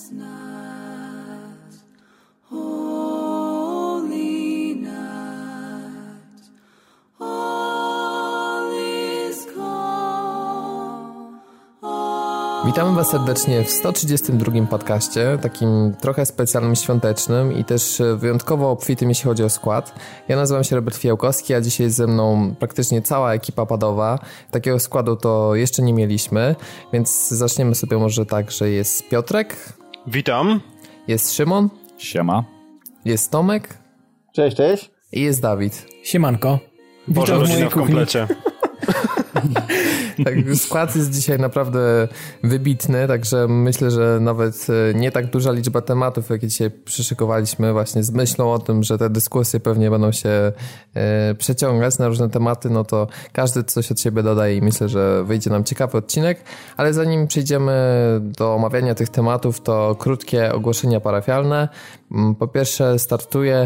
Witamy Was serdecznie w 132 podcaście, takim trochę specjalnym, świątecznym i też wyjątkowo obfitym, jeśli chodzi o skład. Ja nazywam się Robert Fijałkowski, a dzisiaj jest ze mną praktycznie cała ekipa padowa. Takiego składu to jeszcze nie mieliśmy, więc zaczniemy sobie może tak, że jest Piotrek. Witam. Jest Szymon. Siema. Jest Tomek. Cześć, cześć. I jest Dawid. Siemanko. Boże, rodzina w komplecie. Tak, skład jest dzisiaj naprawdę wybitny, także myślę, że nawet nie tak duża liczba tematów, jakie dzisiaj przyszykowaliśmy, właśnie z myślą o tym, że te dyskusje pewnie będą się przeciągać na różne tematy, no to każdy coś od siebie dodaje i myślę, że wyjdzie nam ciekawy odcinek, ale zanim przejdziemy do omawiania tych tematów, to krótkie ogłoszenia parafialne. Po pierwsze startuje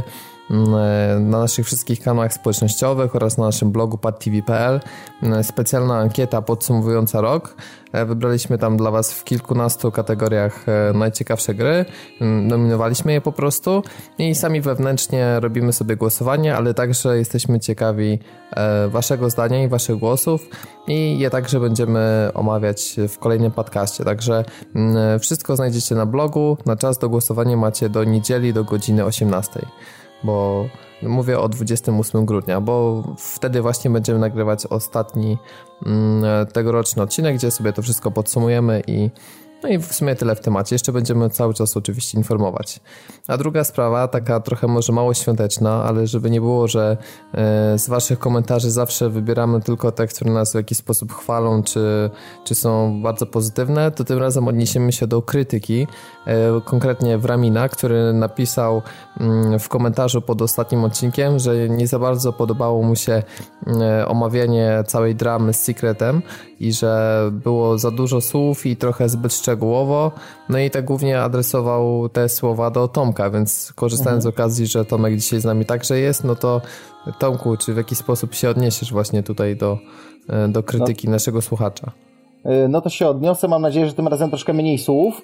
na naszych wszystkich kanałach społecznościowych oraz na naszym blogu padtv.pl specjalna ankieta podsumowująca rok. Wybraliśmy tam dla Was w kilkunastu kategoriach najciekawsze gry, nominowaliśmy je po prostu i sami wewnętrznie robimy sobie głosowanie, ale także jesteśmy ciekawi Waszego zdania i Waszych głosów i je także będziemy omawiać w kolejnym podcaście, także wszystko znajdziecie na blogu, na czas do głosowania macie do niedzieli do godziny 18. Bo mówię o 28 grudnia, bo wtedy właśnie będziemy nagrywać ostatni tegoroczny odcinek, gdzie sobie to wszystko podsumujemy no i w sumie tyle w temacie. Jeszcze będziemy cały czas oczywiście informować. A druga sprawa, taka trochę może mało świąteczna, ale żeby nie było, że z Waszych komentarzy zawsze wybieramy tylko te, które nas w jakiś sposób chwalą, czy są bardzo pozytywne, to tym razem odniesiemy się do krytyki, konkretnie Wramina, który napisał w komentarzu pod ostatnim odcinkiem, że nie za bardzo podobało mu się omawianie całej dramy z Secretem i że było za dużo słów i trochę zbyt szczegółowo, no i tak głównie adresował te słowa do Tomka, więc korzystając z okazji, że Tomek dzisiaj z nami także jest, no to Tomku, czy w jakiś sposób się odniesiesz właśnie tutaj do krytyki naszego słuchacza? No to się odniosę, mam nadzieję, że tym razem troszkę mniej słów.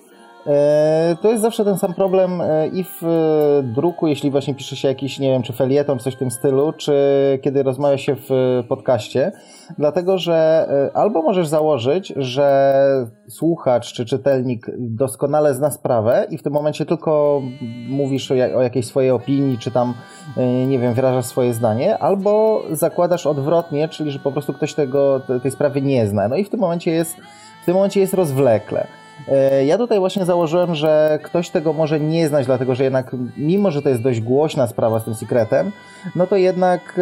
To jest zawsze ten sam problem i w druku, jeśli właśnie pisze się jakiś, nie wiem, czy felieton, coś w tym stylu, czy kiedy rozmawia się w podcaście, dlatego, że albo możesz założyć, że słuchacz czy czytelnik doskonale zna sprawę i w tym momencie tylko mówisz o jakiejś swojej opinii, czy tam, nie wiem, wyrażasz swoje zdanie, albo zakładasz odwrotnie, czyli że po prostu ktoś tej sprawy nie zna. No i w tym momencie jest rozwlekle. Ja tutaj właśnie założyłem, że ktoś tego może nie znać, dlatego że jednak, mimo że to jest dość głośna sprawa z tym Secretem, no to jednak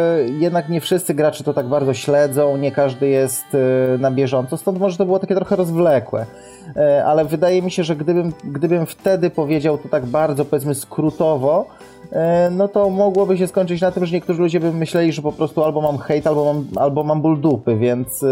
nie wszyscy gracze to tak bardzo śledzą, nie każdy jest na bieżąco, stąd może to było takie trochę rozwlekłe. Ale wydaje mi się, że gdybym wtedy powiedział to tak bardzo, powiedzmy, skrótowo, no to mogłoby się skończyć na tym, że niektórzy ludzie by myśleli, że po prostu albo mam hejt, albo mam ból dupy, więc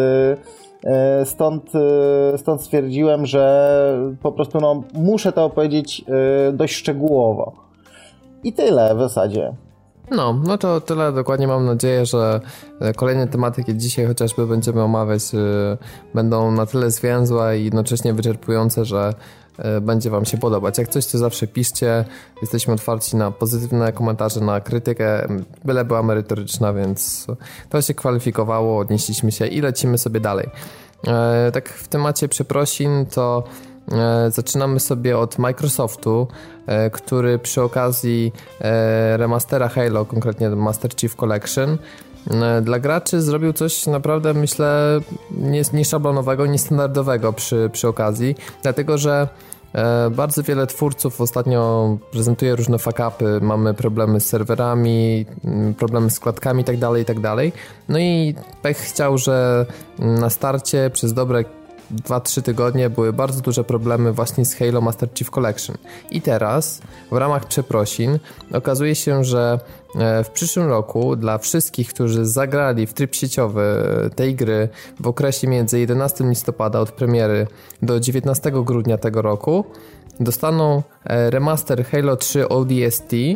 stąd stwierdziłem, że po prostu muszę to opowiedzieć dość szczegółowo. I tyle w zasadzie. No to tyle. Dokładnie mam nadzieję, że kolejne tematy, jakie dzisiaj chociażby będziemy omawiać, będą na tyle zwięzłe i jednocześnie wyczerpujące, że będzie Wam się podobać. Jak coś, to zawsze piszcie. Jesteśmy otwarci na pozytywne komentarze, na krytykę, byle była merytoryczna, więc to się kwalifikowało, odnieśliśmy się i lecimy sobie dalej. Tak w temacie przeprosin to zaczynamy sobie od Microsoftu, który przy okazji remastera Halo, konkretnie Master Chief Collection, dla graczy zrobił coś naprawdę, myślę, nieszablonowego, niestandardowego przy okazji, dlatego że bardzo wiele twórców ostatnio prezentuje różne fuck-upy, mamy problemy z serwerami, problemy z klatkami itd. No i Pech chciał, że na starcie przez dobre 2-3 tygodnie były bardzo duże problemy właśnie z Halo Master Chief Collection. I teraz w ramach przeprosin okazuje się, że w przyszłym roku dla wszystkich, którzy zagrali w tryb sieciowy tej gry w okresie między 11 listopada od premiery do 19 grudnia tego roku, dostaną remaster Halo 3 ODST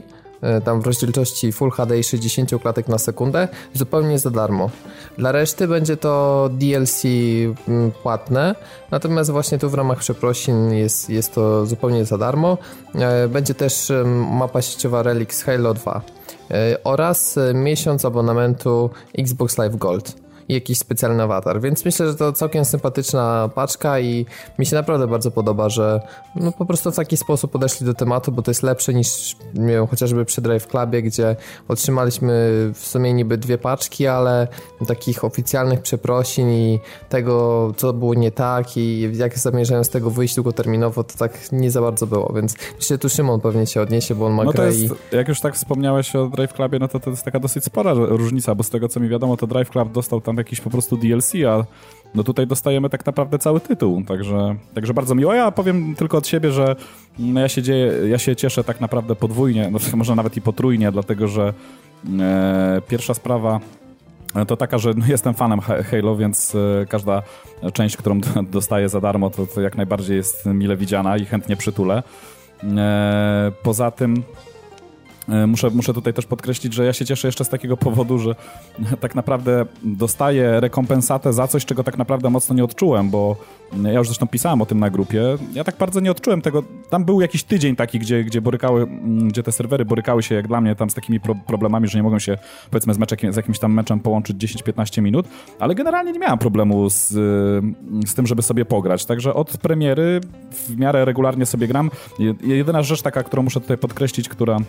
tam w rozdzielczości Full HD i 60 klatek na sekundę, zupełnie za darmo. Dla reszty będzie to DLC płatne, natomiast właśnie tu w ramach przeprosin jest to zupełnie za darmo. Będzie też mapa sieciowa Relics Halo 2 oraz miesiąc abonamentu Xbox Live Gold i jakiś specjalny awatar, więc myślę, że to całkiem sympatyczna paczka i mi się naprawdę bardzo podoba, że no po prostu w taki sposób podeszli do tematu, bo to jest lepsze niż, nie wiem, chociażby przy Drive Clubie, gdzie otrzymaliśmy w sumie niby 2 paczki, ale takich oficjalnych przeprosin i tego, co było nie tak i jak zamierzają z tego wyjść długoterminowo, to tak nie za bardzo było, więc myślę, że tu Szymon pewnie się odniesie, bo on ma grę i... Jak już tak wspomniałeś o Drive Clubie, no to jest taka dosyć spora różnica, bo z tego, co mi wiadomo, to Drive Club dostał tam jakiś po prostu DLC, a no tutaj dostajemy tak naprawdę cały tytuł, także bardzo miło. Ja powiem tylko od siebie, że no ja się cieszę tak naprawdę podwójnie, no może nawet i potrójnie, dlatego że pierwsza sprawa to taka, że no jestem fanem Halo, więc każda część, którą dostaję za darmo, to jak najbardziej jest mile widziana i chętnie przytulę. Poza tym muszę tutaj też podkreślić, że ja się cieszę jeszcze z takiego powodu, że tak naprawdę dostaję rekompensatę za coś, czego tak naprawdę mocno nie odczułem, bo ja już zresztą pisałem o tym na grupie. Ja tak bardzo nie odczułem tego. Tam był jakiś tydzień taki, gdzie te serwery borykały się jak dla mnie tam z takimi problemami, że nie mogą się powiedzmy z jakimś tam meczem połączyć 10-15 minut, ale generalnie nie miałem problemu z tym, żeby sobie pograć. Także od premiery w miarę regularnie sobie gram. Jedyna rzecz taka, którą muszę tutaj podkreślić,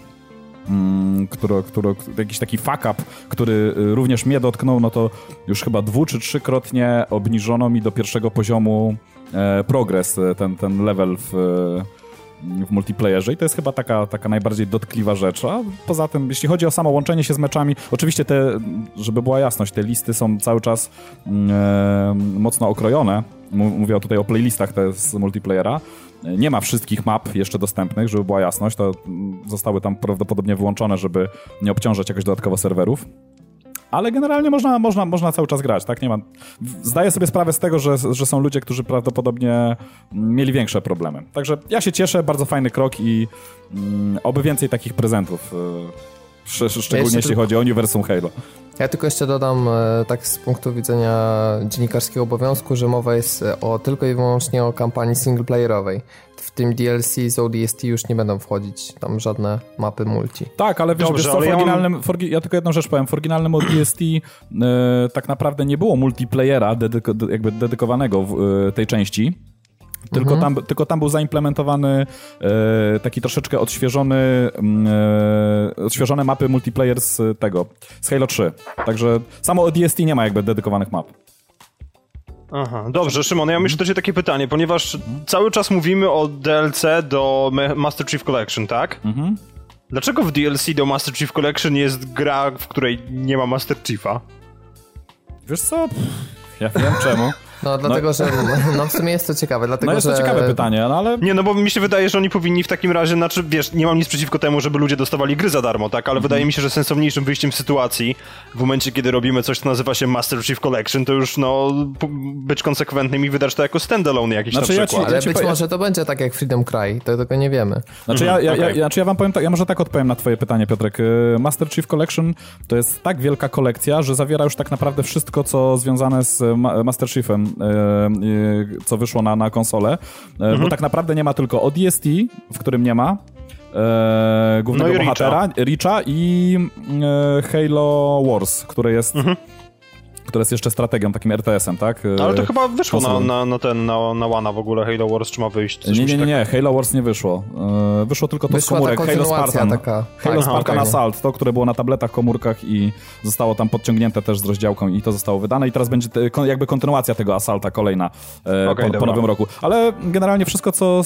jakiś taki fuck up, który również mnie dotknął, no to już chyba 2- czy 3-krotnie obniżono mi do 1. poziomu progres, ten level w multiplayerze i to jest chyba taka najbardziej dotkliwa rzecz, a poza tym, jeśli chodzi o samo łączenie się z meczami, oczywiście żeby była jasność, te listy są cały czas mocno okrojone, mówię tutaj o playlistach z multiplayera. Nie ma wszystkich map jeszcze dostępnych, żeby była jasność, to zostały tam prawdopodobnie wyłączone, żeby nie obciążać jakoś dodatkowo serwerów. Ale generalnie można cały czas grać, tak? Nie ma... Zdaję sobie sprawę z tego, że są ludzie, którzy prawdopodobnie mieli większe problemy. Także ja się cieszę, bardzo fajny krok i oby więcej takich prezentów, szczególnie jeśli chodzi o Uniwersum Halo. Ja tylko jeszcze dodam tak z punktu widzenia dziennikarskiego obowiązku, że mowa jest tylko i wyłącznie o kampanii singleplayerowej. W tym DLC z ODST już nie będą wchodzić tam żadne mapy multi. Tak, ale wiesz, co, ja tylko jedną rzecz powiem. W oryginalnym ODST tak naprawdę nie było multiplayera dedykowanego tej części. Tylko tam był zaimplementowany taki troszeczkę odświeżone mapy multiplayer z Halo 3. Także samo ODST nie ma jakby dedykowanych map. Aha, dobrze, Szymon, ja mam jeszcze do ciebie takie pytanie, ponieważ cały czas mówimy o DLC do Master Chief Collection, tak? Dlaczego w DLC do Master Chief Collection jest gra, w której nie ma Master Chiefa? Wiesz co? Ja wiem czemu. No dlatego, że w sumie jest to ciekawe, dlatego, jest to ciekawe pytanie, no ale... Nie, no bo mi się wydaje, że oni powinni w takim razie, znaczy wiesz, nie mam nic przeciwko temu, żeby ludzie dostawali gry za darmo, tak, ale wydaje mi się, że sensowniejszym wyjściem z sytuacji, w momencie, kiedy robimy coś, co nazywa się Master Chief Collection, to już, no, być konsekwentnym i wydać to jako standalone jakiś na przykład. Ale być może to będzie tak jak Freedom Cry, to tego nie wiemy. Znaczy ja wam powiem tak, ja może tak odpowiem na twoje pytanie, Piotrek. Master Chief Collection to jest tak wielka kolekcja, że zawiera już tak naprawdę wszystko, co związane z Master Chiefem, co wyszło na konsolę, bo tak naprawdę nie ma tylko ODST, w którym nie ma głównego bohatera, Reacha i Halo Wars, które jest jeszcze strategią, takim RTS-em, tak? Ale to chyba wyszło na Wana w ogóle Halo Wars, czy ma wyjść? Nie, Halo Wars nie wyszło. Wyszło tylko to z komórek, Halo Spartan. Halo Spartan Assault, to, które było na tabletach, komórkach i zostało tam podciągnięte też z rozdziałką i to zostało wydane i teraz będzie jakby kontynuacja tego Assaulta kolejna po nowym roku. Ale generalnie wszystko, co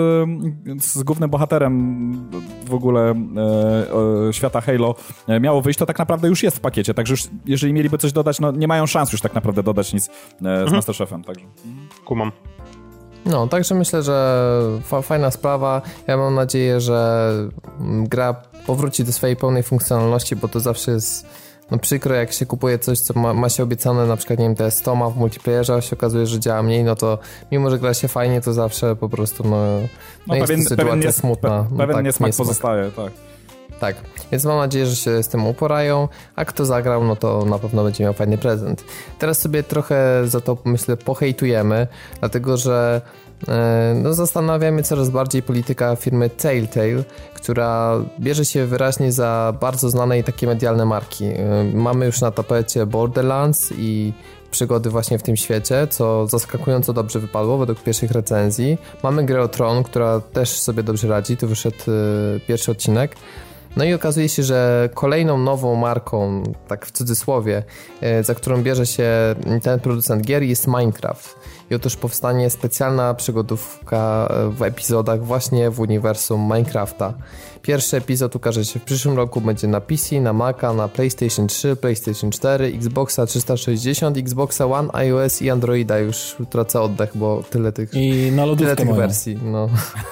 z głównym bohaterem w ogóle świata Halo miało wyjść, to tak naprawdę już jest w pakiecie, także już jeżeli mieliby coś dodać, no nie mają szans już tak naprawdę dodać nic z Master Chiefem, także. Kumam. No, także myślę, że fajna sprawa. Ja mam nadzieję, że gra powróci do swojej pełnej funkcjonalności, bo to zawsze jest przykro, jak się kupuje coś, co ma się obiecane, na przykład, nie wiem, te 100 ma w multiplayerze, a się okazuje, że działa mniej, no to mimo, że gra się fajnie, to zawsze po prostu jest sytuacja smutna. Pewien niesmak pozostaje, tak. Tak, więc mam nadzieję, że się z tym uporają, a kto zagrał, no to na pewno będzie miał fajny prezent. Teraz sobie trochę za to, myślę, pohejtujemy, dlatego że no, zastanawiamy coraz bardziej polityka firmy Telltale, która bierze się wyraźnie za bardzo znane i takie medialne marki. Mamy już na tapecie Borderlands i przygody właśnie w tym świecie, co zaskakująco dobrze wypadło według pierwszych recenzji. Mamy grę o Tron, która też sobie dobrze radzi, tu wyszedł pierwszy odcinek. No i okazuje się, że kolejną nową marką, tak w cudzysłowie, za którą bierze się ten producent gier, jest Minecraft. I otóż powstanie specjalna przygodówka w epizodach właśnie w uniwersum Minecrafta. Pierwszy epizod ukaże się w przyszłym roku, będzie na PC, na Maca, na PlayStation 3, PlayStation 4, Xboxa 360, Xboxa One, iOS i Androida. Już tracę oddech, bo tyle tych wersji. No.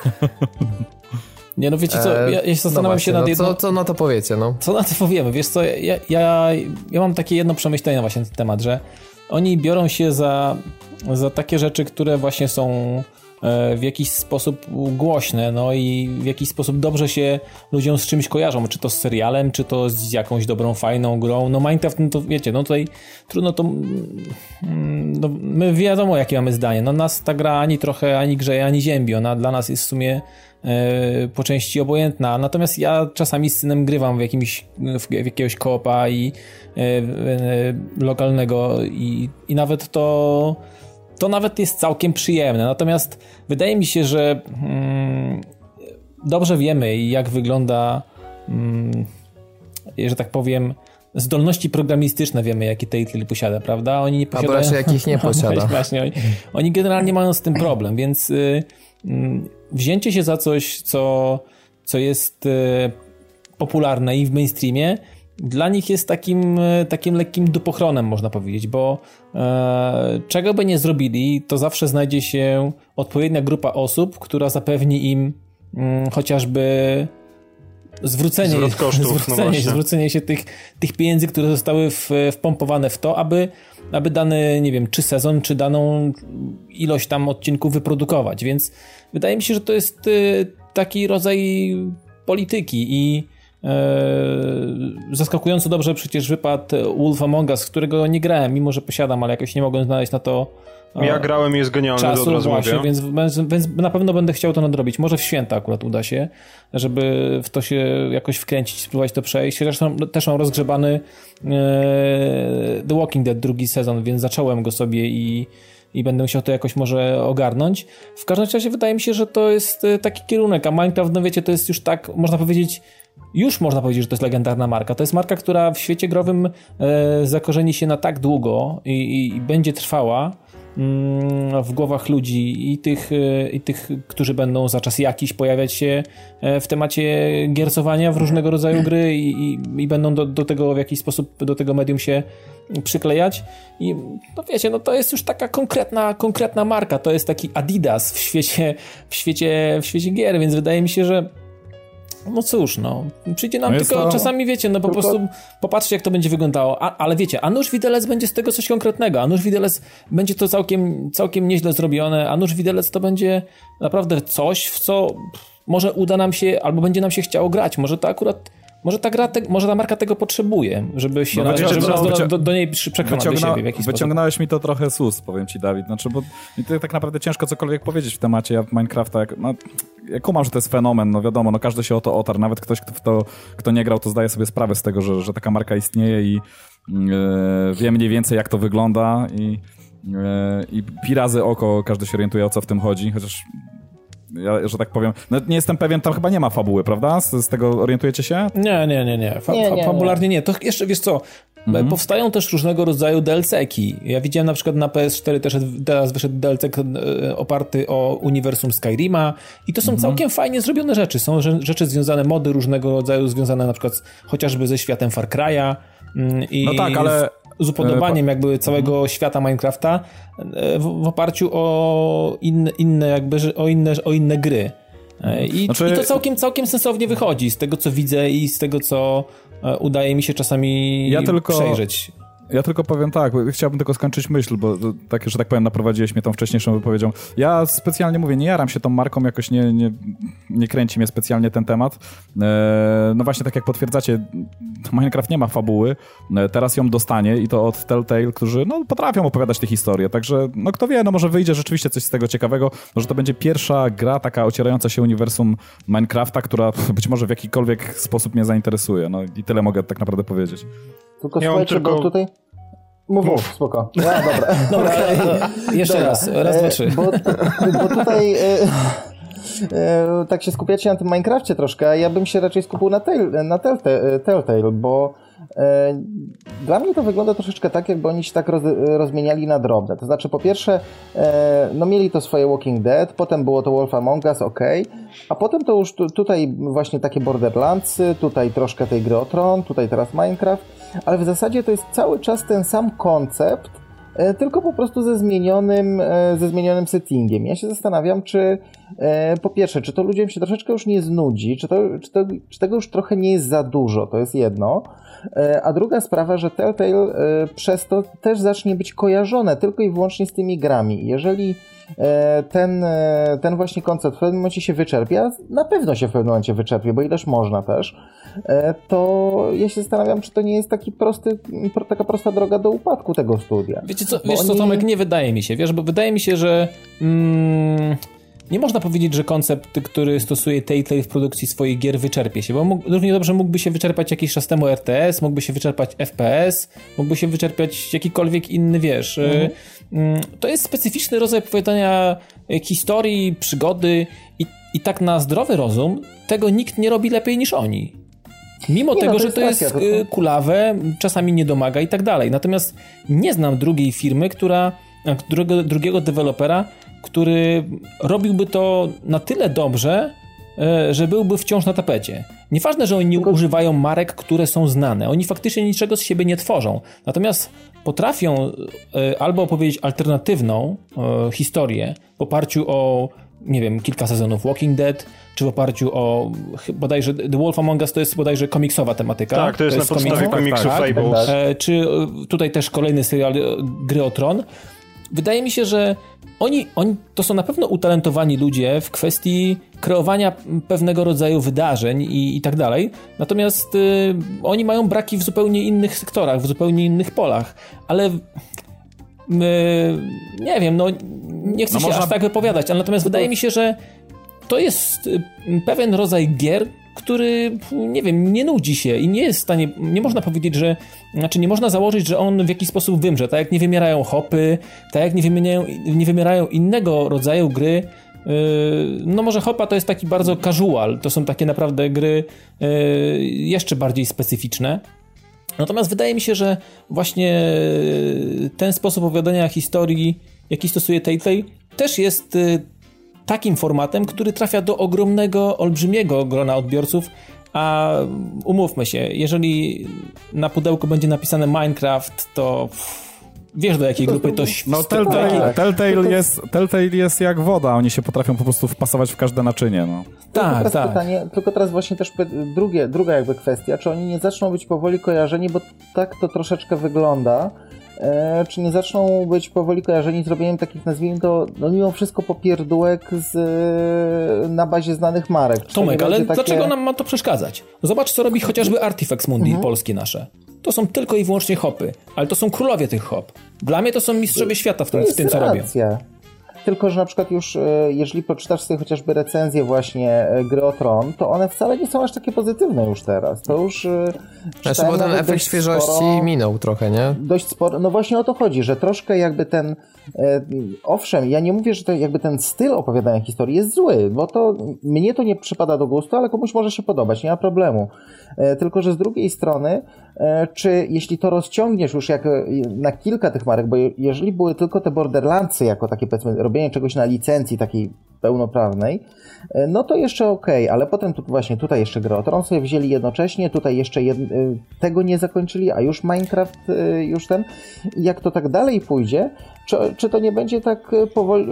Nie, no wiecie co, ja się zastanawiam się nad jedną... Co na to powiecie, no? Co na to powiemy? Wiesz co, ja mam takie jedno przemyślenie właśnie na ten temat, że oni biorą się za takie rzeczy, które właśnie są w jakiś sposób głośne, no i w jakiś sposób dobrze się ludziom z czymś kojarzą, czy to z serialem, czy to z jakąś dobrą, fajną grą. No Minecraft, no to wiecie, no tutaj trudno to... No, my wiadomo, jakie mamy zdanie. No nas ta gra ani trochę, ani grzeje, ani ziębi. Ona dla nas jest w sumie po części obojętna. Natomiast ja czasami z synem grywam w jakiegoś koopa i lokalnego i nawet to nawet jest całkiem przyjemne. Natomiast wydaje mi się, że dobrze wiemy, jak wygląda, że tak powiem, zdolności programistyczne wiemy, jakie Telltale posiada, prawda? Oni nie posiadają... Albo raczej jakich nie posiada. Właśnie, oni generalnie mają z tym problem, więc wzięcie się za coś, co jest popularne i w mainstreamie, dla nich jest takim lekkim dupochronem, można powiedzieć, bo czego by nie zrobili, to zawsze znajdzie się odpowiednia grupa osób, która zapewni im chociażby zwrócenie się tych pieniędzy, które zostały wpompowane w to, aby dany, nie wiem, czy sezon, czy daną ilość tam odcinków wyprodukować, więc wydaje mi się, że to jest taki rodzaj polityki i zaskakująco dobrze przecież wypadł Wolf Among Us, którego nie grałem, mimo że posiadam, ale jakoś nie mogłem znaleźć na to ja grałem i jest genialny, czasu, od razu właśnie, mówię. więc na pewno będę chciał to nadrobić. Może w święta akurat uda się, żeby w to się jakoś wkręcić, spróbować to przejść. Zresztą też mam rozgrzebany The Walking Dead drugi sezon, więc zacząłem go sobie i będę musiał to jakoś może ogarnąć. W każdym razie wydaje mi się, że to jest taki kierunek, a Minecraft, no wiecie, to jest już tak, można powiedzieć, że to jest legendarna marka. To jest marka, która w świecie growym zakorzeni się na tak długo i będzie trwała w głowach ludzi i tych, którzy będą za czas jakiś pojawiać się w temacie giercowania w różnego rodzaju gry i będą do tego w jakiś sposób do tego medium się przyklejać i no wiecie, no to jest już taka konkretna marka, to jest taki Adidas w świecie gier, więc wydaje mi się, że no cóż, no przyjdzie nam tylko czasami, wiecie, no po prostu popatrzcie, jak to będzie wyglądało, ale wiecie, a nóż widelec będzie z tego coś konkretnego, a nóż widelec będzie to całkiem nieźle zrobione, a nóż widelec to będzie naprawdę coś, w co może uda nam się, albo będzie nam się chciało grać, może to akurat może ta marka tego potrzebuje, żeby się do niej przekonać do siebie w jakiś sposób. Wyciągnąłeś mi to trochę z ust, powiem ci, Dawid. Znaczy, bo mi tak naprawdę ciężko cokolwiek powiedzieć w temacie. Ja w Minecrafta, ja kumam, że to jest fenomen, no wiadomo, no każdy się o to otarł. Nawet ktoś, kto nie grał, to zdaje sobie sprawę z tego, że taka marka istnieje i wie mniej więcej, jak to wygląda i pi razy oko każdy się orientuje, o co w tym chodzi, chociaż ja, że tak powiem, no nie jestem pewien, tam chyba nie ma fabuły, prawda? Z tego orientujecie się? Nie. Fabularnie nie. To jeszcze, wiesz co, powstają też różnego rodzaju DLC-ki. Ja widziałem na przykład na PS4 też teraz wyszedł DLC oparty o uniwersum Skyrima i to są całkiem fajnie zrobione rzeczy. Są rzeczy związane, mody różnego rodzaju związane na przykład chociażby ze światem Far Cry'a i no tak, ale z upodobaniem jakby całego świata Minecrafta w oparciu o inne gry. I to całkiem sensownie wychodzi z tego, co widzę i z tego, co udaje mi się czasami przejrzeć. Ja tylko powiem tak, chciałbym tylko skończyć myśl, bo tak, że tak powiem, naprowadziłeś mnie tą wcześniejszą wypowiedzią. Ja specjalnie mówię, nie jaram się tą marką, jakoś nie kręci mnie specjalnie ten temat. No właśnie tak jak potwierdzacie, Minecraft nie ma fabuły, teraz ją dostanie i to od Telltale, którzy no potrafią opowiadać te historie, także no kto wie, no może wyjdzie rzeczywiście coś z tego ciekawego, może to będzie pierwsza gra taka ocierająca się uniwersum Minecrafta, która być może w jakikolwiek sposób mnie zainteresuje, no i tyle mogę tak naprawdę powiedzieć. Tylko słuchajcie, bo tutaj... Mów, spoko. Ja, dobra. Jeszcze dobra. raz, dwa, trzy. Bo tutaj tak się skupiacie na tym Minecrafcie troszkę, a ja bym się raczej skupił na Telltale, bo dla mnie to wygląda troszeczkę tak, jakby oni się tak rozmieniali na drobne. To znaczy, po pierwsze, no mieli to swoje Walking Dead, potem było to Wolf Among Us, a potem to już tutaj właśnie takie Borderlandsy, tutaj troszkę tej gry o Tron, tutaj teraz Minecraft, ale w zasadzie to jest cały czas ten sam koncept, tylko po prostu ze zmienionym settingiem. Ja się zastanawiam, czy po pierwsze, czy to ludziom się troszeczkę już nie znudzi, czy tego już trochę nie jest za dużo, to jest jedno. A druga sprawa, że Telltale przez to też zacznie być kojarzone tylko i wyłącznie z tymi grami. Jeżeli ten właśnie koncept w pewnym momencie się wyczerpie, a na pewno się w pewnym momencie wyczerpie, bo ileż można też, to ja się zastanawiam, czy to nie jest taka prosta droga do upadku tego studia. Wiesz co, Tomek, nie wydaje mi się, bo wydaje mi się, że nie można powiedzieć, że koncept, który stosuje Telltale w produkcji swoich gier, wyczerpie się, bo równie dobrze mógłby się wyczerpać jakiś czas temu RTS, mógłby się wyczerpać FPS, mógłby się wyczerpać jakikolwiek inny, to jest specyficzny rodzaj opowiadania historii, przygody i tak na zdrowy rozum tego nikt nie robi lepiej niż oni. Mimo tego, że to jest kulawe, czasami nie domaga i tak dalej. Natomiast nie znam drugiej firmy, drugiego dewelopera, który robiłby to na tyle dobrze, że byłby wciąż na tapecie. Nieważne, że oni nie używają marek, które są znane. Oni faktycznie niczego z siebie nie tworzą. Natomiast potrafią albo opowiedzieć alternatywną historię w oparciu o, nie wiem, kilka sezonów Walking Dead, czy w oparciu o bodajże The Wolf Among Us to jest bodajże komiksowa tematyka. Tak, to jest na podstawie komiksu Fables. Czy tutaj też kolejny serial Gry o Tron. Wydaje mi się, że oni to są na pewno utalentowani ludzie w kwestii kreowania pewnego rodzaju wydarzeń i tak dalej. Natomiast oni mają braki w zupełnie innych sektorach, w zupełnie innych polach. Ale nie wiem, nie chcę się aż tak wypowiadać, ale natomiast wydaje mi się, że to jest pewien rodzaj gier, który, nie wiem, nie nudzi się i nie jest w stanie, nie można powiedzieć, że, znaczy nie można założyć, że on w jakiś sposób wymrze, tak jak nie wymierają hopy, tak jak nie wymierają innego rodzaju gry. No może hopa to jest taki bardzo casual, to są takie naprawdę gry jeszcze bardziej specyficzne. Natomiast wydaje mi się, że właśnie ten sposób opowiadania historii, jaki stosuje Telltale, też jest takim formatem, który trafia do ogromnego, olbrzymiego grona odbiorców, a umówmy się, jeżeli na pudełku będzie napisane Minecraft, to wiesz, do jakiej grupy to... No Telltale jest jak woda, oni się potrafią po prostu wpasować w każde naczynie, no. Tak. Pytanie, tylko teraz właśnie też druga jakby kwestia, czy oni nie zaczną być powoli kojarzeni, bo tak to troszeczkę wygląda, czy nie zaczną być powoli kojarzeni zrobieniem takich, nazwijmy to, no mimo wszystko popierdółek na bazie znanych marek. Tomek, ale dlaczego nam ma to przeszkadzać? Zobacz, co robi chociażby Artifex Mundi, polskie nasze. To są tylko i wyłącznie hopy, ale to są królowie tych hop. Dla mnie to są mistrzowie świata w tym, co robią. Tylko, że na przykład już, jeżeli poczytasz sobie chociażby recenzję właśnie Gry o Tron, to one wcale nie są aż takie pozytywne już teraz. To już... Znaczy, bo ten efekt świeżości minął trochę, nie? Dość sporo. No właśnie o to chodzi, że troszkę jakby ten... Owszem, ja nie mówię, że to jakby ten styl opowiadania historii jest zły, bo to mnie to nie przypada do gustu, ale komuś może się podobać, nie ma problemu. Tylko, że z drugiej strony, czy jeśli to rozciągniesz już jak na kilka tych marek, bo jeżeli były tylko te Borderlandsy jako takie, powiedzmy, robienie czegoś na licencji takiej pełnoprawnej, no to jeszcze okej, ale potem właśnie tutaj jeszcze Grę o Tron sobie wzięli jednocześnie, tutaj jeszcze tego nie zakończyli, a już Minecraft już jak to tak dalej pójdzie, czy to nie będzie tak powoli,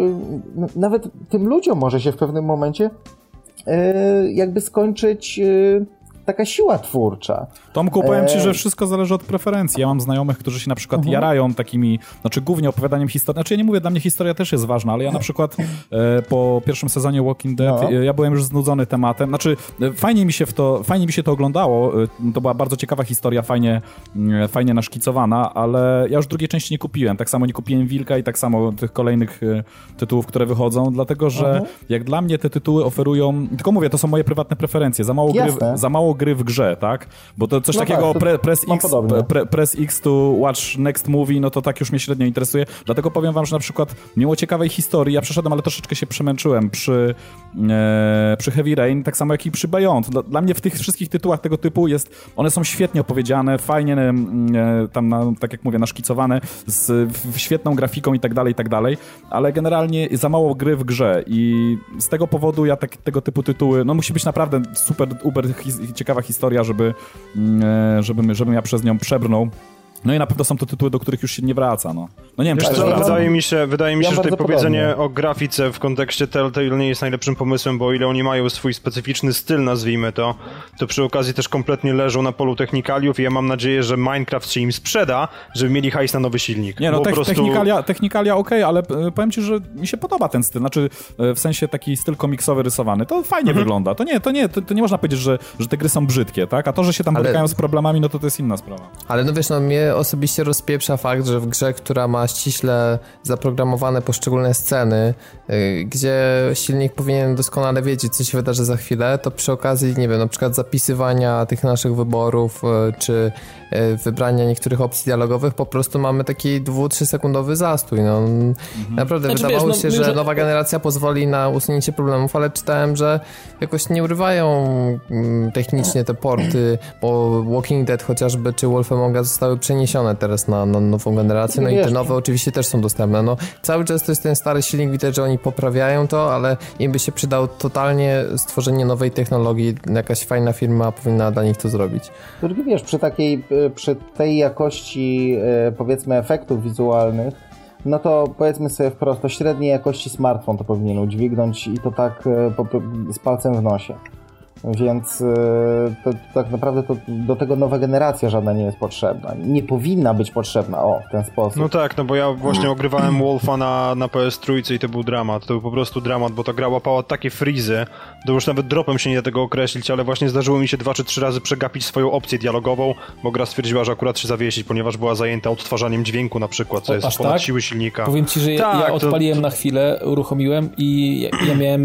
nawet tym ludziom może się w pewnym momencie jakby skończyć taka siła twórcza. Tomku, powiem ci, że wszystko zależy od preferencji. Ja mam znajomych, którzy się na przykład jarają takimi, znaczy głównie opowiadaniem historii. Znaczy ja nie mówię, dla mnie historia też jest ważna, ale ja na przykład po pierwszym sezonie Walking Dead ja byłem już znudzony tematem. Znaczy fajnie mi się to oglądało. To była bardzo ciekawa historia, fajnie naszkicowana, ale ja już drugiej części nie kupiłem. Tak samo nie kupiłem Wilka i tak samo tych kolejnych tytułów, które wychodzą, dlatego że jak dla mnie te tytuły oferują, tylko mówię, to są moje prywatne preferencje. Za mało gry w grze, tak? Bo to coś takiego press X to watch next movie, no to tak już mnie średnio interesuje. Dlatego powiem wam, że na przykład mimo ciekawej historii, ja przeszedłem, ale troszeczkę się przemęczyłem przy Heavy Rain, tak samo jak i przy Beyond. Dla mnie w tych wszystkich tytułach tego typu one są świetnie opowiedziane, fajnie tam, tak jak mówię, naszkicowane, z świetną grafiką i tak dalej, ale generalnie za mało gry w grze i z tego powodu ja tego typu tytuły, no musi być naprawdę super, uber ciekawa historia, żebym ja przez nią przebrnął. No i na pewno są to tytuły, do których już się nie wraca, no. No nie wiem, czy wydaje mi się, że tutaj powiedzenie o grafice w kontekście Telltale nie jest najlepszym pomysłem, bo o ile oni mają swój specyficzny styl, nazwijmy to przy okazji też kompletnie leżą na polu technikaliów i ja mam nadzieję, że Minecraft się im sprzeda, żeby mieli hajs na nowy silnik. Nie, no technikalia okej, ale powiem ci, że mi się podoba ten styl, znaczy w sensie taki styl komiksowy rysowany, to fajnie wygląda, to nie można powiedzieć, że te gry są brzydkie, tak? A to, że się tam borykają z problemami, no to jest inna sprawa. Ale no wiesz, no mnie osobiście rozpieprza fakt, że w grze, która ma ściśle zaprogramowane poszczególne sceny, gdzie silnik powinien doskonale wiedzieć, co się wydarzy za chwilę, to przy okazji, nie wiem, na przykład zapisywania tych naszych wyborów, czy wybrania niektórych opcji dialogowych, po prostu mamy taki 2-3 sekundowy zastój. No, naprawdę wydawało się, że nowa generacja pozwoli na usunięcie problemów, ale czytałem, że jakoś nie urywają technicznie te porty, bo Walking Dead chociażby, czy Wolf Among Us zostały przeniesione teraz na nową generację, no i te nowe oczywiście też są dostępne. No, cały czas to jest ten stary silnik, widać, że oni poprawiają to, ale im by się przydało totalnie stworzenie nowej technologii, jakaś fajna firma powinna dla nich to zrobić. Wiesz, przy tej jakości, powiedzmy, efektów wizualnych, no to powiedzmy sobie wprost, to średniej jakości smartfon to powinien udźwignąć i to tak z palcem w nosie. Więc to tak naprawdę to do tego nowa generacja żadna nie jest potrzebna. Nie powinna być potrzebna, w ten sposób. No tak, no bo ja właśnie ogrywałem Wolfa na PS3 i to był dramat. To był po prostu dramat, bo ta gra łapała takie frizy, to już nawet dropem się nie da tego określić, ale właśnie zdarzyło mi się 2 czy 3 razy przegapić swoją opcję dialogową, bo gra stwierdziła, że akurat się zawiesić, ponieważ była zajęta odtwarzaniem dźwięku na przykład, co jest ponad siły silnika. Powiem ci, że ja odpaliłem na chwilę, uruchomiłem i ja miałem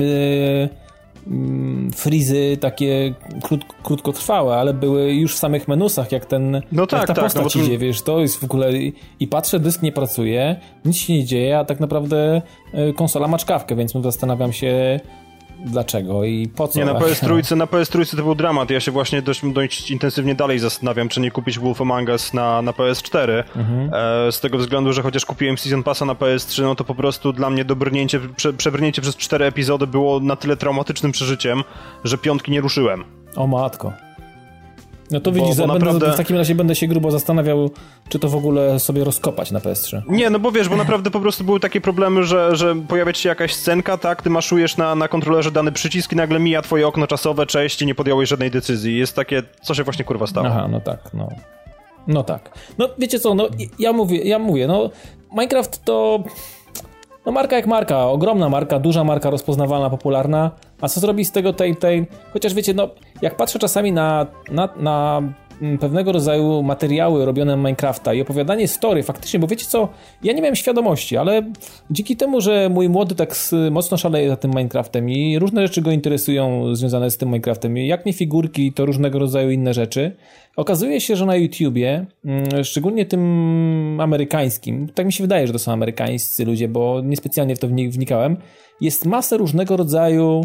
frizy takie krótkotrwałe, ale były już w samych menusach, jak ta postać idzie, wiesz, to jest w ogóle i patrzę, dysk nie pracuje, nic się nie dzieje, a tak naprawdę konsola ma czkawkę, więc zastanawiam się dlaczego i po co. Nie, na PS3 to był dramat. Ja się właśnie dość intensywnie dalej zastanawiam, czy nie kupić Wolf Among Us na PS4. Z tego względu, że chociaż kupiłem Season Passa na PS3, no to po prostu dla mnie przebrnięcie przez 4 epizody było na tyle traumatycznym przeżyciem, że 5 nie ruszyłem. O matko. No to widzisz, w takim razie będę się grubo zastanawiał, czy to w ogóle sobie rozkopać na PS3. Nie, no bo wiesz, bo naprawdę po prostu były takie problemy, że pojawia ci się jakaś scenka, tak, ty maszujesz na kontrolerze dany przycisk i nagle mija twoje okno czasowe, cześć, i nie podjąłeś żadnej decyzji. Jest takie, co się właśnie kurwa stało. Aha, no tak, no tak. No wiecie co, no ja mówię, no Minecraft to... No marka jak marka, ogromna marka, duża marka, rozpoznawalna, popularna, a co zrobi z tego Telltale? Chociaż wiecie, no jak patrzę czasami na pewnego rodzaju materiały robione w Minecrafta i opowiadanie story faktycznie, bo wiecie co, ja nie miałem świadomości, ale dzięki temu, że mój młody tak mocno szaleje za tym Minecraftem i różne rzeczy go interesują związane z tym Minecraftem, jak nie figurki, to różnego rodzaju inne rzeczy, okazuje się, że na YouTubie, szczególnie tym amerykańskim, tak mi się wydaje, że to są amerykańscy ludzie, bo niespecjalnie w to wnikałem, jest masę różnego rodzaju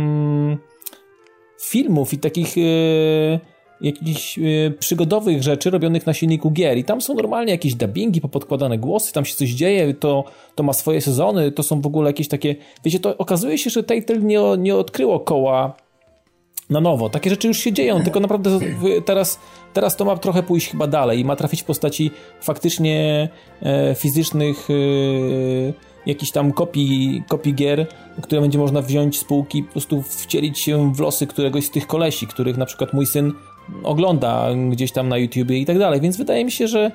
filmów i takich jakichś przygodowych rzeczy robionych na silniku gier i tam są normalnie jakieś dubbingi, popodkładane głosy, tam się coś dzieje, to ma swoje sezony, to są w ogóle jakieś takie, wiecie, to okazuje się, że Telltale nie odkryło koła na nowo. Takie rzeczy już się dzieją, tylko naprawdę teraz to ma trochę pójść chyba dalej i ma trafić w postaci faktycznie fizycznych jakichś tam kopii gier, które będzie można wziąć z półki, po prostu wcielić się w losy któregoś z tych kolesi, których na przykład mój syn ogląda gdzieś tam na YouTubie i tak dalej, więc wydaje mi się, że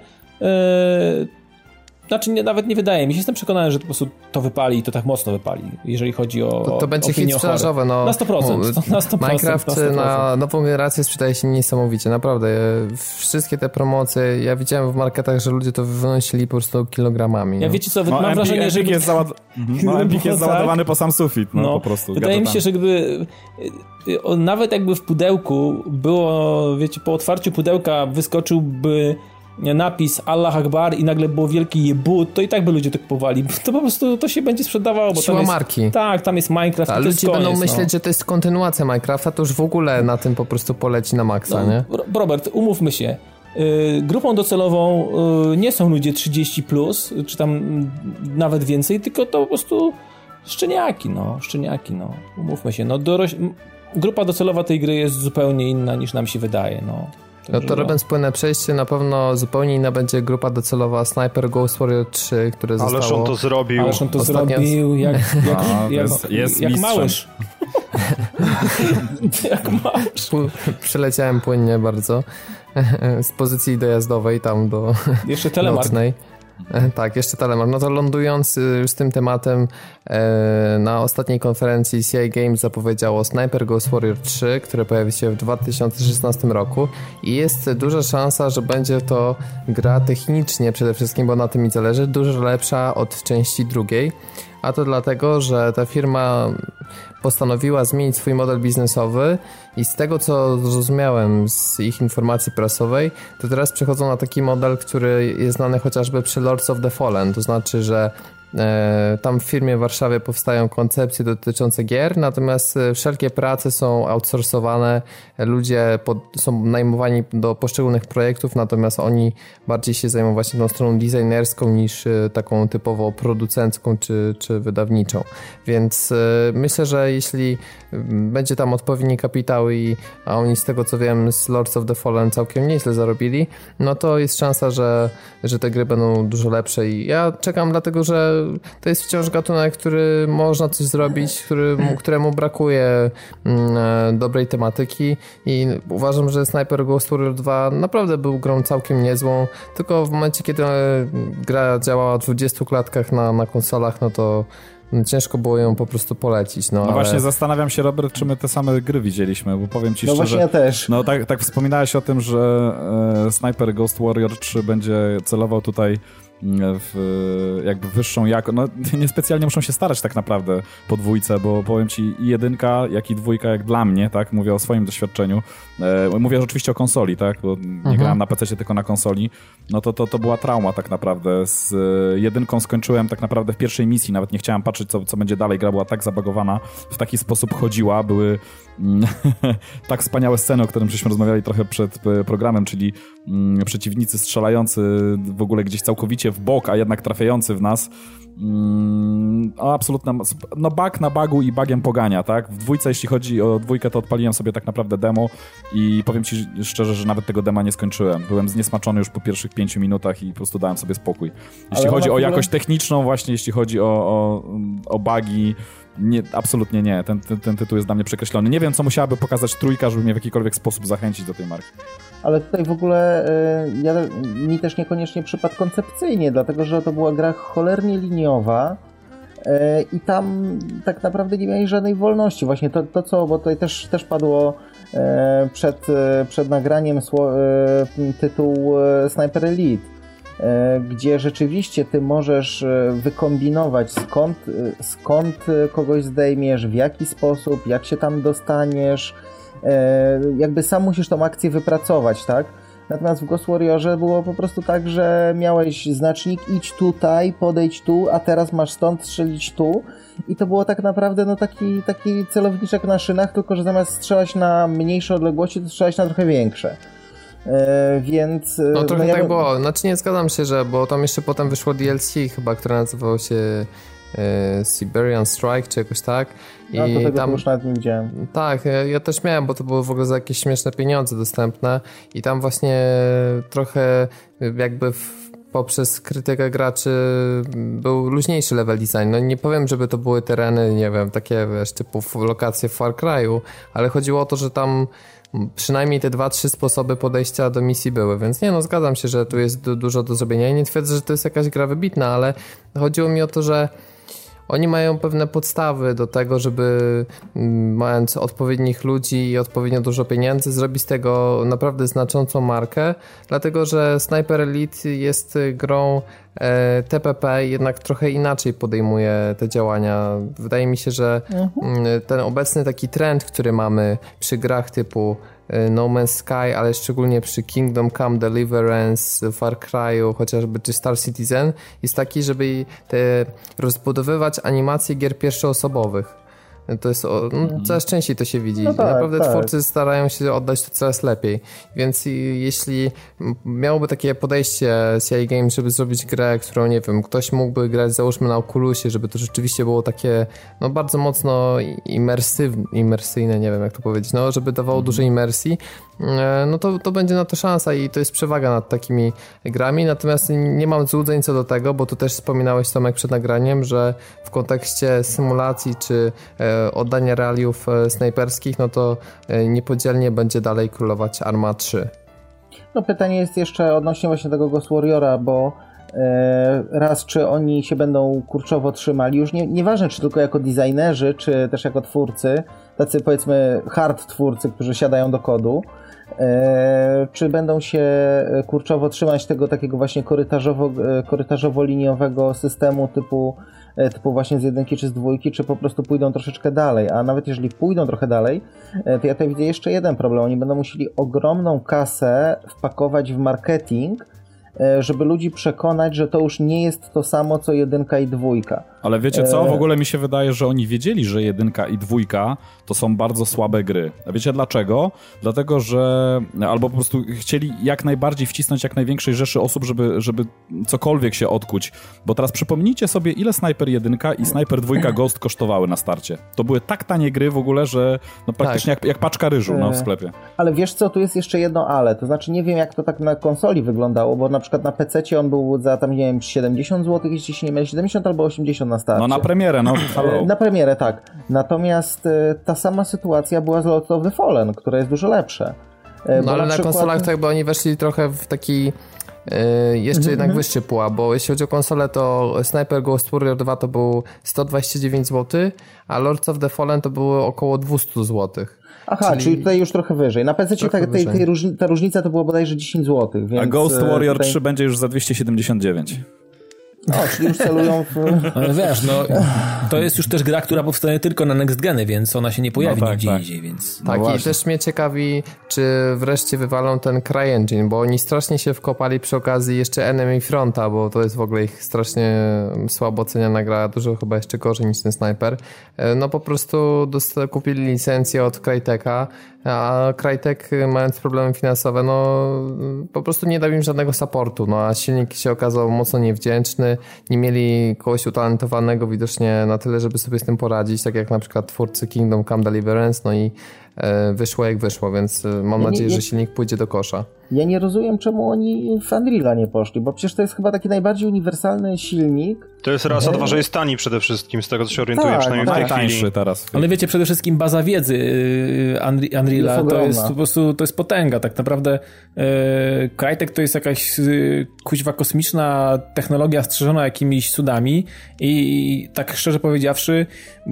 nawet nie wydaje mi się, jestem przekonany, że to po prostu to wypali i to tak mocno wypali, jeżeli chodzi o to będzie hit sprzedażowy, no. Na 100%. Na 100%. Minecraft na 100%. na nową generację sprzedaje się niesamowicie, naprawdę. Wszystkie te promocje, ja widziałem w marketach, że ludzie to wynosili po prostu kilogramami. No. Ja wiecie co, mam wrażenie, że... Empik jest załadowany po sam sufit, po prostu. Wydaje mi się, że gdyby nawet jakby w pudełku było, wiecie, po otwarciu pudełka wyskoczyłby napis Allah Akbar i nagle było wielki jebut, to i tak by ludzie to kupowali. To po prostu to się będzie sprzedawało, bo siła tam jest marki. Tak, tam jest Minecraft. A ludzie będą myśleć, że to jest kontynuacja Minecrafta, to już w ogóle na tym po prostu poleci na maksa, nie? Robert, umówmy się. Grupą docelową nie są ludzie 30+, czy tam nawet więcej, tylko to po prostu szczeniaki. Umówmy się. Grupa docelowa tej gry jest zupełnie inna niż nam się wydaje, No to robiąc płynne przejście, na pewno zupełnie inna będzie grupa docelowa Sniper Ghost Warrior 3, które zostało... Ależ on to zrobił jak małyż. Jak małyż. Przeleciałem płynnie bardzo z pozycji dojazdowej tam do jeszcze telemark. nocnej. Tak, jeszcze telemark. No to lądując już z tym tematem, na ostatniej konferencji CI Games zapowiedziało Sniper Ghost Warrior 3, które pojawi się w 2016 roku i jest duża szansa, że będzie to gra technicznie przede wszystkim, bo na tym mi zależy, dużo lepsza od części drugiej, a to dlatego, że ta firma postanowiła zmienić swój model biznesowy i z tego, co zrozumiałem z ich informacji prasowej, to teraz przechodzą na taki model, który jest znany chociażby przy Lords of the Fallen, to znaczy, że tam w firmie w Warszawie powstają koncepcje dotyczące gier, natomiast wszelkie prace są outsourcowane, ludzie są najmowani do poszczególnych projektów, natomiast oni bardziej się zajmują właśnie tą stroną designerską niż taką typowo producencką czy wydawniczą. Więc myślę, że jeśli będzie tam odpowiedni kapitał a oni z tego co wiem z Lords of the Fallen całkiem nieźle zarobili, no to jest szansa, że te gry będą dużo lepsze i ja czekam, dlatego że to jest wciąż gatunek, który można coś zrobić, któremu brakuje dobrej tematyki i uważam, że Sniper Ghost Warrior 2 naprawdę był grą całkiem niezłą, tylko w momencie, kiedy gra działała w 20 klatkach na konsolach, no to ciężko było ją po prostu polecić. No ale... właśnie zastanawiam się, Robert, czy my te same gry widzieliśmy, bo powiem ci szczerze... No właśnie ja też. No tak wspominałeś o tym, że Sniper Ghost Warrior 3 będzie celował tutaj w jakby wyższą jakość. No niespecjalnie muszą się starać tak naprawdę po dwójce, bo powiem ci i jedynka, jak i dwójka, jak dla mnie, tak, mówię o swoim doświadczeniu, mówię oczywiście o konsoli, tak, bo nie grałem na PC, tylko na konsoli, no to była trauma tak naprawdę. Z jedynką skończyłem tak naprawdę w pierwszej misji, nawet nie chciałem patrzeć, co będzie dalej, gra była tak zabagowana, w taki sposób chodziła, były tak wspaniałe sceny, o którym żeśmy rozmawiali trochę przed programem, czyli przeciwnicy strzelający w ogóle gdzieś całkowicie w bok, a jednak trafiający w nas. Absolutna, no bug na bugu i bugiem pogania, tak? W dwójce, jeśli chodzi o dwójkę, to odpaliłem sobie tak naprawdę demo i powiem ci szczerze, że nawet tego dema nie skończyłem. Byłem zniesmaczony już po pierwszych 5 minutach i po prostu dałem sobie spokój. Jeśli chodzi o jakość techniczną, właśnie jeśli chodzi o bugi, nie, absolutnie nie. Ten tytuł jest dla mnie przekreślony. Nie wiem, co musiałaby pokazać trójka, żeby mnie w jakikolwiek sposób zachęcić do tej marki. Ale tutaj w ogóle mi też niekoniecznie przypadł koncepcyjnie, dlatego że to była gra cholernie liniowa i tam tak naprawdę nie miałeś żadnej wolności. Właśnie to co, bo tutaj też padło przed nagraniem tytuł Sniper Elite, gdzie rzeczywiście ty możesz wykombinować skąd kogoś zdejmiesz, w jaki sposób, jak się tam dostaniesz, jakby sam musisz tą akcję wypracować, tak? Natomiast w Ghost Warriorze było po prostu tak, że miałeś znacznik idź tutaj, podejdź tu, a teraz masz stąd strzelić tu i to było tak naprawdę no taki celowniczek na szynach, tylko że zamiast strzelać na mniejsze odległości, to strzelać na trochę większe. Więc... No trochę tak było, znaczy nie zgadzam się, bo tam jeszcze potem wyszło DLC chyba, które nazywało się Siberian Strike, czy jakoś tak. No to tego tam już nawet nie widziałem. Tak, ja też miałem, bo to było w ogóle za jakieś śmieszne pieniądze dostępne i tam właśnie trochę jakby poprzez krytykę graczy był luźniejszy level design. No nie powiem, żeby to były tereny, nie wiem, takie wiesz, typu lokacje w Far Cry'u, ale chodziło o to, że tam przynajmniej te 2-3 sposoby podejścia do misji były, więc nie no, zgadzam się, że tu jest dużo do zrobienia i nie twierdzę, że to jest jakaś gra wybitna, ale chodziło mi o to, że oni mają pewne podstawy do tego, żeby mając odpowiednich ludzi i odpowiednio dużo pieniędzy, zrobić z tego naprawdę znaczącą markę, dlatego że Sniper Elite jest grą TPP i jednak trochę inaczej podejmuje te działania. Wydaje mi się, że ten obecny taki trend, który mamy przy grach typu No Man's Sky, ale szczególnie przy Kingdom Come Deliverance, Far Cry'u chociażby, czy Star Citizen, jest taki, żeby rozbudowywać animacje gier pierwszoosobowych. To jest, coraz częściej to się widzi. No tak, naprawdę twórcy starają się oddać to coraz lepiej. Więc jeśli miałoby takie podejście CI Games, żeby zrobić grę, którą, nie wiem, ktoś mógłby grać załóżmy na Oculusie, żeby to rzeczywiście było takie bardzo mocno imersyjne, nie wiem jak to powiedzieć, żeby dawało dużo imersji, no to będzie na to szansa i to jest przewaga nad takimi grami, natomiast nie mam złudzeń co do tego, bo tu też wspominałeś, Tomek, przed nagraniem, że w kontekście symulacji czy oddania realiów snajperskich, no to niepodzielnie będzie dalej królować Arma 3. No pytanie jest jeszcze odnośnie właśnie tego Ghost Warriora, bo raz, czy oni się będą kurczowo trzymali, już nieważne czy tylko jako designerzy, czy też jako twórcy, tacy powiedzmy hard twórcy, którzy siadają do kodu, czy będą się kurczowo trzymać tego takiego właśnie korytarzowo-liniowego systemu typu właśnie z 1 czy z 2, czy po prostu pójdą troszeczkę dalej, a nawet jeżeli pójdą trochę dalej, to ja tutaj widzę jeszcze jeden problem, oni będą musieli ogromną kasę wpakować w marketing, żeby ludzi przekonać, że to już nie jest to samo, co 1 i 2. Ale wiecie co? W ogóle mi się wydaje, że oni wiedzieli, że 1 i 2 to są bardzo słabe gry. A wiecie dlaczego? Dlatego, że albo po prostu chcieli jak najbardziej wcisnąć jak największej rzeszy osób, żeby cokolwiek się odkuć. Bo teraz przypomnijcie sobie, ile Sniper 1 i Sniper 2 Ghost kosztowały na starcie. To były tak tanie gry w ogóle, że praktycznie jak paczka ryżu w sklepie. Ale wiesz co, tu jest jeszcze jedno ale. To znaczy nie wiem, jak to tak na konsoli wyglądało, bo na przykład na PC-cie on był za tam, nie wiem, 70 zł, jeśli się nie mylę, 70 albo 80 na starcie. No na premierę, Na premierę, tak. Natomiast ta sama sytuacja była z Lords of the Fallen, które jest dużo lepsze. No ale na konsolach to jakby oni weszli trochę w taki jeszcze jednak wyższy pułap, bo jeśli chodzi o konsolę, to Sniper Ghost Warrior 2 to był 129 zł, a Lords of the Fallen to było około 200 zł. Aha, czyli tutaj już trochę wyżej. Na PC ta różnica to było bodajże 10 zł. Więc a Ghost Warrior 3 będzie już za 279. No, czyli już celują w... Ale wiesz, to jest już też gra, która powstaje tylko na next geny, więc ona się nie pojawi nigdzie indziej, więc... Tak, i też mnie ciekawi, czy wreszcie wywalą ten CryEngine, bo oni strasznie się wkopali przy okazji jeszcze Enemy Fronta, bo to jest w ogóle ich strasznie słabo oceniana gra, dużo chyba jeszcze gorzej niż ten Sniper. No po prostu kupili licencję od Crytek'a, a Crytek, mając problemy finansowe, po prostu nie dał im żadnego supportu, a silnik się okazał mocno niewdzięczny, nie mieli kogoś utalentowanego widocznie na tyle, żeby sobie z tym poradzić, tak jak na przykład twórcy Kingdom Come Deliverance, i wyszło jak wyszło, więc mam nadzieję, że silnik pójdzie do kosza. Ja nie rozumiem, czemu oni w Unreal'a nie poszli, bo przecież to jest chyba taki najbardziej uniwersalny silnik. To jest raz, a dwa, że jest tani przede wszystkim, z tego co się orientuję, przynajmniej w tej chwili. Teraz. Ale wiecie, przede wszystkim baza wiedzy Unreal'a to jest po prostu, to jest potęga. Tak naprawdę Crytek to jest jakaś kuźwa kosmiczna technologia strzeżona jakimiś cudami i tak szczerze powiedziawszy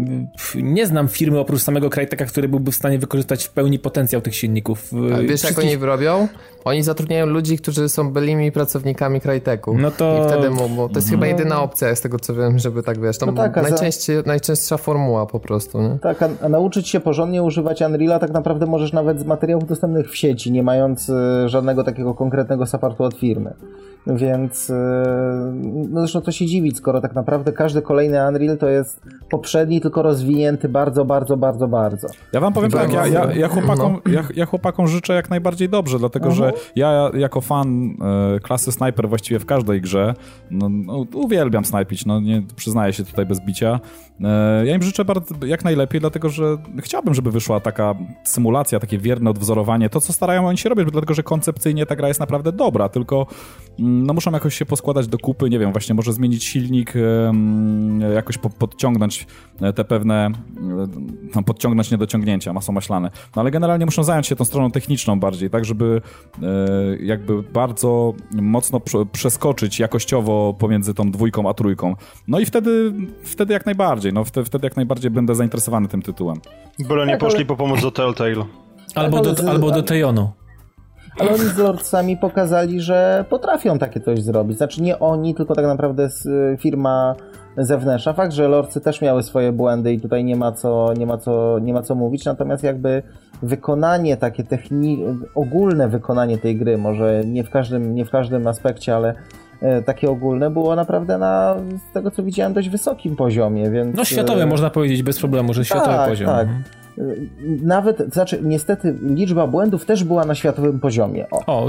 nie znam firmy oprócz samego Cryteka, który byłby w stanie wykorzystać w pełni potencjał tych silników. A wiesz, jak oni robią? Oni zatrudniają ludzi, którzy są byłymi pracownikami Cryteku. No to... I wtedy to jest chyba jedyna opcja, z tego co wiem, żeby tak wiesz. Najczęstsza formuła po prostu. Nie? Tak, a nauczyć się porządnie używać Unreal'a tak naprawdę możesz nawet z materiałów dostępnych w sieci, nie mając żadnego takiego konkretnego supportu od firmy. Więc zresztą to się dziwić, skoro tak naprawdę każdy kolejny Unreal to jest poprzedni, tylko rozwinięty bardzo, bardzo, bardzo, bardzo. Ja wam powiem tak, ja chłopakom życzę jak najbardziej dobrze, dlatego że ja jako fan klasy Sniper właściwie w każdej grze, uwielbiam snajpić, nie przyznaję się tutaj bez bicia. Ja im życzę jak najlepiej, dlatego że chciałbym, żeby wyszła taka symulacja, takie wierne odwzorowanie, to co starają oni się robić, dlatego że koncepcyjnie ta gra jest naprawdę dobra, tylko muszą jakoś się poskładać do kupy, nie wiem, właśnie może zmienić silnik, jakoś podciągnąć te pewne, podciągnąć niedociągnięcia maślane. No ale generalnie muszą zająć się tą stroną techniczną bardziej, tak, żeby jakby bardzo mocno przeskoczyć jakościowo pomiędzy tą 2 a 3. No i wtedy jak najbardziej, wtedy jak najbardziej będę zainteresowany tym tytułem. Byle nie poszli po pomoc do Telltale. Albo do Tejonu. Ale oni z Lordsami pokazali, że potrafią takie coś zrobić. Znaczy nie oni, tylko tak naprawdę firma zewnętrzna. Fakt, że Lordsy też miały swoje błędy i tutaj nie ma co mówić, natomiast jakby wykonanie takie ogólne wykonanie tej gry, może nie w każdym aspekcie, ale takie ogólne było naprawdę z tego co widziałem, dość wysokim poziomie, więc... Światowy można powiedzieć bez problemu, że światowy poziom. Tak. Nawet, niestety liczba błędów też była na światowym poziomie.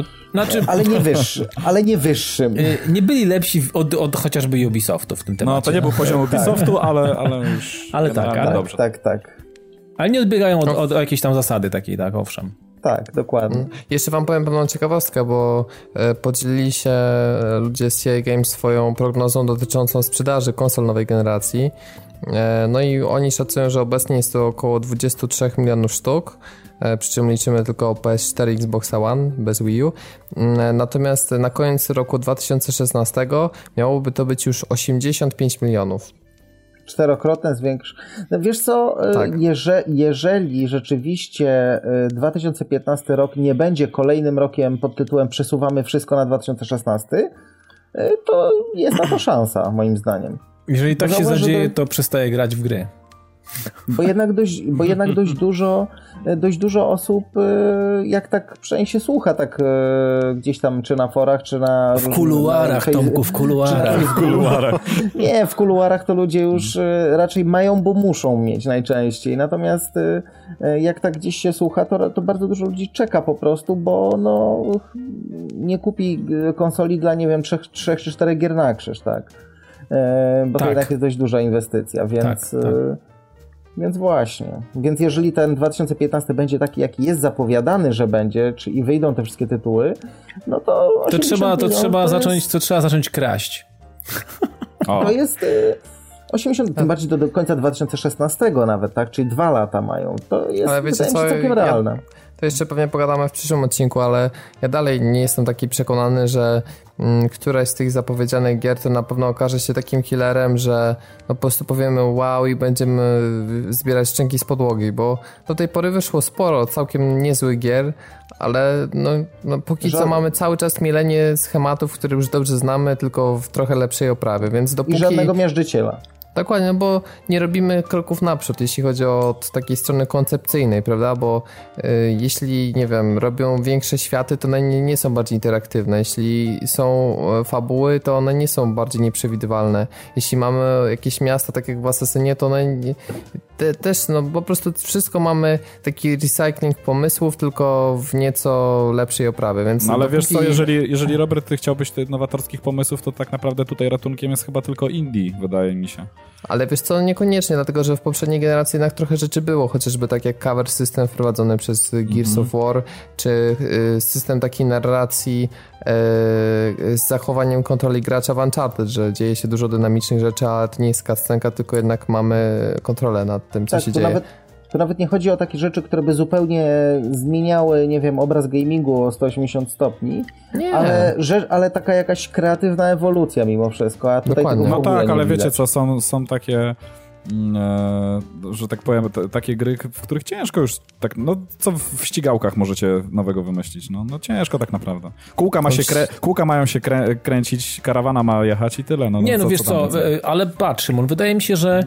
Ale nie wyższym. Nie byli lepsi od chociażby Ubisoftu w tym temacie. No to nie był poziom Ubisoftu, ale już... Ale tak, dobrze. Tak. Ale nie odbiegają od jakiejś tam zasady takiej, tak, owszem. Tak, dokładnie. Jeszcze wam powiem pewną ciekawostkę, bo podzielili się ludzie z CI Games swoją prognozą dotyczącą sprzedaży konsol nowej generacji. No i oni szacują, że obecnie jest to około 23 milionów sztuk, przy czym liczymy tylko PS4 i Xbox One bez Wii U. Natomiast na koniec roku 2016 miałoby to być już 85 milionów. 4-krotne zwiększenie. No wiesz co, tak. Jeżeli rzeczywiście 2015 rok nie będzie kolejnym rokiem pod tytułem przesuwamy wszystko na 2016, to jest na to szansa, moim zdaniem. Jeżeli tak się zadzieje, to przestaje grać w gry. Bo jednak dość dużo osób, jak tak przynajmniej się słucha, tak gdzieś tam, czy na forach, czy na... W kuluarach, Tomku, w kuluarach. Nie, w kuluarach to ludzie już raczej mają, bo muszą mieć najczęściej. Natomiast jak tak gdzieś się słucha, to bardzo dużo ludzi czeka po prostu, bo nie kupi konsoli dla, nie wiem, 3 czy 4 gier na krzyż, tak? Bo to jednak jest dość duża inwestycja, więc... Tak. Więc właśnie. Więc jeżeli ten 2015 będzie taki, jaki jest zapowiadany, że będzie, i wyjdą te wszystkie tytuły, no to... trzeba zacząć kraść. To jest 80, tym bardziej do końca 2016 nawet, tak? Czyli 2 lata mają. To jest, ale wiecie co, całkiem realne. To jeszcze pewnie pogadamy w przyszłym odcinku, ale ja dalej nie jestem taki przekonany, że któraś z tych zapowiedzianych gier to na pewno okaże się takim killerem, że po prostu powiemy wow i będziemy zbierać szczęki z podłogi, bo do tej pory wyszło sporo całkiem niezłych gier, ale póki co mamy cały czas mielenie schematów, które już dobrze znamy, tylko w trochę lepszej oprawie, więc dopóki... I żadnego miażdżyciela. Dokładnie, bo nie robimy kroków naprzód, jeśli chodzi od takiej strony koncepcyjnej, prawda, bo jeśli, nie wiem, robią większe światy, to one nie są bardziej interaktywne, jeśli są fabuły, to one nie są bardziej nieprzewidywalne, jeśli mamy jakieś miasta, tak jak w Assassinie, to one też, po prostu wszystko mamy taki recycling pomysłów, tylko w nieco lepszej oprawie, więc... ale wiesz co, jeżeli Robert, ty chciałbyś tych nowatorskich pomysłów, to tak naprawdę tutaj ratunkiem jest chyba tylko indie, wydaje mi się. Ale wiesz co, niekoniecznie, dlatego że w poprzedniej generacji jednak trochę rzeczy było, chociażby tak jak cover system wprowadzony przez Gears of War, czy system takiej narracji z zachowaniem kontroli gracza w Uncharted, że dzieje się dużo dynamicznych rzeczy, a to nie jest cutscenka, tylko jednak mamy kontrolę nad tym, co się dzieje. To nawet nie chodzi o takie rzeczy, które by zupełnie zmieniały, nie wiem, obraz gamingu o 180 stopni, nie. Ale taka jakaś kreatywna ewolucja mimo wszystko, a tutaj dokładnie. tego w ogóle ale nie wiecie widać. co, są takie... że tak powiem, takie gry, w których ciężko już tak, co w ścigałkach możecie nowego wymyślić, ciężko tak naprawdę. Kółka mają się kręcić, karawana ma jechać i tyle. Wiesz co, ale patrz, Szymon, wydaje mi się, że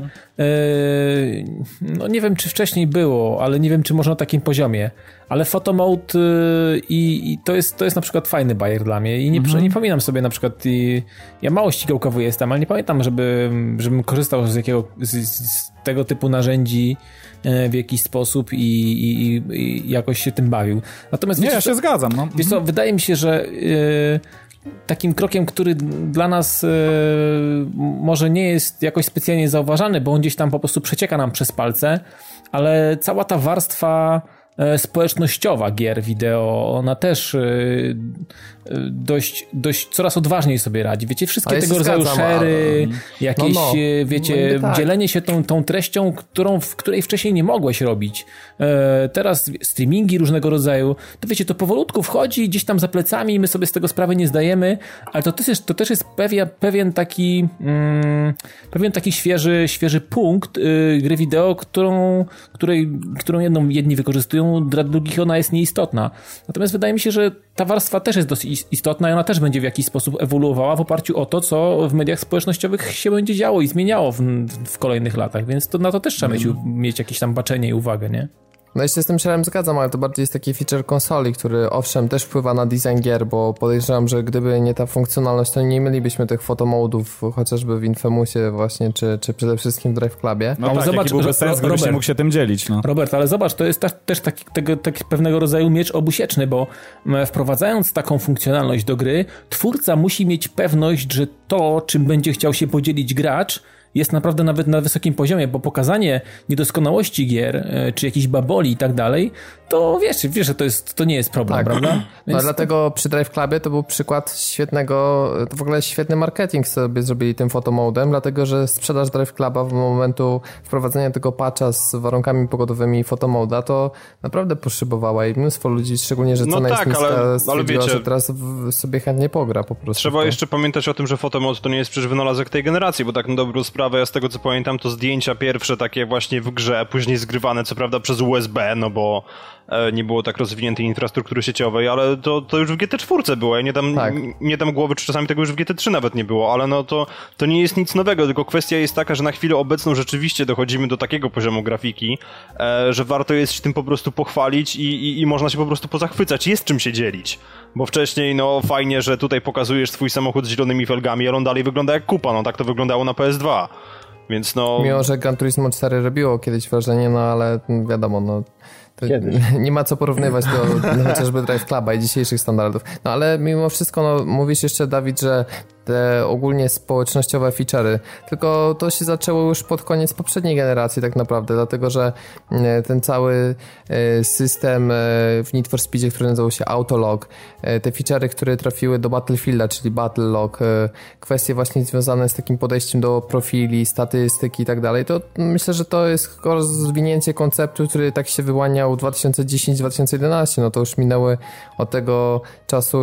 nie wiem, czy wcześniej było, ale nie wiem, czy może na takim poziomie, ale Photomode i to jest na przykład fajny bajer dla mnie i nie pamiętam sobie na przykład, ja mało ścigałkowy jestem, ale nie pamiętam, żebym korzystał z z tego typu narzędzi w jakiś sposób i jakoś się tym bawił. Natomiast ja się zgadzam. No. Wiesz co, wydaje mi się, że takim krokiem, który dla nas może nie jest jakoś specjalnie zauważany, bo on gdzieś tam po prostu przecieka nam przez palce, ale cała ta warstwa społecznościowa gier wideo, ona też dość coraz odważniej sobie radzi. Wiecie, wszystkie tego rodzaju share'y, jakieś, wiecie, tak. Dzielenie się tą treścią, w której wcześniej nie mogłeś robić. Teraz streamingi różnego rodzaju, to wiecie, to powolutku wchodzi gdzieś tam za plecami, my sobie z tego sprawy nie zdajemy, ale to też jest pewien taki świeży punkt gry wideo, którą jedni wykorzystują, dla drugich ona jest nieistotna. Natomiast wydaje mi się, że ta warstwa też jest dosyć istotna i ona też będzie w jakiś sposób ewoluowała w oparciu o to, co w mediach społecznościowych się będzie działo i zmieniało w kolejnych latach, więc na to też trzeba mieć jakieś tam baczenie i uwagę, nie? No i się z tym szerem zgadzam, ale to bardziej jest taki feature konsoli, który owszem też wpływa na design gier, bo podejrzewam, że gdyby nie ta funkcjonalność, to nie mielibyśmy tych fotomodów chociażby w Infamousie właśnie, czy przede wszystkim w Drive Clubie. No tak, zobacz, jaki byłby sens, gdybyś nie mógł się tym dzielić. No. Robert, ale zobacz, to jest też taki pewnego rodzaju miecz obusieczny, bo wprowadzając taką funkcjonalność do gry, twórca musi mieć pewność, że to, czym będzie chciał się podzielić gracz, jest naprawdę nawet na wysokim poziomie, bo pokazanie niedoskonałości gier, czy jakichś baboli i tak dalej, to wiesz, że to nie jest problem, tak, prawda? Więc no dlatego przy Drive Clubie to był przykład świetnego, to w ogóle świetny marketing sobie zrobili tym fotomodem, dlatego że sprzedaż Drive Cluba w momentu wprowadzenia tego patcha z warunkami pogodowymi fotomoda to naprawdę poszybowała i mnóstwo ludzi, szczególnie, że cena jest niska, stwierdziła, że teraz sobie chętnie pogra po prostu. Trzeba jeszcze pamiętać o tym, że fotomod to nie jest przecież wynalazek tej generacji, bo tak na dobrą sprawę, ja z tego co pamiętam, to zdjęcia pierwsze takie właśnie w grze, później zgrywane co prawda przez USB, no bo nie było tak rozwiniętej infrastruktury sieciowej, ale to już w GT4 było. Ja nie dam głowy, czy czasami tego już w GT3 nawet nie było, ale no to nie jest nic nowego, tylko kwestia jest taka, że na chwilę obecną rzeczywiście dochodzimy do takiego poziomu grafiki, że warto jest się tym po prostu pochwalić i można się po prostu pozachwycać. Jest czym się dzielić. Bo wcześniej, no fajnie, że tutaj pokazujesz swój samochód z zielonymi felgami, ale on dalej wygląda jak kupa, no tak to wyglądało na PS2. Więc no... Mimo, że Gran Turismo 4 robiło kiedyś wrażenie, no ale wiadomo, no... Nie ma co porównywać do chociażby Drive Cluba i dzisiejszych standardów. No ale mimo wszystko, no, mówisz jeszcze, Dawid, że te ogólnie społecznościowe feature'y, tylko to się zaczęło już pod koniec poprzedniej generacji tak naprawdę, dlatego że ten cały system w Need for Speedzie, który nazywał się Autolog, te feature'y, które trafiły do Battlefielda, czyli Battle Log, kwestie właśnie związane z takim podejściem do profili, statystyki i tak dalej, to myślę, że to jest rozwinięcie konceptu, który tak się wyłaniał 2010-2011, no to już minęły od tego czasu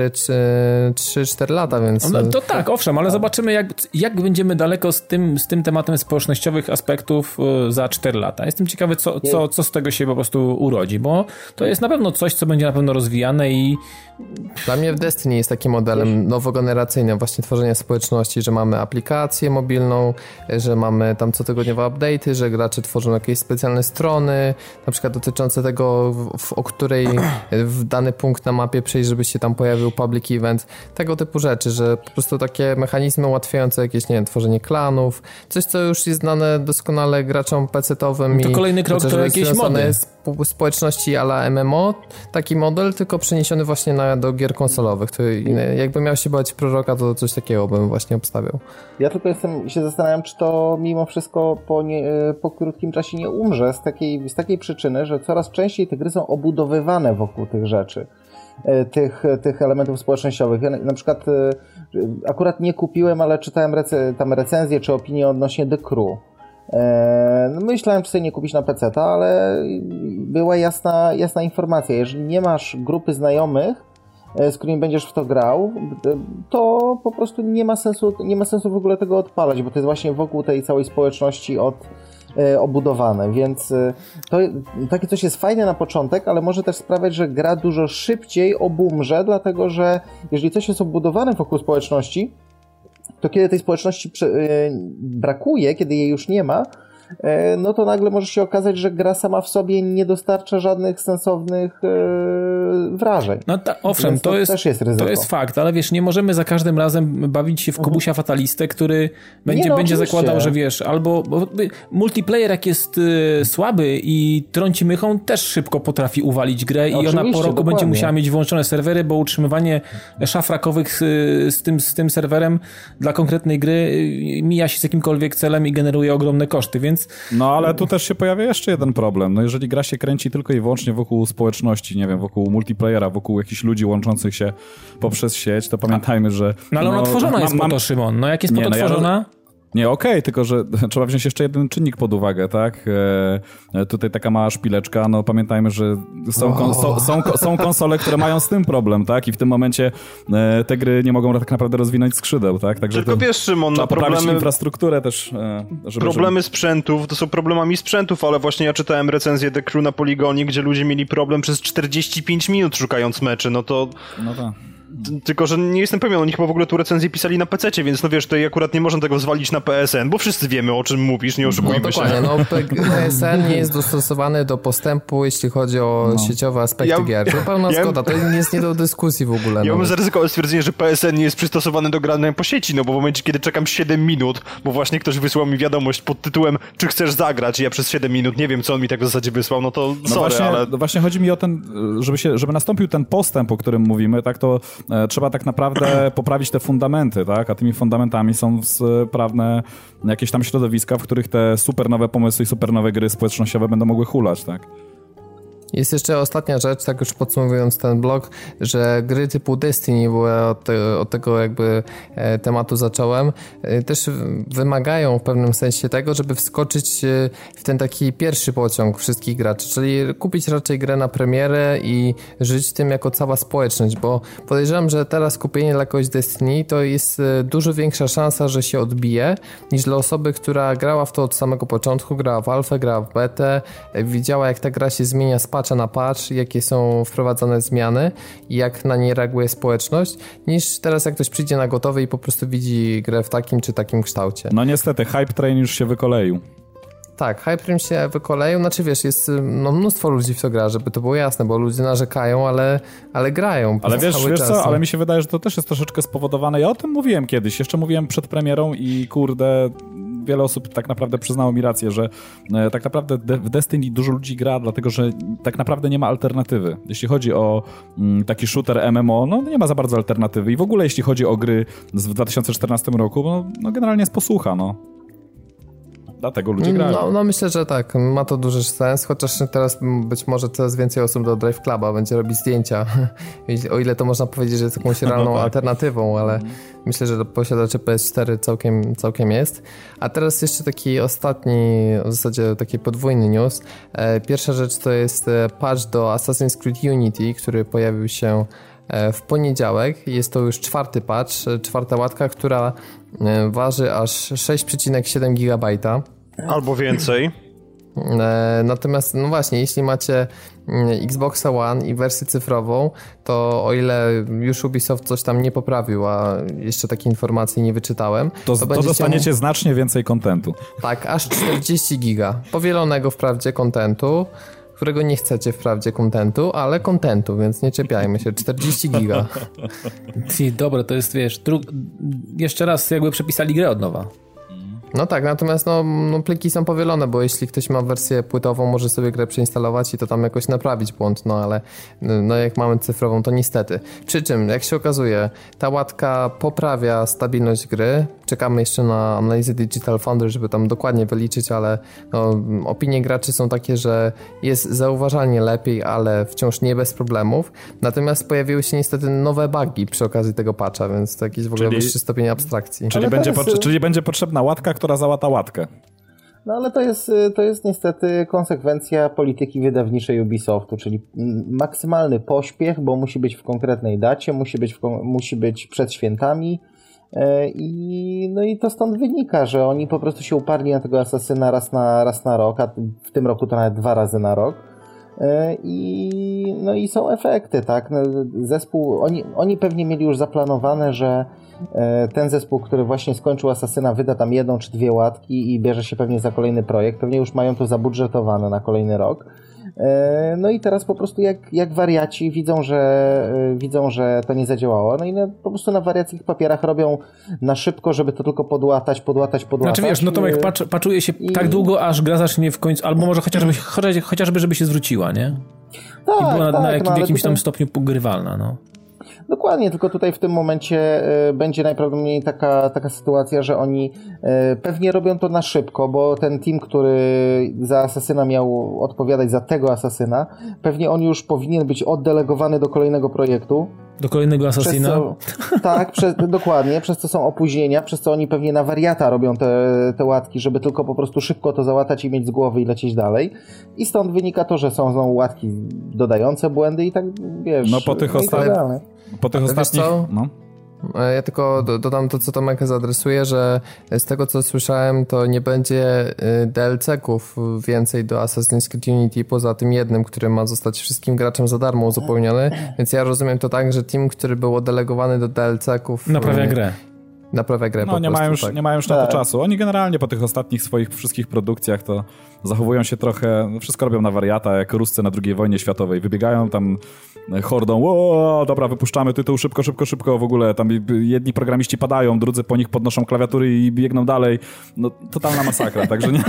3-4 lata, więc... No to tak, owszem, ale zobaczymy jak będziemy daleko z tym tematem społecznościowych aspektów za 4 lata. Jestem ciekawy, co z tego się po prostu urodzi, bo to jest na pewno coś, co będzie na pewno rozwijane i... Dla mnie w Destiny jest takim modelem nowogeneracyjnym właśnie tworzenia społeczności, że mamy aplikację mobilną, że mamy tam cotygodniowe update'y, że gracze tworzą jakieś specjalne strony, na przykład dotyczące tego, o której w dany punkt na mapie przejść, żeby się tam pojawił public event, tego typu rzeczy, że po prostu takie mechanizmy ułatwiające jakieś, nie wiem, tworzenie klanów, coś, co już jest znane doskonale graczom PC-owym. To kolejny krok to jakieś mody. Społeczności a la MMO, taki model, tylko przeniesiony właśnie do gier konsolowych. To jakby miał się bać proroka, to coś takiego bym właśnie obstawiał. Ja tylko się zastanawiam, czy to mimo wszystko po krótkim czasie nie umrze z takiej przyczyny, że coraz częściej te gry są obudowywane wokół tych rzeczy. Tych elementów społecznościowych. Ja na przykład akurat nie kupiłem, ale czytałem tam recenzje czy opinie odnośnie The Crew. Myślałem, czy sobie nie kupić na PC-ta, ale była jasna informacja. Jeżeli nie masz grupy znajomych, z którymi będziesz w to grał, to po prostu nie ma sensu w ogóle tego odpalać, bo to jest właśnie wokół tej całej społeczności obudowane, więc to takie coś jest fajne na początek, ale może też sprawiać, że gra dużo szybciej obumrze, dlatego że jeżeli coś jest obudowane wokół społeczności, to kiedy tej społeczności brakuje, kiedy jej już nie ma, no to nagle może się okazać, że gra sama w sobie nie dostarcza żadnych sensownych wrażeń. No owszem, to jest fakt, ale wiesz, nie możemy za każdym razem bawić się w Kubusia fatalistę, który będzie zakładał, że wiesz, albo multiplayer jak jest słaby i trąci mychą, też szybko potrafi uwalić grę i ona po roku będzie musiała mieć wyłączone serwery, bo utrzymywanie szafrakowych z tym serwerem dla konkretnej gry mija się z jakimkolwiek celem i generuje ogromne koszty, więc... No ale tu też się pojawia jeszcze jeden problem. No jeżeli gra się kręci tylko i wyłącznie wokół społeczności, nie wiem, wokół multiplayera, wokół jakichś ludzi łączących się poprzez sieć, to pamiętajmy, że... No ale ona tworzona jest po to, Szymon. No jak jest po to tworzona... Nie, okej, tylko że trzeba wziąć jeszcze jeden czynnik pod uwagę, tak? Tutaj taka mała szpileczka, no pamiętajmy, że są konsole, które mają z tym problem, tak? I w tym momencie te gry nie mogą tak naprawdę rozwinąć skrzydeł, tak? Także tylko wiesz, Szymon, trzeba poprawić infrastrukturę też. Problemy sprzętów, to są problemami sprzętów, ale właśnie ja czytałem recenzję The Crew na Poligonie, gdzie ludzie mieli problem przez 45 minut szukając meczy, no to... No tak. Tylko, że nie jestem pewien, oni chyba w ogóle tu recenzję pisali na PC-cie, więc no wiesz, tutaj akurat nie można tego zwalić na PSN, bo wszyscy wiemy, o czym mówisz, nie oszukujmy się. No PSN nie jest dostosowany do postępu, jeśli chodzi o sieciowe aspekty gier. To pełna zgoda, to jest nie do dyskusji w ogóle. Ja bym zaryzykował stwierdzenie, że PSN nie jest przystosowany do grania po sieci, no bo w momencie, kiedy czekam 7 minut, bo właśnie ktoś wysłał mi wiadomość pod tytułem, czy chcesz zagrać, i ja przez 7 minut nie wiem, co on mi tak w zasadzie wysłał, no to sorry, ale... No właśnie chodzi mi o ten, żeby nastąpił ten postęp, o którym mówimy, tak, to trzeba tak naprawdę poprawić te fundamenty, tak? A tymi fundamentami są sprawne jakieś tam środowiska, w których te super nowe pomysły i super nowe gry społecznościowe będą mogły hulać, tak? Jest jeszcze ostatnia rzecz, tak już podsumowując ten blog, że gry typu Destiny, bo ja od tego jakby tematu zacząłem, też wymagają w pewnym sensie tego, żeby wskoczyć w ten taki pierwszy pociąg wszystkich graczy, czyli kupić raczej grę na premierę i żyć tym jako cała społeczność, bo podejrzewam, że teraz kupienie dla kogoś Destiny to jest dużo większa szansa, że się odbije, niż dla osoby, która grała w to od samego początku, grała w alfę, grała w betę, widziała jak ta gra się zmienia z patcha na patch, jakie są wprowadzane zmiany i jak na nie reaguje społeczność, niż teraz jak ktoś przyjdzie na gotowy i po prostu widzi grę w takim czy takim kształcie. No niestety, hype train już się wykoleił. Tak, hype train się wykoleił, znaczy wiesz, jest mnóstwo ludzi w to gra, żeby to było jasne, bo ludzie narzekają, ale grają. Ale wiesz co, ale mi się wydaje, że to też jest troszeczkę spowodowane, ja o tym mówiłem kiedyś, jeszcze mówiłem przed premierą i kurde... Wiele osób tak naprawdę przyznało mi rację, że tak naprawdę w Destiny dużo ludzi gra, dlatego że tak naprawdę nie ma alternatywy. Jeśli chodzi o taki shooter MMO, no nie ma za bardzo alternatywy. I w ogóle jeśli chodzi o gry w 2014 roku, no generalnie jest posłucha, no. Dlatego ludzie grają. No myślę, że tak, ma to duży sens, chociaż teraz być może coraz więcej osób do Drive Cluba będzie robić zdjęcia, o ile to można powiedzieć, że jest jakąś realną alternatywą, ale myślę, że posiadaczy PS4 całkiem jest. A teraz jeszcze taki ostatni, w zasadzie taki podwójny news. Pierwsza rzecz to jest patch do Assassin's Creed Unity, który pojawił się w poniedziałek. Jest to już 4. patch, 4. łatka, która waży aż 6,7 GB. Albo więcej. Natomiast, no właśnie, jeśli macie Xboxa One i wersję cyfrową, to o ile już Ubisoft coś tam nie poprawił, a jeszcze takiej informacji nie wyczytałem, to dostaniecie znacznie więcej kontentu. Tak, aż 40 giga. Powielonego wprawdzie kontentu, którego nie chcecie wprawdzie kontentu, ale kontentu, więc nie czepiajmy się. 40 giga. Dobra, to jest, wiesz, jeszcze raz jakby przepisali grę od nowa. No tak, natomiast no pliki są powielone, bo jeśli ktoś ma wersję płytową, może sobie grę przeinstalować i to tam jakoś naprawić błąd, no ale no jak mamy cyfrową, to niestety. Przy czym, jak się okazuje, ta łatka poprawia stabilność gry. Czekamy jeszcze na analizę Digital Foundry, żeby tam dokładnie wyliczyć, ale no, opinie graczy są takie, że jest zauważalnie lepiej, ale wciąż nie bez problemów. Natomiast pojawiły się niestety nowe bugi przy okazji tego patcha, więc to jakiś w ogóle wyższy stopień abstrakcji. Czyli będzie potrzebna łatka, która załata łatkę. No ale to jest niestety konsekwencja polityki wydawniczej Ubisoftu, czyli maksymalny pośpiech, bo musi być w konkretnej dacie, musi być przed świętami i to stąd wynika, że oni po prostu się uparli na tego Asasyna raz na rok, a w tym roku to nawet 2 razy na rok. I są efekty, tak? Zespół, oni pewnie mieli już zaplanowane, że ten zespół, który właśnie skończył Asasyna, wyda tam 1 czy 2 łatki i bierze się pewnie za kolejny projekt. Pewnie już mają to zabudżetowane na kolejny rok. No i teraz po prostu jak wariaci widzą, że to nie zadziałało. No i po prostu na wariackich papierach robią na szybko, żeby to tylko podłatać. Znaczy wiesz, no Tomek, paczuje się tak długo, aż gra zacznie w końcu, albo może chociażby żeby się zwróciła, nie? Tak, i była w jakimś tam tutaj... stopniu pogrywalna, no. Dokładnie, tylko tutaj w tym momencie będzie najprawdopodobniej taka sytuacja, że oni pewnie robią to na szybko, bo ten team, który za Asasyna miał odpowiadać za tego Asasyna, pewnie on już powinien być oddelegowany do kolejnego projektu. Do kolejnego Asasyna? Tak, dokładnie, przez co są opóźnienia, przez co oni pewnie na wariata robią te łatki, żeby tylko po prostu szybko to załatać i mieć z głowy i lecieć dalej. I stąd wynika to, że są znowu łatki dodające błędy i tak, wiesz... No po tych ostatnich... No. Ja tylko dodam to, co Tomek zaadresuje, że z tego, co słyszałem, to nie będzie DLC-ków więcej do Assassin's Creed Unity, poza tym jednym, który ma zostać wszystkim graczom za darmo uzupełniony, więc ja rozumiem to tak, że team, który był oddelegowany do DLC-ków... Naprawia grę. No nie mają już na to czasu. Oni generalnie po tych ostatnich swoich wszystkich produkcjach to zachowują się trochę, wszystko robią na wariata, jak Ruscy na II wojnie światowej. Wybiegają tam hordą, dobra, wypuszczamy tytuł, szybko, w ogóle tam jedni programiści padają, drudzy po nich podnoszą klawiatury i biegną dalej. No totalna masakra, także nie.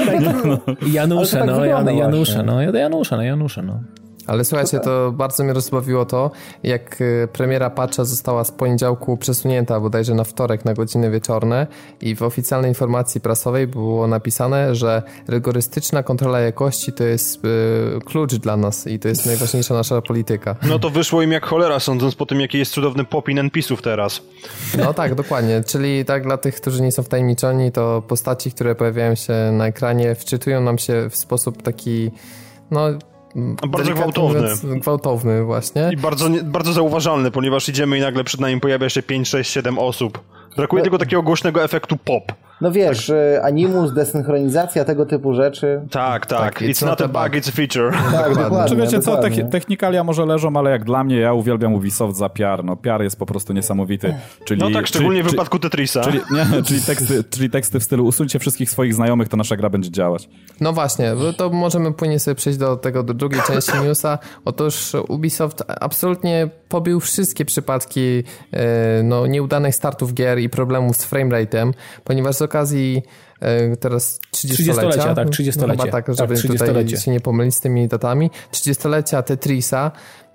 Janusze. Ale słuchajcie, to bardzo mnie rozbawiło to, jak premiera patcha została z poniedziałku przesunięta bodajże na wtorek na godziny wieczorne i w oficjalnej informacji prasowej było napisane, że rygorystyczna kontrola jakości to jest klucz dla nas i to jest najważniejsza nasza polityka. No to wyszło im jak cholera, sądząc po tym, jaki jest cudowny popin NPC-ów teraz. No tak, dokładnie. Czyli tak dla tych, którzy nie są wtajemniczeni, to postaci, które pojawiają się na ekranie, wczytują nam się w sposób taki, no... Bardzo gwałtowny właśnie. I bardzo zauważalny, ponieważ idziemy i nagle przed nami pojawia się 5, 6, 7 osób. Brakuje tylko takiego głośnego efektu pop. No wiesz, animus, desynchronizacja, tego typu rzeczy. Tak. It's not a bug, it's a feature. Tak, dokładnie. Czy wiecie co, technikalia może leżą, ale jak dla mnie, ja uwielbiam Ubisoft za PR. No PR jest po prostu niesamowity. Czyli, no tak, szczególnie w wypadku Tetrisa. Czyli teksty w stylu usuńcie wszystkich swoich znajomych, to nasza gra będzie działać. No właśnie, to możemy płynnie sobie przejść do drugiej części newsa. Otóż Ubisoft absolutnie pobił wszystkie przypadki nieudanych startów gier i problemów z framerate'em, ponieważ z okazji teraz 30-lecia. Tak, 30-lecia. Chyba tak, żeby tutaj się nie pomylić z tymi datami. 30-lecia Tetrisa.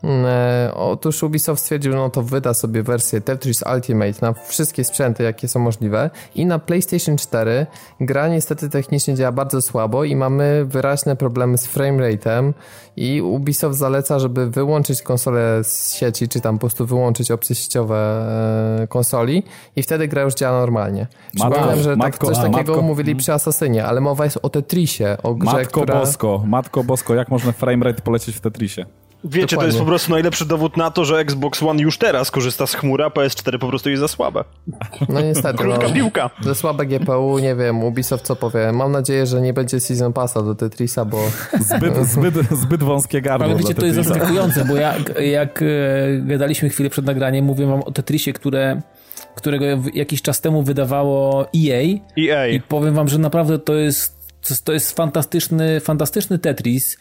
Otóż Ubisoft stwierdził, no to wyda sobie wersję Tetris Ultimate na wszystkie sprzęty, jakie są możliwe i na PlayStation 4 gra niestety technicznie działa bardzo słabo i mamy wyraźne problemy z framerate'em i Ubisoft zaleca, żeby wyłączyć konsolę z sieci, czy tam po prostu wyłączyć opcje sieciowe konsoli i wtedy gra już działa normalnie. Przypomnę, że coś takiego mówili przy Asasynie, ale mowa jest o Tetrisie, o grze, Matko Bosko, jak można framerate polecieć w Tetrisie? Wiecie, dokładnie. To jest po prostu najlepszy dowód na to, że Xbox One już teraz korzysta z chmury, a PS4 po prostu jest za słabe. No niestety. Krótka piłka. Za słabe GPU, nie wiem, Ubisoft co powie. Mam nadzieję, że nie będzie Season Passa do Tetrisa, bo... Zbyt wąskie gardło. Ale wiecie, to jest zaskakujące, bo jak gadaliśmy chwilę przed nagraniem, mówię wam o Tetrisie, którego jakiś czas temu wydawało EA. I powiem wam, że naprawdę to jest fantastyczny Tetris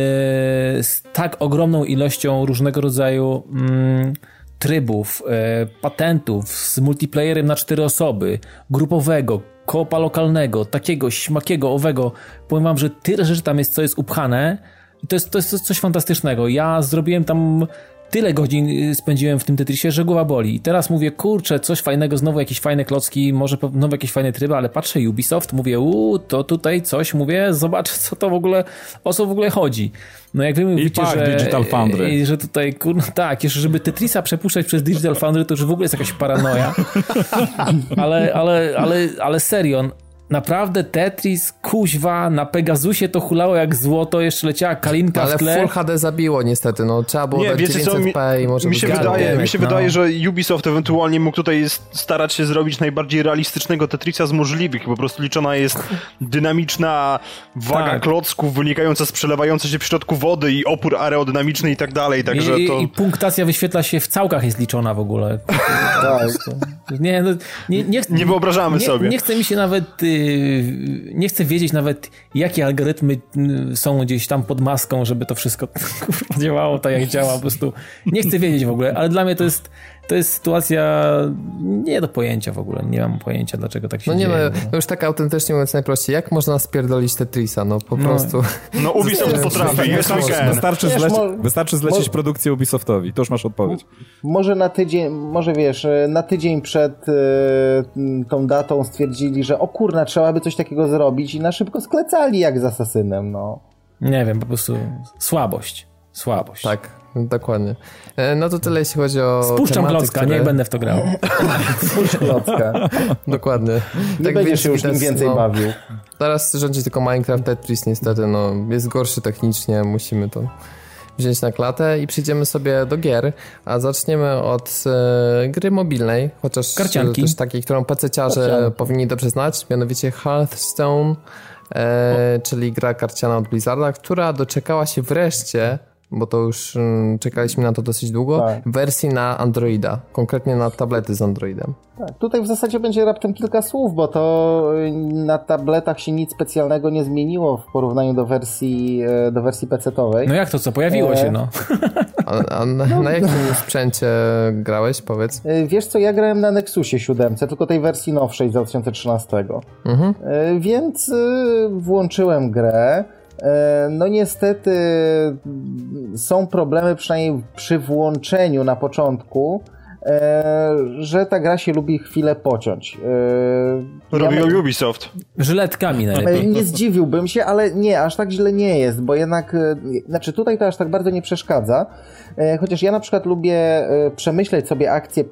z tak ogromną ilością różnego rodzaju trybów, patentów, z multiplayerem na 4 osoby, grupowego, koopa lokalnego, takiego, śmakiego, owego. Powiem wam, że tyle rzeczy tam jest, co jest upchane. To jest coś fantastycznego. Ja zrobiłem tam... Tyle godzin spędziłem w tym Tetrisie, że głowa boli. I teraz mówię, kurczę, coś fajnego, znowu jakieś fajne klocki, może znowu jakieś fajne tryby, ale patrzę Ubisoft, mówię, to tutaj coś, mówię, zobacz, o co w ogóle chodzi. No jak wy mówicie, Digital Foundry. Że tutaj, tak, jeszcze żeby Tetrisa przepuszczać przez Digital Foundry, to już w ogóle jest jakaś paranoja. ale serio, Naprawdę Tetris, kuźwa, na Pegasusie to hulało jak złoto, jeszcze leciała kalinka ale w tle. Full HD zabiło niestety, no trzeba było dać 900p i może mi się wydaje, że Ubisoft ewentualnie mógł tutaj starać się zrobić najbardziej realistycznego Tetrisa z możliwych. Po prostu liczona jest dynamiczna waga klocków wynikająca z przelewającej się w środku wody i opór aerodynamiczny i tak dalej, także I punktacja wyświetla się w całkach, jest liczona w ogóle. Nie wyobrażamy sobie. Nie chce mi się nawet nie chcę wiedzieć nawet, jakie algorytmy są gdzieś tam pod maską, żeby to wszystko działało tak, jak działa. Po prostu nie chcę wiedzieć w ogóle, ale dla mnie to jest sytuacja nie do pojęcia w ogóle. Nie mam pojęcia, dlaczego tak się dzieje. No już tak autentycznie mówiąc najprościej, jak można spierdolić Tetrisa? No po prostu... No Ubisoft potrafi, wystarczy zlecić produkcję Ubisoftowi, to już masz odpowiedź. Może na tydzień przed tą datą stwierdzili, że o kurna, trzeba by coś takiego zrobić i na szybko sklecali jak z Asasynem, no. Nie wiem, po prostu słabość. Tak, dokładnie. No to tyle, jeśli chodzi o Spuszczam klocka, nie będę w to grał. Spuszcz klocka. Dokładnie. Nie tak będziesz się już nim więcej bawił. Teraz rządzi tylko Minecraft, Tetris niestety, no jest gorszy technicznie, musimy to wziąć na klatę i przejdziemy sobie do gier, a zaczniemy od gry mobilnej, chociaż karcianki. Też takiej, którą PC-ciarze powinni dobrze znać, mianowicie Hearthstone, czyli gra karciana od Blizzarda, która doczekała się wreszcie, bo to już czekaliśmy na to dosyć długo, wersji na Androida, konkretnie na tablety z Androidem. Tak, tutaj w zasadzie będzie raptem kilka słów, bo to na tabletach się nic specjalnego nie zmieniło w porównaniu do wersji PC-towej. No jak to, co? Pojawiło się, no. A na jakim sprzęcie grałeś, powiedz? Wiesz co, ja grałem na Nexusie 7, tylko tej wersji nowszej z 2013. Więc włączyłem grę. No niestety są problemy, przynajmniej przy włączeniu na początku, że ta gra się lubi chwilę pociąć. Robił Ubisoft. Żyletkami najlepiej. Nie zdziwiłbym się, ale nie, aż tak źle nie jest, bo jednak, znaczy tutaj to aż tak bardzo nie przeszkadza, chociaż ja na przykład lubię przemyśleć sobie akcję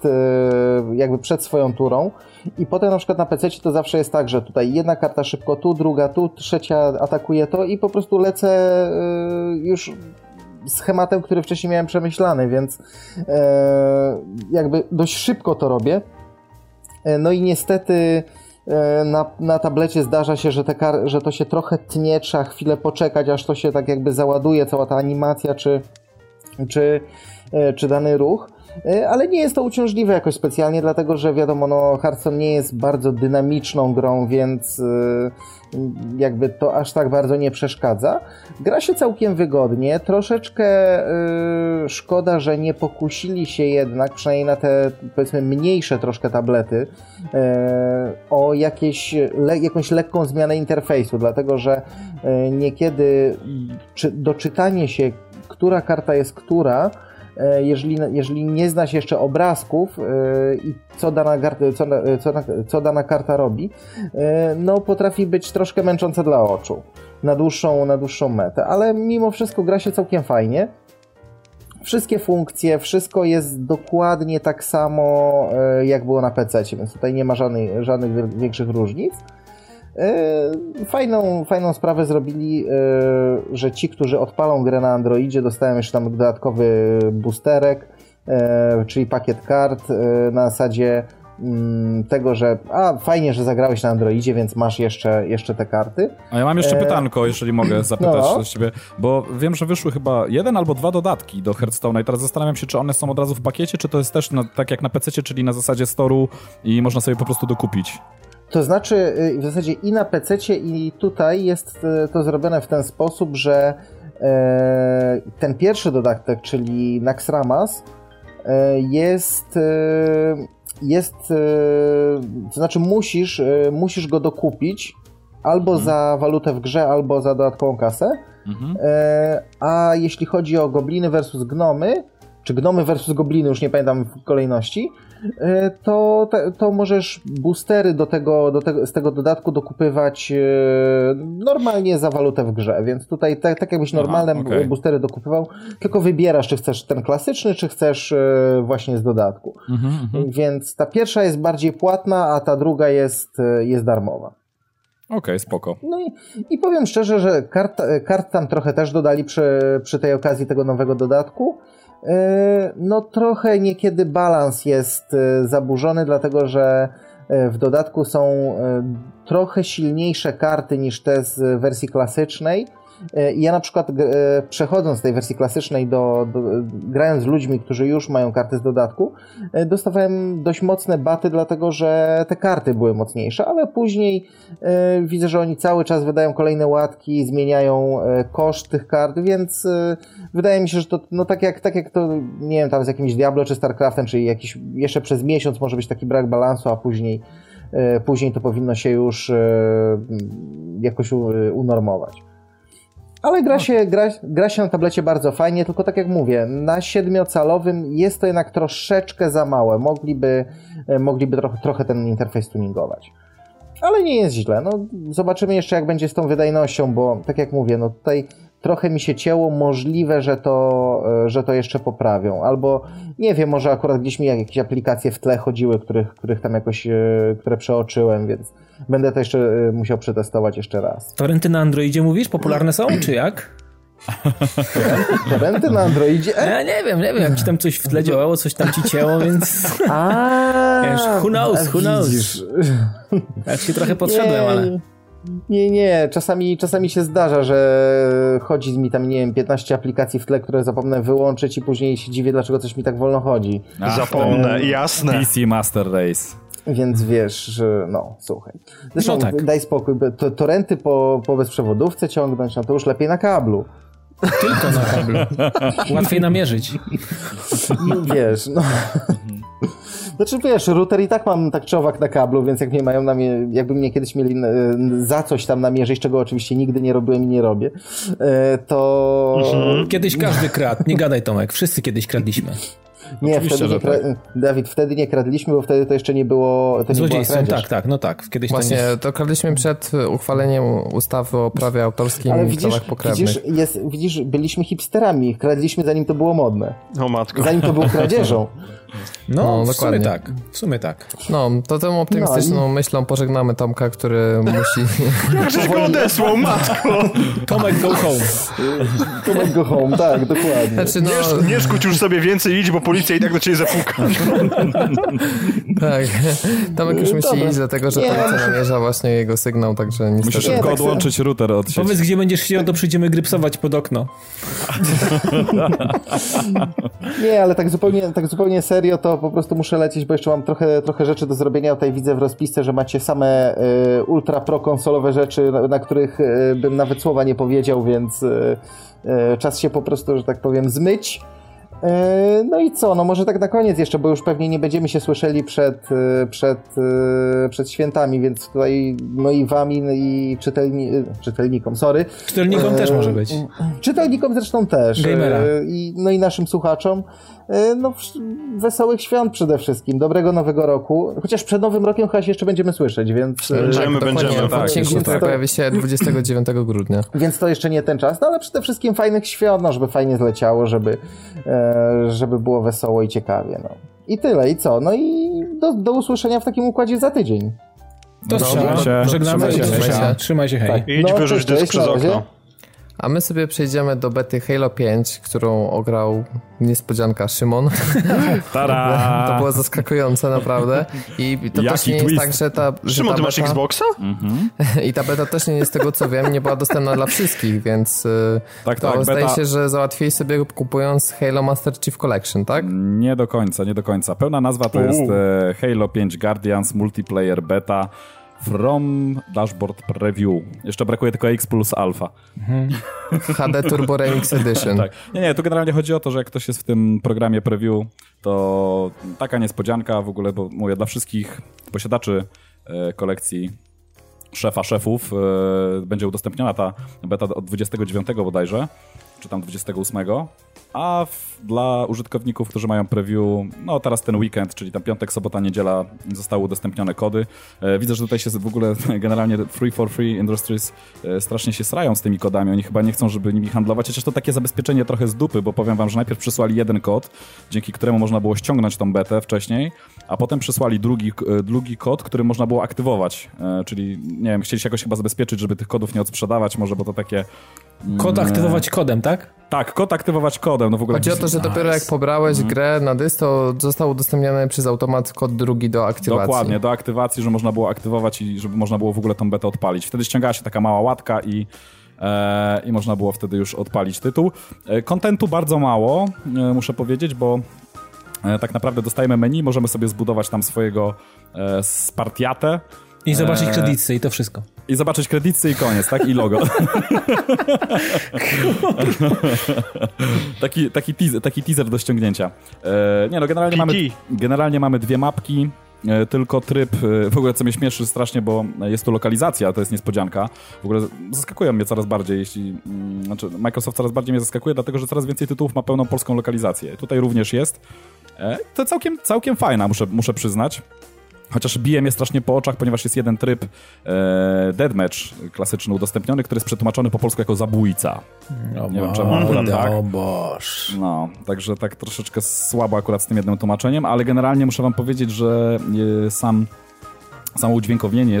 przed swoją turą i potem na przykład na PC-cie to zawsze jest tak, że tutaj jedna karta szybko tu, druga tu, trzecia atakuje to i po prostu lecę już schematem, który wcześniej miałem przemyślany, więc jakby dość szybko to robię. No i niestety na tablecie zdarza się, że to się trochę tnie, trzeba chwilę poczekać, aż to się tak jakby załaduje, cała ta animacja czy dany ruch. Ale nie jest to uciążliwe jakoś specjalnie, dlatego że wiadomo, no Hearthstone nie jest bardzo dynamiczną grą, więc jakby to aż tak bardzo nie przeszkadza. Gra się całkiem wygodnie, troszeczkę szkoda, że nie pokusili się jednak, przynajmniej na te powiedzmy mniejsze troszkę tablety, o jakąś lekką zmianę interfejsu, dlatego że niekiedy doczytanie się, która karta jest która, jeżeli nie zna się jeszcze obrazków i co dana karta robi, no potrafi być troszkę męczące dla oczu na dłuższą metę, ale mimo wszystko gra się całkiem fajnie. Wszystkie funkcje, wszystko jest dokładnie tak samo jak było na PC-cie, więc tutaj nie ma żadnych większych różnic. Fajną sprawę zrobili, że ci, którzy odpalą grę na Androidzie, dostają jeszcze tam dodatkowy boosterek, czyli pakiet kart na zasadzie tego, że fajnie, że zagrałeś na Androidzie, więc masz jeszcze te karty. A ja mam jeszcze pytanko, jeżeli mogę zapytać z ciebie, bo wiem, że wyszły chyba 1 albo 2 dodatki do Hearthstone'a i teraz zastanawiam się, czy one są od razu w pakiecie, czy to jest też tak jak na PC-cie, czyli na zasadzie storu i można sobie po prostu dokupić. To znaczy w zasadzie i na PC-cie i tutaj jest to zrobione w ten sposób, że ten pierwszy dodatek, czyli Naxxramas, to znaczy musisz go dokupić albo za walutę w grze, albo za dodatkową kasę, a jeśli chodzi o gobliny versus gnomy, czy gnomy versus gobliny, już nie pamiętam w kolejności, to możesz boostery z tego dodatku dokupywać normalnie za walutę w grze, więc tutaj tak jakbyś normalne boostery dokupywał, tylko wybierasz, czy chcesz ten klasyczny, czy chcesz właśnie z dodatku. Więc ta pierwsza jest bardziej płatna, a ta druga jest darmowa. Okej, spoko. No i powiem szczerze, że kart tam trochę też dodali przy tej okazji tego nowego dodatku. No trochę niekiedy balans jest zaburzony, dlatego że w dodatku są trochę silniejsze karty niż te z wersji klasycznej. I ja na przykład przechodząc z tej wersji klasycznej grając z ludźmi, którzy już mają karty z dodatku, dostawałem dość mocne baty, dlatego że te karty były mocniejsze, ale później widzę, że oni cały czas wydają kolejne łatki, zmieniają koszt tych kart, więc wydaje mi się, że to no tak jak to, nie wiem, tam z jakimś Diablo czy StarCraftem, czyli jakiś jeszcze przez miesiąc może być taki brak balansu, a później to powinno się już jakoś unormować. Ale gra się na tablecie bardzo fajnie, tylko tak jak mówię, na 7-calowym jest to jednak troszeczkę za małe. Mogliby trochę ten interfejs tuningować. Ale nie jest źle. No, zobaczymy jeszcze, jak będzie z tą wydajnością, bo tak jak mówię, no tutaj trochę mi się cięło, możliwe, że to jeszcze poprawią. Albo nie wiem, może akurat gdzieś mi jakieś aplikacje w tle chodziły, których tam jakoś, które przeoczyłem, więc będę to jeszcze musiał przetestować jeszcze raz. Torenty na Androidzie mówisz? Popularne są, czy jak? Torenty na Androidzie? Ja nie wiem, jak ci tam coś w tle działało, coś tam ci cięło, więc... Wiesz, who knows? Jak się trochę podszedłem, ale... Nie, czasami się zdarza, że chodzi mi tam, nie wiem, 15 aplikacji w tle, które zapomnę wyłączyć i później się dziwię, dlaczego coś mi tak wolno chodzi. Zapomnę, jasne. PC Master Race. Więc wiesz, że no, słuchaj. Zresztą no tak. Daj spokój, torenty po bezprzewodówce ciągnąć, no to już lepiej na kablu. Tylko na kablu. Łatwiej namierzyć. Wiesz, no... Znaczy wiesz, router i tak mam tak czy owak na kablu, więc jak mnie mają jakby mnie kiedyś mieli za coś tam namierzyć, czego oczywiście nigdy nie robiłem i nie robię, to... Kiedyś każdy kradł, nie gadaj Tomek, wszyscy kiedyś kradliśmy. Nie, Dawid, wtedy nie kradliśmy, bo wtedy to jeszcze nie było... Złodziejstwem, tak. Kiedyś właśnie, to kradliśmy przed uchwaleniem ustawy o prawie autorskim w celach pokrewnych. Widzisz, byliśmy hipsterami, kradliśmy zanim to było modne. O matko. Zanim to było kradzieżą. No, w sumie tak. No, to tą optymistyczną myślą pożegnamy Tomka, który musi... Jakżeś go odesłał, matko! Tomek go home. Tomek go home, tak, dokładnie. Znaczy, no... Nie szkuć już sobie więcej, idź, bo policja i tak do ciebie zapuka. Tak, Tomek już musi iść, dlatego że policja namierza właśnie jego sygnał, także niestety... Musisz szybko odłączyć router od sieci. Powiedz, gdzie będziesz siedział, to przyjdziemy grypsować pod okno. Nie, ale tak zupełnie serio, to po prostu muszę lecieć, bo jeszcze mam trochę rzeczy do zrobienia. Tutaj widzę w rozpisce, że macie same ultra pro konsolowe rzeczy, na których bym nawet słowa nie powiedział, więc czas się po prostu, że tak powiem, zmyć. No i co? No może tak na koniec jeszcze, bo już pewnie nie będziemy się słyszeli przed świętami, więc tutaj no i wam i czytelnikom, sorry. Czytelnikom też może być. Czytelnikom zresztą też. Gamera. No i naszym słuchaczom. No wesołych świąt przede wszystkim, dobrego nowego roku, chociaż przed nowym rokiem chyba się jeszcze będziemy słyszeć, więc... Będziemy. Tak, to pojawi się 29 grudnia. Więc to jeszcze nie ten czas, no ale przede wszystkim fajnych świąt, no żeby fajnie zleciało, żeby było wesoło i ciekawie, no. I tyle, i co? No i do usłyszenia w takim układzie za tydzień. To żegnamy się. Trzymaj się, hej. Tak. Idź wyrzuć dysk przez okno. A my sobie przejdziemy do bety Halo 5, którą ograł niespodzianka Szymon. Tada! To było zaskakujące naprawdę. I to też nie jest tak, że ta... Szymon, ty masz Xboxa? I ta beta też nie jest, z tego co wiem, nie była dostępna dla wszystkich, więc to zdaje się, że załatwili sobie kupując Halo Master Chief Collection, tak? Nie do końca. Pełna nazwa to jest Halo 5 Guardians Multiplayer Beta From Dashboard Preview. Jeszcze brakuje tylko X plus Alpha. HD Turbo Remix Edition. Tak. Nie, tu generalnie chodzi o to, że jak ktoś jest w tym programie preview, to taka niespodzianka w ogóle, bo mówię, dla wszystkich posiadaczy kolekcji szefa szefów będzie udostępniona ta beta od 29 bodajże, czy tam 28, a dla użytkowników, którzy mają preview, no teraz ten weekend, czyli tam piątek, sobota, niedziela, zostały udostępnione kody. Widzę, że tutaj się w ogóle generalnie Free for Free Industries strasznie się srają z tymi kodami. Oni chyba nie chcą, żeby nimi handlować, chociaż to takie zabezpieczenie trochę z dupy, bo powiem wam, że najpierw przysłali jeden kod, dzięki któremu można było ściągnąć tą betę wcześniej, a potem przysłali drugi kod, który można było aktywować. Czyli, nie wiem, chcieli się jakoś chyba zabezpieczyć, żeby tych kodów nie odsprzedawać, może, bo to takie... Kod aktywować kodem, tak? Tak, kod aktywować kodem. No w ogóle chodzi o to, że dopiero jak pobrałeś grę na dysk, to został udostępniony przez automat kod drugi do aktywacji. Dokładnie, do aktywacji, że można było aktywować i żeby można było w ogóle tą betę odpalić. Wtedy ściągała się taka mała łatka i można było wtedy już odpalić tytuł. Kontentu bardzo mało, muszę powiedzieć, bo tak naprawdę dostajemy menu, możemy sobie zbudować tam swojego Spartiatę. I zobaczyć kredyty i to wszystko. I zobaczyć kredyty i koniec, tak? I logo. taki teaser do ściągnięcia. Nie no, generalnie mamy dwie mapki, tylko tryb, w ogóle co mnie śmieszy strasznie, bo jest tu lokalizacja, to jest niespodzianka. W ogóle zaskakują mnie coraz bardziej, znaczy Microsoft coraz bardziej mnie zaskakuje, dlatego że coraz więcej tytułów ma pełną polską lokalizację. Tutaj również jest. To całkiem fajna, muszę przyznać. Chociaż bije mnie strasznie po oczach, ponieważ jest jeden tryb deathmatch klasyczny udostępniony, który jest przetłumaczony po polsku jako zabójca. Nie wiem czemu akurat tak. No, także tak troszeczkę słabo akurat z tym jednym tłumaczeniem, ale generalnie muszę wam powiedzieć, że samo udźwiękowienie,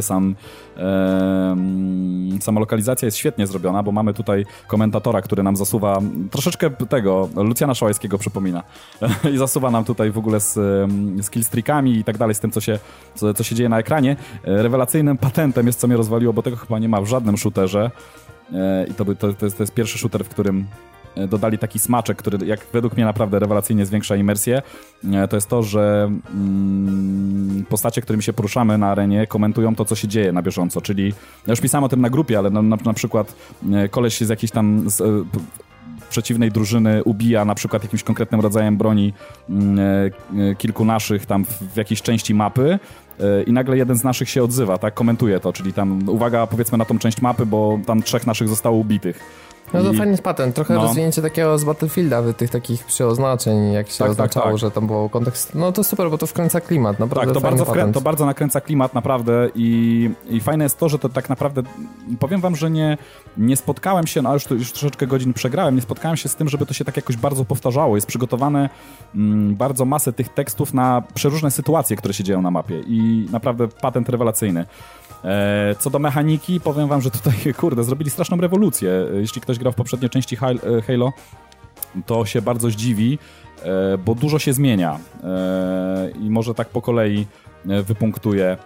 sama lokalizacja jest świetnie zrobiona, bo mamy tutaj komentatora, który nam zasuwa troszeczkę tego, Lucjana Szałajskiego przypomina i zasuwa nam tutaj w ogóle z killstreakami i tak dalej, z tym, co się dzieje na ekranie. Rewelacyjnym patentem jest, co mnie rozwaliło, bo tego chyba nie ma w żadnym shooterze i to jest pierwszy shooter, w którym dodali taki smaczek, który jak według mnie naprawdę rewelacyjnie zwiększa imersję. To jest to, że postacie, którymi się poruszamy na arenie, komentują to, co się dzieje na bieżąco. Czyli ja już pisałem o tym na grupie, ale na przykład koleś z jakiejś tam przeciwnej drużyny ubija na przykład jakimś konkretnym rodzajem broni kilku naszych tam w jakiejś części mapy i nagle jeden z naszych się odzywa, tak, komentuje to, czyli tam uwaga, powiedzmy na tą część mapy, bo tam 3 naszych zostało ubitych. No to fajny jest patent, trochę rozwinięcie takiego z Battlefielda, tych takich przyoznaczeń, jak się oznaczało, tak. Że tam był kontekst. No to super, bo to wkręca klimat, naprawdę tak, to bardzo nakręca klimat, naprawdę i fajne jest to, że to tak naprawdę, powiem wam, że nie spotkałem się, no już troszeczkę godzin przegrałem, nie spotkałem się z tym, żeby to się tak jakoś bardzo powtarzało. Jest przygotowane bardzo masę tych tekstów na przeróżne sytuacje, które się dzieją na mapie i naprawdę patent rewelacyjny. Co do mechaniki, powiem wam, że tutaj, zrobili straszną rewolucję. Jeśli ktoś grał w poprzedniej części Halo, to się bardzo zdziwi, bo dużo się zmienia i może tak po kolei wypunktuję.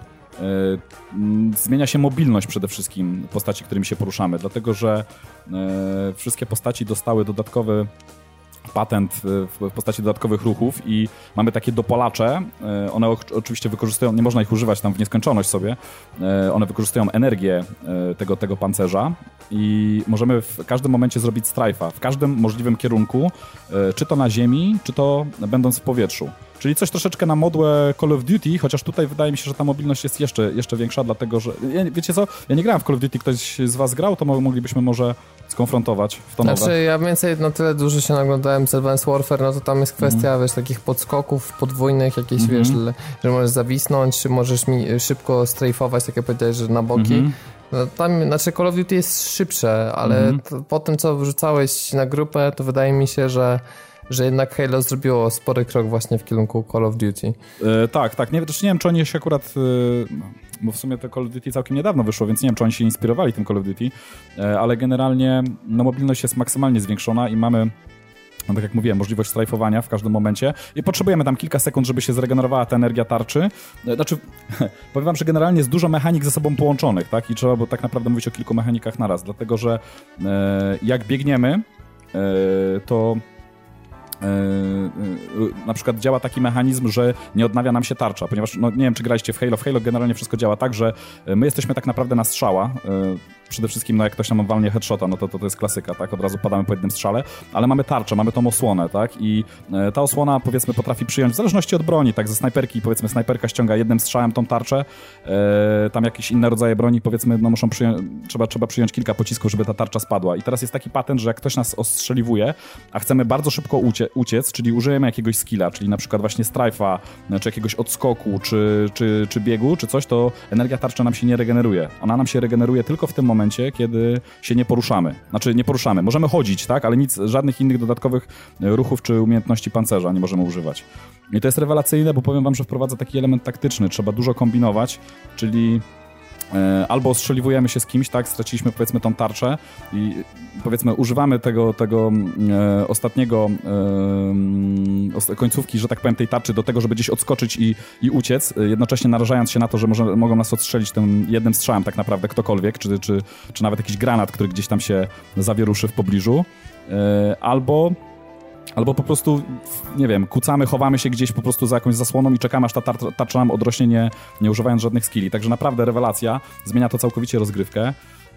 Zmienia się mobilność przede wszystkim postaci, którymi się poruszamy, dlatego że wszystkie postaci dostały dodatkowy patent w postaci dodatkowych ruchów i mamy takie dopalacze, one oczywiście wykorzystują, nie można ich używać tam w nieskończoność sobie, one wykorzystują energię tego pancerza i możemy w każdym momencie zrobić strajfa, w każdym możliwym kierunku, czy to na ziemi, czy to będąc w powietrzu. Czyli coś troszeczkę na modłę Call of Duty, chociaż tutaj wydaje mi się, że ta mobilność jest jeszcze większa, dlatego że... Wiecie co? Ja nie grałem w Call of Duty, ktoś z was grał, to moglibyśmy może skonfrontować w to nowe. Znaczy, ja więcej na tyle dużo się naglądałem z Advanced Warfare, no to tam jest kwestia, wiesz, takich podskoków podwójnych, jakieś, wiesz, że możesz zawisnąć, czy możesz szybko strajfować, tak jak powiedziałeś, że na boki. No, tam, znaczy Call of Duty jest szybsze, ale po tym, co wrzucałeś na grupę, to wydaje mi się, że jednak Halo zrobiło spory krok właśnie w kierunku Call of Duty. Tak. Nie wiem, czy oni się akurat... bo w sumie to Call of Duty całkiem niedawno wyszło, więc nie wiem, czy oni się inspirowali tym Call of Duty, ale generalnie mobilność jest maksymalnie zwiększona i mamy, tak jak mówiłem, możliwość strajfowania w każdym momencie i potrzebujemy tam kilka sekund, żeby się zregenerowała ta energia tarczy. Znaczy, powiem wam, że generalnie jest dużo mechanik ze sobą połączonych, tak? I trzeba tak naprawdę mówić o kilku mechanikach naraz, dlatego że jak biegniemy, to na przykład działa taki mechanizm, że nie odnawia nam się tarcza, ponieważ, no nie wiem, czy graliście w Halo generalnie wszystko działa tak, że my jesteśmy tak naprawdę na strzała, przede wszystkim, no jak ktoś nam walnie headshota, no to jest klasyka, tak? Od razu padamy po jednym strzale, ale mamy tarczę, mamy tą osłonę, tak? I ta osłona, powiedzmy, potrafi przyjąć, w zależności od broni, tak? Ze snajperki, powiedzmy, snajperka ściąga jednym strzałem tą tarczę, tam jakieś inne rodzaje broni, powiedzmy, no muszą trzeba przyjąć kilka pocisków, żeby ta tarcza spadła. I teraz jest taki patent, że jak ktoś nas ostrzeliwuje, a chcemy bardzo szybko uciec, czyli użyjemy jakiegoś skilla, czyli na przykład właśnie strajfa, czy jakiegoś odskoku, czy biegu, czy coś, to energia tarczy nam się nie regeneruje. Ona nam się regeneruje tylko w tym momencie, kiedy się nie poruszamy. Znaczy nie poruszamy. Możemy chodzić, tak, ale żadnych innych dodatkowych ruchów czy umiejętności pancerza nie możemy używać. I to jest rewelacyjne, bo powiem wam, że wprowadza taki element taktyczny. Trzeba dużo kombinować, czyli albo ostrzeliwujemy się z kimś, tak, straciliśmy powiedzmy tą tarczę i powiedzmy używamy tego ostatniego końcówki, że tak powiem, tej tarczy do tego, żeby gdzieś odskoczyć i uciec, jednocześnie narażając się na to, że mogą nas odstrzelić tym jednym strzałem tak naprawdę ktokolwiek, czy nawet jakiś granat, który gdzieś tam się zawieruszy w pobliżu, albo po prostu, nie wiem, kucamy, chowamy się gdzieś po prostu za jakąś zasłoną i czekamy, aż ta tarcza nam odrośnie, nie używając żadnych skilli. Także naprawdę rewelacja, zmienia to całkowicie rozgrywkę.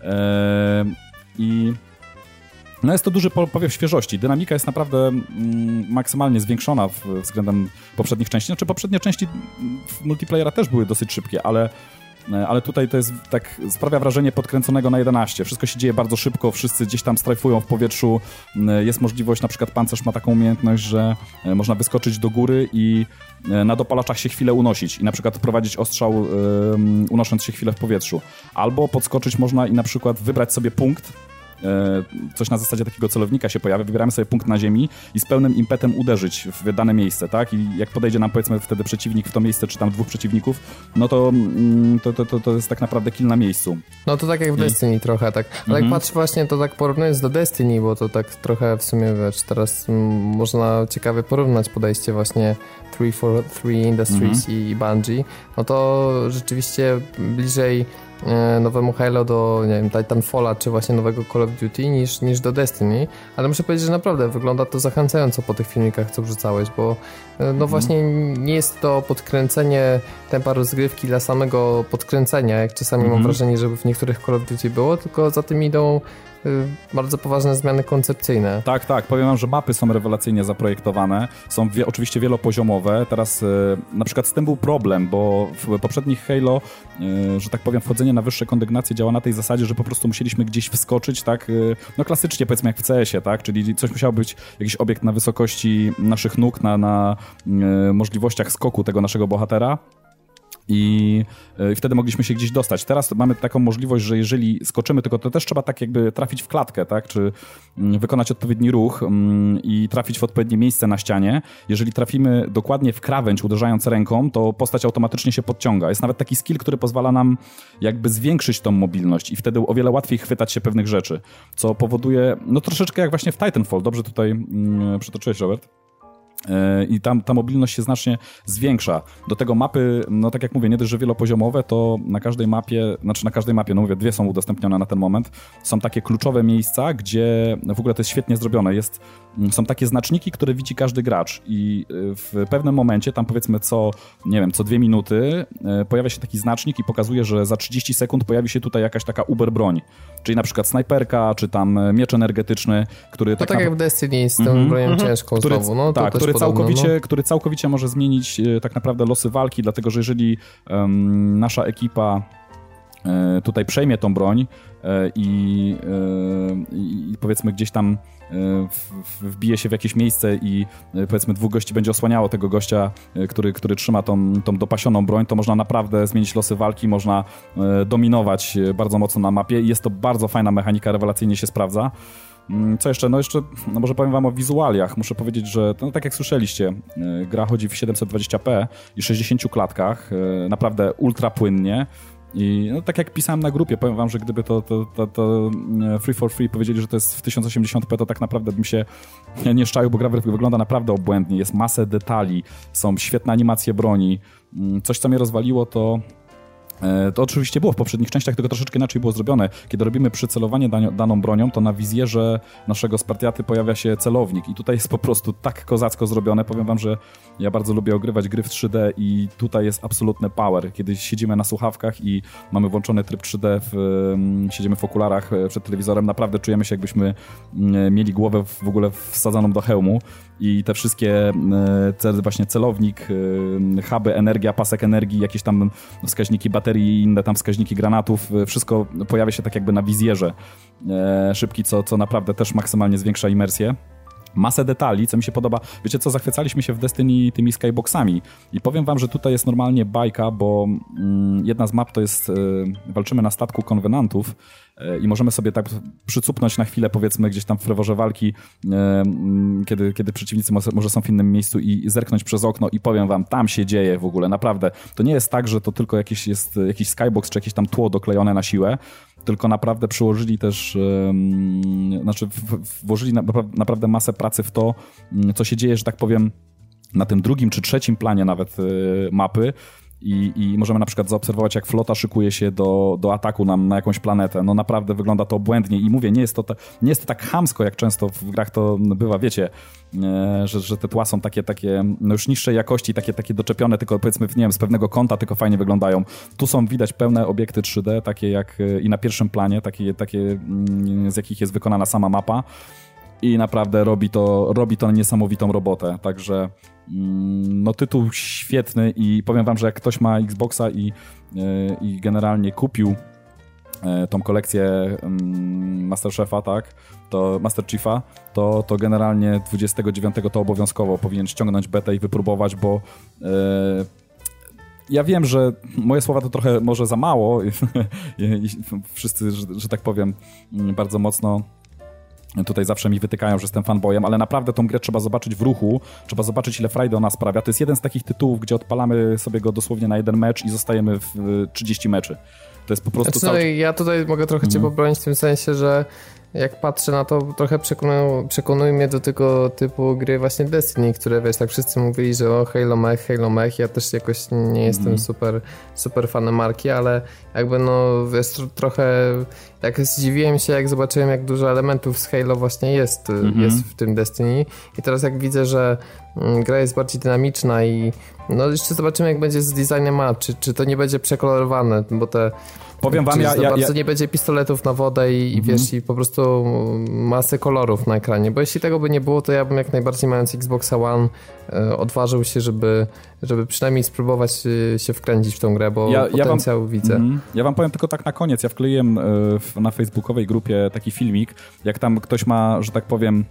I no jest to duży powiew świeżości. Dynamika jest naprawdę maksymalnie zwiększona względem poprzednich części. Znaczy poprzednie części multiplayera też były dosyć szybkie, ale tutaj to jest tak, sprawia wrażenie podkręconego na 11. Wszystko się dzieje bardzo szybko, wszyscy gdzieś tam strajfują w powietrzu. Jest możliwość, na przykład pancerz ma taką umiejętność, że można wyskoczyć do góry i na dopalaczach się chwilę unosić i na przykład prowadzić ostrzał unosząc się chwilę w powietrzu. Albo podskoczyć można i na przykład wybrać sobie punkt, coś na zasadzie takiego celownika się pojawia, wybieramy sobie punkt na ziemi i z pełnym impetem uderzyć w dane miejsce, tak? I jak podejdzie nam, powiedzmy, wtedy przeciwnik w to miejsce, czy tam dwóch przeciwników, no to jest tak naprawdę kill na miejscu. No to tak jak w Destiny trochę, tak. Ale jak patrzę właśnie, to tak porównując do Destiny, bo to tak trochę w sumie, wiesz, teraz można ciekawie porównać podejście właśnie 343 Industries i Bungie, no to rzeczywiście bliżej nowemu Halo do, nie wiem, Titanfalla, czy właśnie nowego Call of Duty niż do Destiny, ale muszę powiedzieć, że naprawdę wygląda to zachęcająco po tych filmikach, co wrzucałeś, bo no właśnie nie jest to podkręcenie tempa rozgrywki dla samego podkręcenia, jak czasami mam wrażenie, żeby w niektórych Call of Duty było, tylko za tym idą bardzo poważne zmiany koncepcyjne. Tak, powiem wam, że mapy są rewelacyjnie zaprojektowane, są oczywiście wielopoziomowe. Teraz na przykład z tym był problem, bo w poprzednich Halo, że tak powiem, wchodzenie na wyższe kondygnacje działa na tej zasadzie, że po prostu musieliśmy gdzieś wskoczyć, tak, no klasycznie powiedzmy jak w CS-ie, tak, czyli coś musiał być, jakiś obiekt na wysokości naszych nóg, na możliwościach skoku tego naszego bohatera. I wtedy mogliśmy się gdzieś dostać. Teraz mamy taką możliwość, że jeżeli skoczymy, tylko to też trzeba tak jakby trafić w klatkę, tak? Czy wykonać odpowiedni ruch i trafić w odpowiednie miejsce na ścianie. Jeżeli trafimy dokładnie w krawędź, uderzając ręką, to postać automatycznie się podciąga. Jest nawet taki skill, który pozwala nam jakby zwiększyć tą mobilność i wtedy o wiele łatwiej chwytać się pewnych rzeczy, co powoduje, no troszeczkę jak właśnie w Titanfall. Dobrze tutaj przytoczyłeś, Robert? I tam ta mobilność się znacznie zwiększa. Do tego mapy, no tak jak mówię, nie dość, że wielopoziomowe, to na każdej mapie, no mówię, 2 są udostępnione na ten moment, są takie kluczowe miejsca, gdzie w ogóle to jest świetnie zrobione. Są takie znaczniki, które widzi każdy gracz i w pewnym momencie, tam powiedzmy co 2 minuty pojawia się taki znacznik i pokazuje, że za 30 sekund pojawi się tutaj jakaś taka uber broń, czyli na przykład snajperka, czy tam miecz energetyczny, który... To tak jak w Destiny z tą bronią ciężką znowu, no to tak, też który całkowicie może zmienić tak naprawdę losy walki, dlatego że jeżeli nasza ekipa tutaj przejmie tą broń i powiedzmy gdzieś tam wbije się w jakieś miejsce i powiedzmy 2 gości będzie osłaniało tego gościa, który trzyma tą dopasioną broń, to można naprawdę zmienić losy walki, można dominować bardzo mocno na mapie i jest to bardzo fajna mechanika, rewelacyjnie się sprawdza. Co jeszcze? No może powiem wam o wizualiach. Muszę powiedzieć, że no, tak jak słyszeliście, gra chodzi w 720p i 60 klatkach, naprawdę ultra płynnie. I no, tak jak pisałem na grupie, powiem wam, że gdyby to 343 powiedzieli, że to jest w 1080p, to tak naprawdę bym się nie szczaił, bo gra wygląda naprawdę obłędnie. Jest masę detali, są świetne animacje broni. Coś, co mnie rozwaliło, to To oczywiście było w poprzednich częściach, tylko troszeczkę inaczej było zrobione. Kiedy robimy przycelowanie daną bronią, to na wizjerze naszego Spartiaty pojawia się celownik i tutaj jest po prostu tak kozacko zrobione. Powiem wam, że ja bardzo lubię ogrywać gry w 3D i tutaj jest absolutny power. Kiedy siedzimy na słuchawkach i mamy włączony tryb 3D, siedzimy w okularach przed telewizorem, naprawdę czujemy się, jakbyśmy mieli głowę w ogóle wsadzoną do hełmu i te wszystkie właśnie celownik, huby, energia, pasek energii, jakieś tam wskaźniki baterii i inne tam wskaźniki granatów, wszystko pojawia się tak jakby na wizjerze szybki, co naprawdę też maksymalnie zwiększa imersję. Masę detali, co mi się podoba. Wiecie co, zachwycaliśmy się w Destiny tymi skyboxami i powiem wam, że tutaj jest normalnie bajka, bo jedna z map to jest, walczymy na statku konwenantów i możemy sobie tak przycupnąć na chwilę, powiedzmy gdzieś tam w freworze walki, kiedy przeciwnicy może są w innym miejscu i zerknąć przez okno i powiem wam, tam się dzieje w ogóle, naprawdę. To nie jest tak, że to tylko jakiś skybox czy jakieś tam tło doklejone na siłę, tylko naprawdę przyłożyli też, włożyli naprawdę masę pracy w to, co się dzieje, że tak powiem, na tym drugim czy trzecim planie nawet mapy. I możemy na przykład zaobserwować, jak flota szykuje się do ataku na jakąś planetę. No naprawdę wygląda to obłędnie i mówię, nie jest to tak chamsko, jak często w grach to bywa, wiecie, że te tła są takie no już niższej jakości, takie doczepione, tylko powiedzmy, nie wiem, z pewnego kąta tylko fajnie wyglądają. Tu są widać pełne obiekty 3D, takie jak i na pierwszym planie, takie z jakich jest wykonana sama mapa. I naprawdę robi to niesamowitą robotę, także no tytuł świetny i powiem wam, że jak ktoś ma Xboxa i generalnie kupił tą kolekcję Master Chiefa, tak, to Master Chiefa, to generalnie 29 to obowiązkowo powinien ściągnąć betę i wypróbować, bo ja wiem, że moje słowa to trochę może za mało i wszyscy, że tak powiem, bardzo mocno tutaj zawsze mi wytykają, że jestem fanboyem, ale naprawdę tą grę trzeba zobaczyć w ruchu, trzeba zobaczyć, ile frajdy ona sprawia. To jest jeden z takich tytułów, gdzie odpalamy sobie go dosłownie na jeden mecz i zostajemy w 30 meczy. To jest po prostu Ja tutaj mogę trochę cię pobronić w tym sensie, że jak patrzę na to, trochę przekonuje mnie do tego typu gry właśnie Destiny, które wiesz, tak wszyscy mówili, że o Halo Mech, ja też jakoś nie jestem super fanem marki, ale jakby no wiesz, trochę jak zdziwiłem się, jak zobaczyłem, jak dużo elementów z Halo właśnie jest w tym Destiny i teraz jak widzę, że gra jest bardziej dynamiczna i no jeszcze zobaczymy, jak będzie z designem map, czy to nie będzie przekolorowane, bo powiem wam, bardzo nie będzie pistoletów na wodę i wiesz, i po prostu masę kolorów na ekranie, bo jeśli tego by nie było, to ja bym jak najbardziej, mając Xboxa One, odważył się, żeby przynajmniej spróbować się wkręcić w tą grę, bo potencjał widzę. Ja wam powiem tylko tak na koniec, ja wkleiłem na facebookowej grupie taki filmik, jak tam ktoś ma, że tak powiem,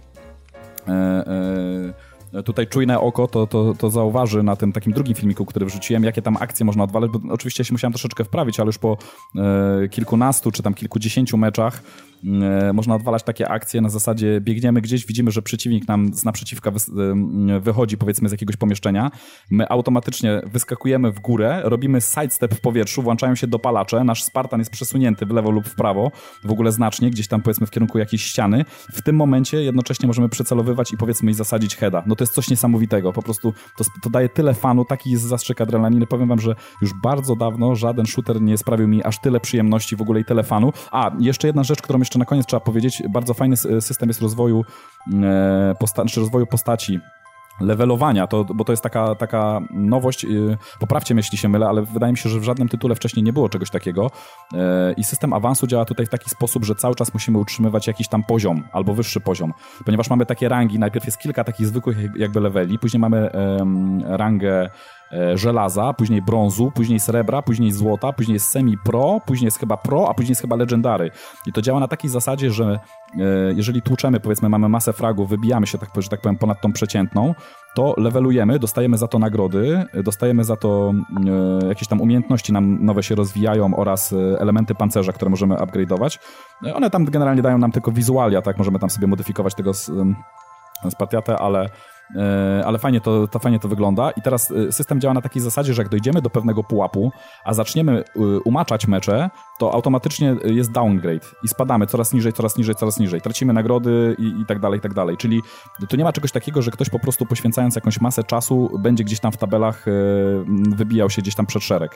tutaj czujne oko, to zauważy na tym takim drugim filmiku, który wrzuciłem, jakie tam akcje można odwalać, bo oczywiście się musiałem troszeczkę wprawić, ale już po kilkunastu czy tam kilkudziesięciu meczach można odwalać takie akcje na zasadzie biegniemy gdzieś, widzimy, że przeciwnik nam z naprzeciwka wychodzi powiedzmy z jakiegoś pomieszczenia, my automatycznie wyskakujemy w górę, robimy sidestep w powietrzu, włączają się dopalacze, nasz Spartan jest przesunięty w lewo lub w prawo, w ogóle znacznie, gdzieś tam powiedzmy w kierunku jakiejś ściany. W tym momencie jednocześnie możemy przycelowywać i powiedzmy i zasadzić heada. No to jest coś niesamowitego, po prostu to daje tyle fanu, taki jest zastrzyk adrenaliny. Powiem wam, że już bardzo dawno żaden shooter nie sprawił mi aż tyle przyjemności w ogóle i tyle fanu. A, jeszcze jedna rzecz, którą jeszcze na koniec trzeba powiedzieć, bardzo fajny system jest rozwoju postaci, levelowania, bo to jest taka nowość, poprawcie mnie, jeśli się mylę, ale wydaje mi się, że w żadnym tytule wcześniej nie było czegoś takiego i system awansu działa tutaj w taki sposób, że cały czas musimy utrzymywać jakiś tam poziom albo wyższy poziom, ponieważ mamy takie rangi, najpierw jest kilka takich zwykłych jakby leveli, później mamy rangę żelaza, później brązu, później srebra, później złota, później jest semi-pro, później jest chyba pro, a później jest chyba legendary. I to działa na takiej zasadzie, że jeżeli tłuczemy, powiedzmy, mamy masę fragów, wybijamy się, że tak powiem, ponad tą przeciętną, to levelujemy, dostajemy za to nagrody, dostajemy za to jakieś tam umiejętności nam nowe się rozwijają oraz elementy pancerza, które możemy upgrade'ować. One tam generalnie dają nam tylko wizualia, tak, możemy tam sobie modyfikować tego Spartiatę, ale fajnie to wygląda i teraz system działa na takiej zasadzie, że jak dojdziemy do pewnego pułapu, a zaczniemy umaczać mecze, to automatycznie jest downgrade i spadamy coraz niżej, tracimy nagrody i tak dalej, czyli tu nie ma czegoś takiego, że ktoś po prostu poświęcając jakąś masę czasu będzie gdzieś tam w tabelach wybijał się gdzieś tam przed szereg.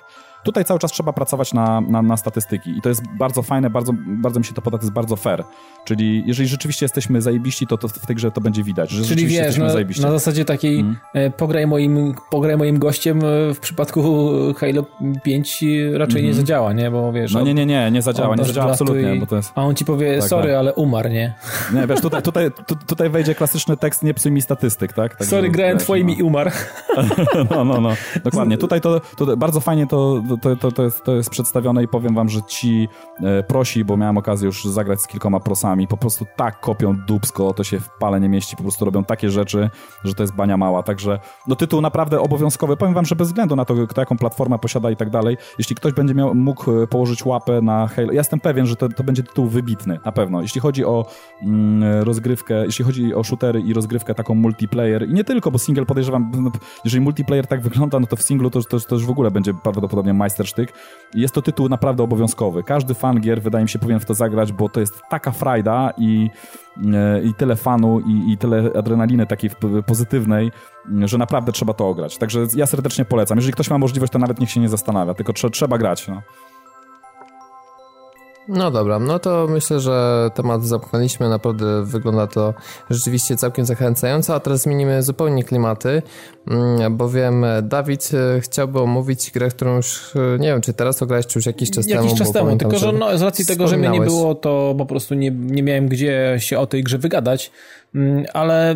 Tutaj cały czas trzeba pracować na statystyki i to jest bardzo fajne, bardzo mi się to podoba, to jest bardzo fair. Czyli jeżeli rzeczywiście jesteśmy zajebiści, to w tej grze to będzie widać, że czyli wiesz, na zasadzie takiej pograj moim gościem w przypadku Halo 5 raczej nie zadziała, nie? Bo wiesz... No nie zadziała absolutnie. Bo to jest... A on ci powie, tak, sorry, ale umarł, nie? Nie, wiesz, tutaj wejdzie klasyczny tekst, nie psuj mi statystyk, tak? Tak, sorry, grałem twoim i umarł. No, dokładnie. Tutaj to bardzo fajnie to jest przedstawione i powiem wam, że ci prosi, bo miałem okazję już zagrać z kilkoma prosami, po prostu tak kopią dupsko, to się w pale nie mieści, po prostu robią takie rzeczy, że to jest bania mała, także tytuł naprawdę obowiązkowy. Powiem wam, że bez względu na to, kto jaką platformę posiada i tak dalej, jeśli ktoś będzie mógł położyć łapę na Halo, ja jestem pewien, że to będzie tytuł wybitny, na pewno. Jeśli chodzi o rozgrywkę, jeśli chodzi o shootery i rozgrywkę taką multiplayer i nie tylko, bo single podejrzewam, jeżeli multiplayer tak wygląda, no to w singlu to już w ogóle będzie prawdopodobnie majstersztyk. Jest to tytuł naprawdę obowiązkowy. Każdy fan gier, wydaje mi się, powinien w to zagrać, bo to jest taka frajda i tyle fanu i tyle adrenaliny takiej pozytywnej, że naprawdę trzeba to ograć. Także ja serdecznie polecam. Jeżeli ktoś ma możliwość, to nawet niech się nie zastanawia, tylko trzeba grać. No dobra, no to myślę, że temat zamknęliśmy, naprawdę wygląda to rzeczywiście całkiem zachęcająco, a teraz zmienimy zupełnie klimaty, bowiem Dawid chciałby omówić grę, którą już, nie wiem, czy teraz ograłeś, czy już jakiś czas temu. Jakiś czas temu, tylko że z racji tego, że mnie nie było, to po prostu nie miałem gdzie się o tej grze wygadać, ale...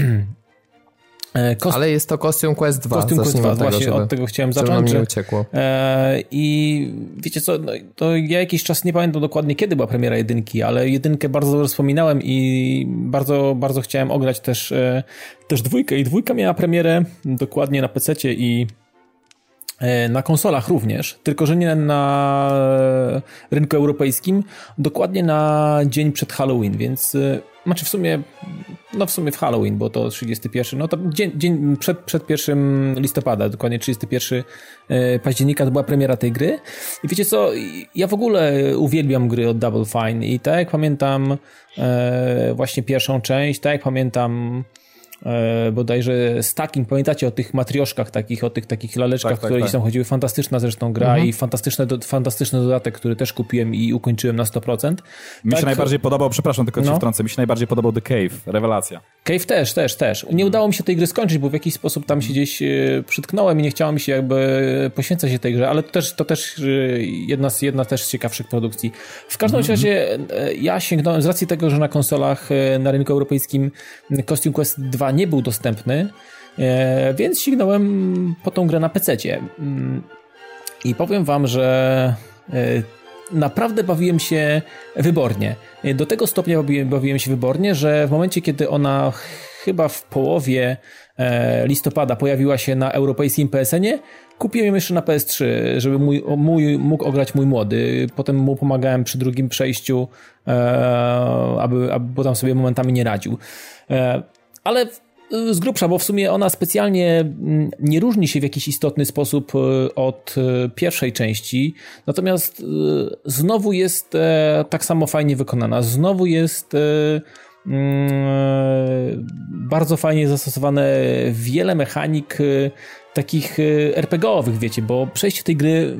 Ale jest to Costume Quest 2. Costume Quest 2, właśnie od tego chciałem zacząć. Żeby nam nie uciekło. I wiecie co, to ja jakiś czas nie pamiętam dokładnie, kiedy była premiera jedynki, ale jedynkę bardzo dobrze wspominałem i bardzo, bardzo chciałem ograć też dwójkę. I dwójka miała premierę dokładnie na PC-cie i na konsolach również, tylko że nie na rynku europejskim, dokładnie na dzień przed Halloween, więc znaczy w sumie w Halloween, bo to 31, no to dzień przed 1 listopada, dokładnie 31 października to była premiera tej gry. I wiecie co, ja w ogóle uwielbiam gry od Double Fine i tak jak pamiętam właśnie pierwszą część, tak jak pamiętam bodajże Stacking, pamiętacie o tych matrioszkach takich, o tych takich laleczkach, które gdzieś tam chodziły, fantastyczna zresztą gra i fantastyczny dodatek, który też kupiłem i ukończyłem na 100%. Mi się najbardziej podobał, przepraszam, tylko cię wtrącę, mi się najbardziej podobał The Cave, rewelacja. Cave też. Nie udało mi się tej gry skończyć, bo w jakiś sposób tam się gdzieś przytknąłem i nie chciało mi się jakby poświęcać się tej grze, ale to też jedna też z ciekawszych produkcji. W każdym razie ja sięgnąłem z racji tego, że na konsolach na rynku europejskim Costume Quest 2 nie był dostępny, więc sięgnąłem po tą grę na PC-cie. I powiem wam, że naprawdę bawiłem się wybornie. Do tego stopnia bawiłem się wybornie, że w momencie, kiedy ona chyba w połowie listopada pojawiła się na europejskim PSN-ie, kupiłem ją jeszcze na PS3, żeby mógł ograć mój młody. Potem mu pomagałem przy drugim przejściu, bo tam sobie momentami nie radził. Ale z grubsza, bo w sumie ona specjalnie nie różni się w jakiś istotny sposób od pierwszej części, natomiast znowu jest tak samo fajnie wykonana. Znowu jest bardzo fajnie zastosowane wiele mechanik takich RPG-owych, wiecie, bo przejście tej gry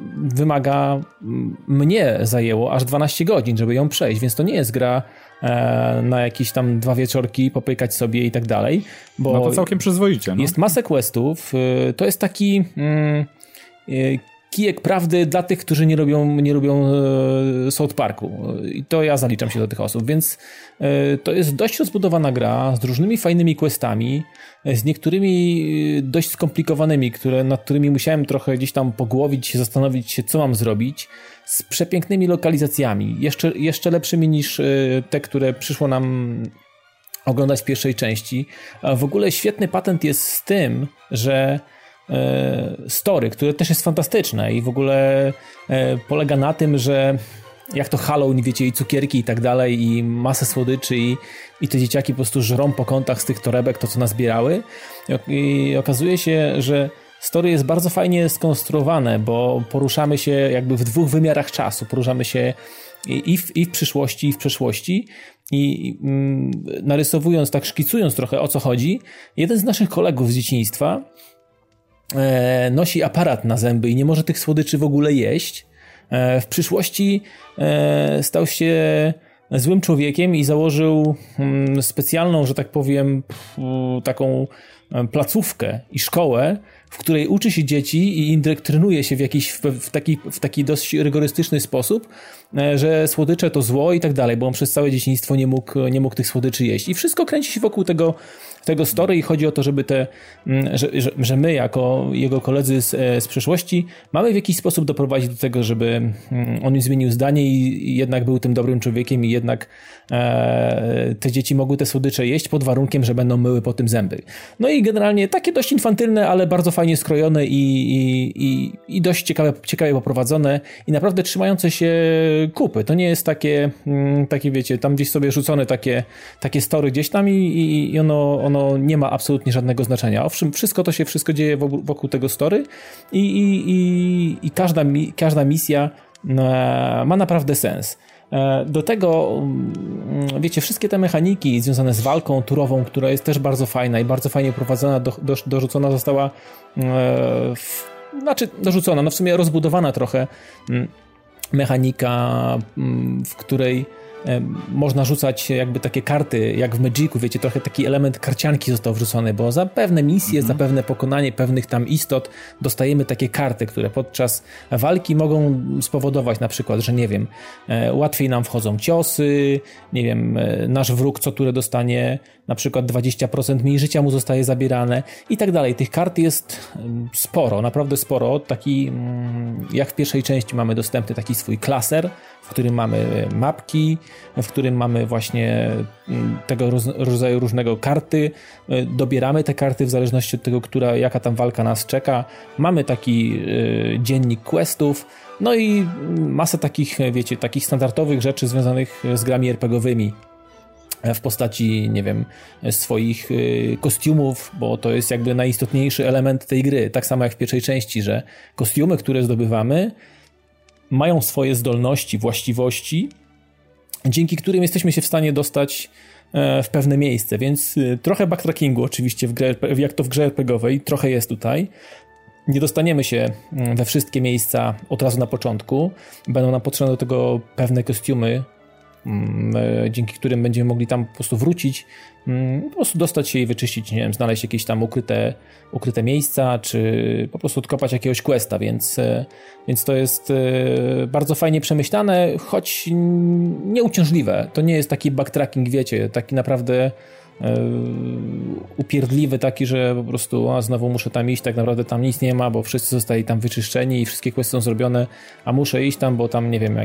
mnie zajęło aż 12 godzin, żeby ją przejść, więc to nie jest gra na jakieś tam 2 wieczorki, popykać sobie i tak dalej. Bo no to całkiem przyzwoicie. No. Jest masę questów, to jest taki kijek prawdy dla tych, którzy nie lubią South Parku. I to ja zaliczam się do tych osób, więc to jest dość rozbudowana gra z różnymi fajnymi questami, z niektórymi dość skomplikowanymi, nad którymi musiałem trochę gdzieś tam pogłowić się, zastanowić się, co mam zrobić, z przepięknymi lokalizacjami, jeszcze lepszymi niż te, które przyszło nam oglądać w pierwszej części. A w ogóle świetny patent jest z tym, że story, które też jest fantastyczne i w ogóle polega na tym, że jak to Halloween, wiecie, i cukierki i tak dalej, i masę słodyczy i te dzieciaki po prostu żrą po kątach z tych torebek to, co nazbierały. I okazuje się, że story jest bardzo fajnie skonstruowane, bo poruszamy się jakby w 2 wymiarach czasu. Poruszamy się i w przyszłości, i w przeszłości. I narysowując, tak szkicując trochę, o co chodzi, jeden z naszych kolegów z dzieciństwa nosi aparat na zęby i nie może tych słodyczy w ogóle jeść, w przyszłości stał się złym człowiekiem i założył specjalną, że tak powiem, taką placówkę i szkołę, w której uczy się dzieci i indoktrynuje się w taki dość rygorystyczny sposób, że słodycze to zło i tak dalej, bo on przez całe dzieciństwo nie mógł tych słodyczy jeść. I wszystko kręci się wokół tego story i chodzi o to, żeby że my jako jego koledzy z przeszłości mamy w jakiś sposób doprowadzić do tego, żeby on zmienił zdanie i jednak był tym dobrym człowiekiem i jednak te dzieci mogły te słodycze jeść pod warunkiem, że będą myły po tym zęby. No i generalnie takie dość infantylne, ale bardzo fajnie skrojone i dość ciekawie poprowadzone i naprawdę trzymające się kupy. To nie jest takie wiecie, tam gdzieś sobie rzucone takie story gdzieś tam i ono nie ma absolutnie żadnego znaczenia. Owszem, wszystko dzieje wokół tego story i każda misja ma naprawdę sens. Do tego, wiecie, wszystkie te mechaniki związane z walką turową, która jest też bardzo fajna i bardzo fajnie prowadzona, dorzucona została, dorzucona, no w sumie rozbudowana trochę mechanika, w której można rzucać jakby takie karty, jak w Magicu, wiecie, trochę taki element karcianki został wrzucony, bo za pewne misje, za pewne pokonanie pewnych tam istot dostajemy takie karty, które podczas walki mogą spowodować na przykład, że nie wiem, łatwiej nam wchodzą ciosy, nie wiem, nasz wróg co turę dostanie na przykład 20% mniej życia mu zostaje zabierane i tak dalej. Tych kart jest sporo, naprawdę sporo. Taki, jak w pierwszej części mamy dostępny taki swój klaser, w którym mamy mapki, w którym mamy właśnie tego rodzaju różnego karty. Dobieramy te karty w zależności od tego, jaka tam walka nas czeka. Mamy taki dziennik questów, no i masę takich, wiecie, takich standardowych rzeczy związanych z grami RPG-owymi. W postaci, nie wiem, swoich kostiumów, bo to jest jakby najistotniejszy element tej gry. Tak samo jak w pierwszej części, że kostiumy, które zdobywamy, mają swoje zdolności, właściwości, dzięki którym jesteśmy się w stanie dostać w pewne miejsce, więc trochę backtrackingu oczywiście jak to w grze RPG-owej, trochę jest tutaj. Nie dostaniemy się we wszystkie miejsca od razu na początku. Będą nam potrzebne do tego pewne kostiumy, dzięki którym będziemy mogli tam po prostu wrócić, po prostu dostać się i wyczyścić, nie wiem, znaleźć jakieś tam ukryte miejsca, czy po prostu odkopać jakiegoś questa, więc to jest bardzo fajnie przemyślane, choć nieuciążliwe. To nie jest taki backtracking, wiecie, taki naprawdę upierdliwy, taki, że po prostu znowu muszę tam iść, tak naprawdę tam nic nie ma, bo wszyscy zostali tam wyczyszczeni i wszystkie questy są zrobione, a muszę iść tam, bo tam, nie wiem,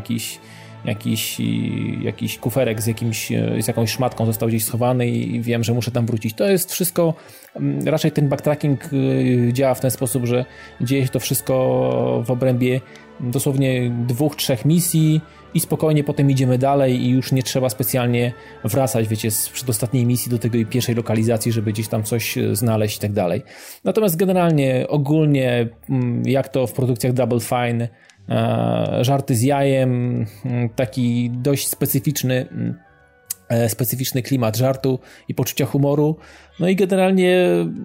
jakiś kuferek z jakąś szmatką został gdzieś schowany i wiem, że muszę tam wrócić. To jest wszystko, raczej ten backtracking działa w ten sposób, że dzieje się to wszystko w obrębie dosłownie 2-3 misji i spokojnie potem idziemy dalej i już nie trzeba specjalnie wracać, wiecie, z przedostatniej misji do tej pierwszej lokalizacji, żeby gdzieś tam coś znaleźć i tak dalej. Natomiast generalnie, ogólnie, jak to w produkcjach Double Fine, żarty z jajem, taki dość specyficzny klimat żartu i poczucia humoru. No i generalnie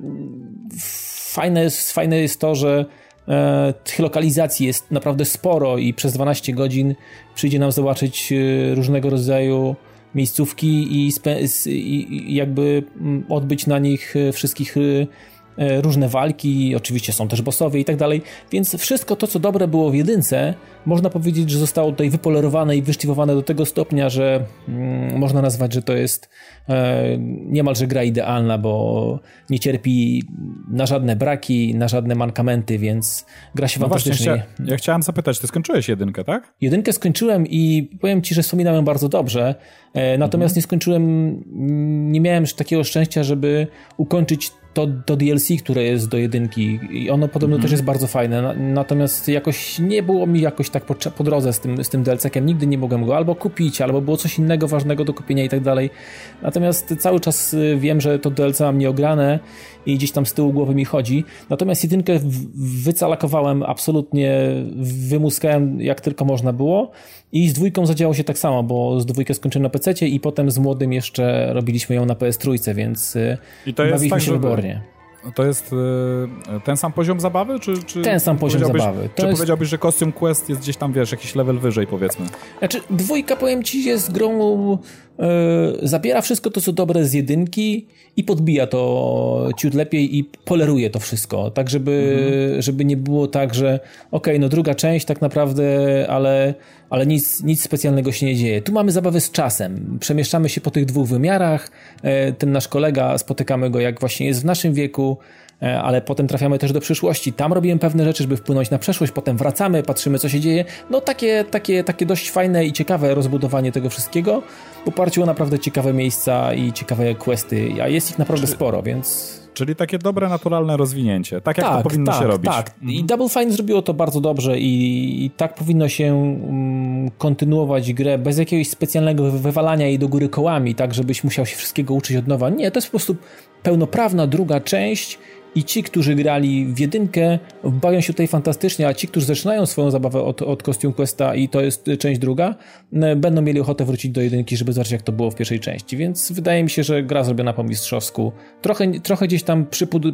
fajne jest to, że tych lokalizacji jest naprawdę sporo i przez 12 godzin przyjdzie nam zobaczyć różnego rodzaju miejscówki i jakby odbyć na nich wszystkich różne walki, oczywiście są też bossowie i tak dalej, więc wszystko to, co dobre było w jedynce, można powiedzieć, że zostało tutaj wypolerowane i wyszlifowane do tego stopnia, że można nazwać, że to jest niemalże gra idealna, bo nie cierpi na żadne braki, na żadne mankamenty, więc gra się fantastycznie. Właśnie, ja chciałem zapytać, ty skończyłeś jedynkę, tak? Jedynkę skończyłem i powiem ci, że wspominałem bardzo dobrze, natomiast nie miałem takiego szczęścia, żeby ukończyć to DLC, które jest do jedynki i ono podobno też jest bardzo fajne, natomiast jakoś nie było mi jakoś tak po drodze z tym DLC-kiem, nigdy nie mogłem go albo kupić, albo było coś innego ważnego do kupienia i tak dalej, natomiast cały czas wiem, że to DLC mam nieograne i gdzieś tam z tyłu głowy mi chodzi, natomiast jedynkę wycalakowałem absolutnie, wymuskałem jak tylko można było i z dwójką zadziało się tak samo, bo z dwójkę skończyłem na PC-cie i potem z młodym jeszcze robiliśmy ją na PS3, więc i to jest bawiliśmy tak, się wybornie. To jest ten sam poziom zabawy? Czy ten sam poziom zabawy. Czy powiedziałbyś, że Costume Quest jest gdzieś tam, wiesz, jakiś level wyżej, powiedzmy? Znaczy, 2, powiem ci, jest grą, zabiera wszystko to, co dobre z 1 i podbija to ciut lepiej i poleruje to wszystko, tak żeby nie było tak, że okej, no druga część tak naprawdę, ale nic specjalnego się nie dzieje. Tu mamy zabawę z czasem. Przemieszczamy się po tych 2 wymiarach. Ten nasz kolega, spotykamy go jak właśnie jest w naszym wieku, ale potem trafiamy też do przyszłości. Tam robimy pewne rzeczy, żeby wpłynąć na przeszłość, potem wracamy, patrzymy, co się dzieje. No takie dość fajne i ciekawe rozbudowanie tego wszystkiego w oparciu o naprawdę ciekawe miejsca i ciekawe questy, a jest ich naprawdę sporo, więc... Czyli takie dobre, naturalne rozwinięcie. Tak jak to powinno się robić. Tak, i Double Fine zrobiło to bardzo dobrze i tak powinno się kontynuować grę bez jakiegoś specjalnego wywalania jej do góry kołami, tak żebyś musiał się wszystkiego uczyć od nowa. Nie, to jest po prostu pełnoprawna druga część i ci, którzy grali w 1, bawią się tutaj fantastycznie, a ci, którzy zaczynają swoją zabawę od Costume Questa i to jest część druga, będą mieli ochotę wrócić do 1, żeby zobaczyć, jak to było w pierwszej części. Więc wydaje mi się, że gra zrobiona po mistrzowsku. Trochę gdzieś tam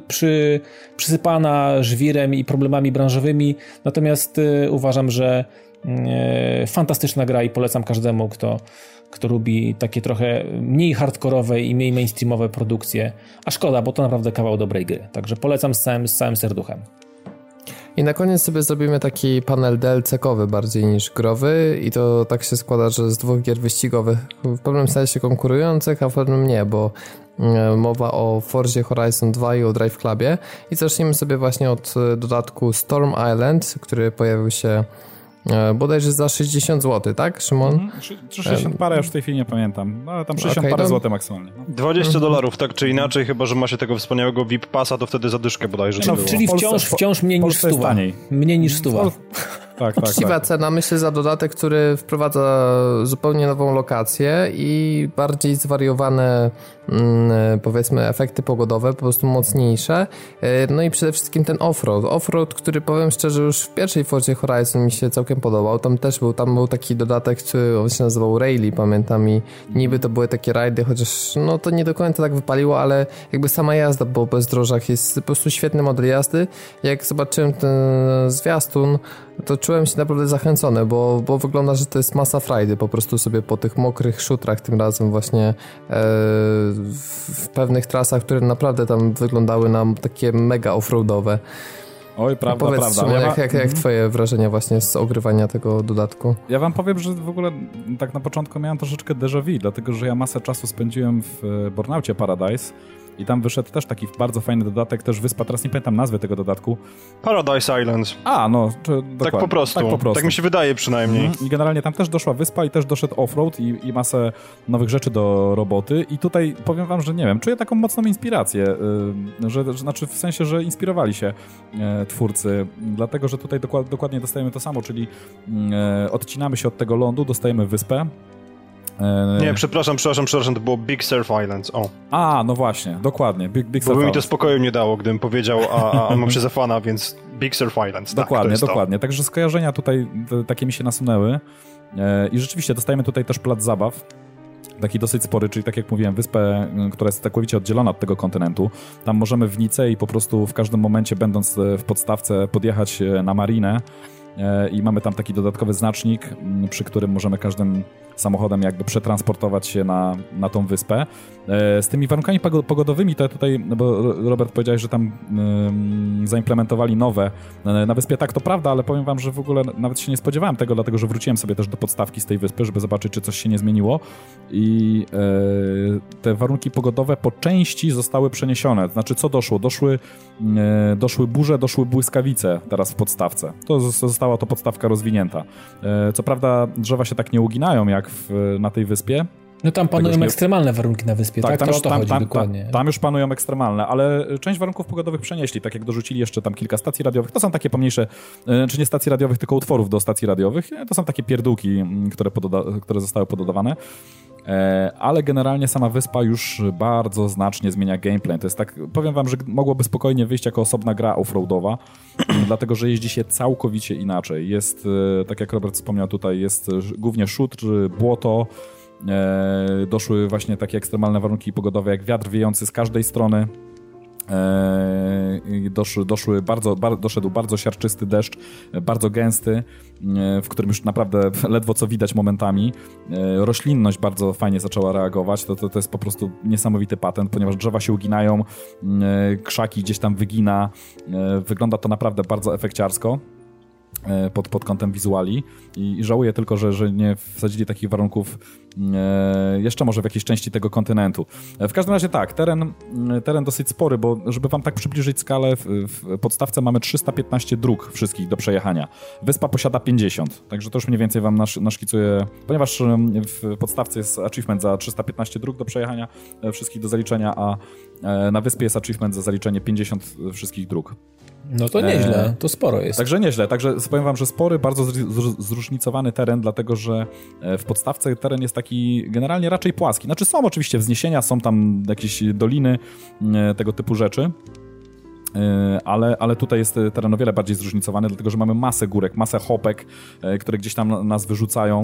przysypana żwirem i problemami branżowymi, natomiast uważam, że fantastyczna gra i polecam każdemu, kto lubi takie trochę mniej hardkorowe i mniej mainstreamowe produkcje. A szkoda, bo to naprawdę kawał dobrej gry. Także polecam z całym serduchem. I na koniec sobie zrobimy taki panel DLC-kowy bardziej niż growy i to tak się składa, że z 2 gier wyścigowych w pewnym sensie konkurujących, a w pewnym nie, bo mowa o Forzie Horizon 2 i o Drive Clubie i zacznijmy sobie właśnie od dodatku Storm Island, który pojawił się bodajże za 60 zł, tak, Szymon? 60 parę, już w tej chwili nie pamiętam, no, ale tam 60 parę złotych maksymalnie. No. $20, tak czy inaczej, chyba że ma się tego wspaniałego VIP Passa, to wtedy zadyszkę bodajże to było. Czyli wciąż mniej niż 100. Mniej niż 100. Tak. Uczciwa cena, myślę, za dodatek, który wprowadza zupełnie nową lokację i bardziej zwariowane, powiedzmy, efekty pogodowe, po prostu mocniejsze. No i przede wszystkim ten offroad. Offroad, który powiem szczerze, już w pierwszej Forzie Horizon mi się całkiem podobał. Tam był taki dodatek, który on się nazywał Rally, pamiętam, i niby to były takie rajdy, chociaż no to nie do końca tak wypaliło, ale jakby sama jazda po bezdrożach jest po prostu świetny model jazdy. Jak zobaczyłem ten zwiastun, to czułem się naprawdę zachęcony, bo wygląda, że to jest masa frajdy po prostu sobie po tych mokrych szutrach, tym razem właśnie w pewnych trasach, które naprawdę tam wyglądały nam takie mega offroadowe. Oj, prawda, powiedz, prawda. Szymon, jak twoje wrażenia właśnie z ogrywania tego dodatku? Ja wam powiem, że w ogóle tak na początku miałem troszeczkę déjà vu, dlatego że ja masę czasu spędziłem w Burnoutie Paradise i tam wyszedł też taki bardzo fajny dodatek, też wyspa, teraz nie pamiętam nazwy tego dodatku. Paradise Islands. Dokładnie. Tak po prostu. Tak mi się wydaje przynajmniej. I generalnie tam też doszła wyspa i też doszedł offroad i masę nowych rzeczy do roboty i tutaj powiem wam, że nie wiem, czuję taką mocną inspirację, że znaczy w sensie, że inspirowali się twórcy, dlatego, że tutaj dokładnie dostajemy to samo, czyli odcinamy się od tego lądu, dostajemy wyspę. Nie, przepraszam, to było Big Surf Islands, o. No właśnie, dokładnie, Big Surf Islands. Bo by mi to spokoju nie dało, gdybym powiedział, a mam się za fana, więc Big Surf Islands, dokładnie, tak, dokładnie. Także skojarzenia tutaj takie mi się nasunęły i rzeczywiście dostajemy tutaj też plac zabaw, taki dosyć spory, czyli tak jak mówiłem, wyspę, która jest całkowicie oddzielona od tego kontynentu. Tam możemy w Nicce i po prostu w każdym momencie, będąc w podstawce, podjechać na marinę i mamy tam taki dodatkowy znacznik, przy którym możemy każdym samochodem jakby przetransportować się na tą wyspę. Z tymi warunkami pogodowymi to tutaj, bo Robert powiedziałeś, że tam zaimplementowali nowe na wyspie. Tak, to prawda, ale powiem wam, że w ogóle nawet się nie spodziewałem tego, dlatego że wróciłem sobie też do podstawki z tej wyspy, żeby zobaczyć, czy coś się nie zmieniło i te warunki pogodowe po części zostały przeniesione. Znaczy, co doszło? Doszły burze, doszły błyskawice teraz w podstawce. To została to podstawka rozwinięta. Co prawda drzewa się tak nie uginają jak na tej wyspie. No tam panują ekstremalne warunki na wyspie, tak? Tam to o to chodzi dokładnie. Tam już panują ekstremalne, ale część warunków pogodowych przenieśli, tak jak dorzucili jeszcze tam kilka stacji radiowych. To są takie pomniejsze, czy nie stacji radiowych, tylko utworów do stacji radiowych. To są takie pierdółki, które zostały pododawane. Ale generalnie sama wyspa już bardzo znacznie zmienia gameplay. To jest tak, powiem wam, że mogłoby spokojnie wyjść jako osobna gra offroadowa, dlatego, że jeździ się całkowicie inaczej. Jest, tak jak Robert wspomniał tutaj, jest głównie szutr, błoto, doszły właśnie takie ekstremalne warunki pogodowe, jak wiatr wiejący z każdej strony. Doszedł bardzo siarczysty deszcz, bardzo gęsty, w którym już naprawdę ledwo co widać momentami. Roślinność bardzo fajnie zaczęła reagować, to jest po prostu niesamowity patent, ponieważ drzewa się uginają, krzaki gdzieś tam wygina, wygląda to naprawdę bardzo efekciarsko pod kątem wizuali i żałuję tylko, że nie wsadzili takich warunków jeszcze może w jakiejś części tego kontynentu. W każdym razie tak, teren dosyć spory, bo żeby wam tak przybliżyć skalę, w podstawce mamy 315 dróg wszystkich do przejechania. Wyspa posiada 50, także to już mniej więcej wam naszkicuję, ponieważ w podstawce jest achievement za 315 dróg do przejechania, wszystkich do zaliczenia, a na wyspie jest achievement za zaliczenie 50 wszystkich dróg. No to nieźle, to sporo jest. Także nieźle, także powiem wam, że spory, bardzo zróżnicowany teren, dlatego że w podstawce teren jest taki generalnie raczej płaski. Znaczy są oczywiście wzniesienia, są tam jakieś doliny, tego typu rzeczy, ale tutaj jest teren o wiele bardziej zróżnicowany, dlatego że mamy masę górek, masę hopek, które gdzieś tam nas wyrzucają.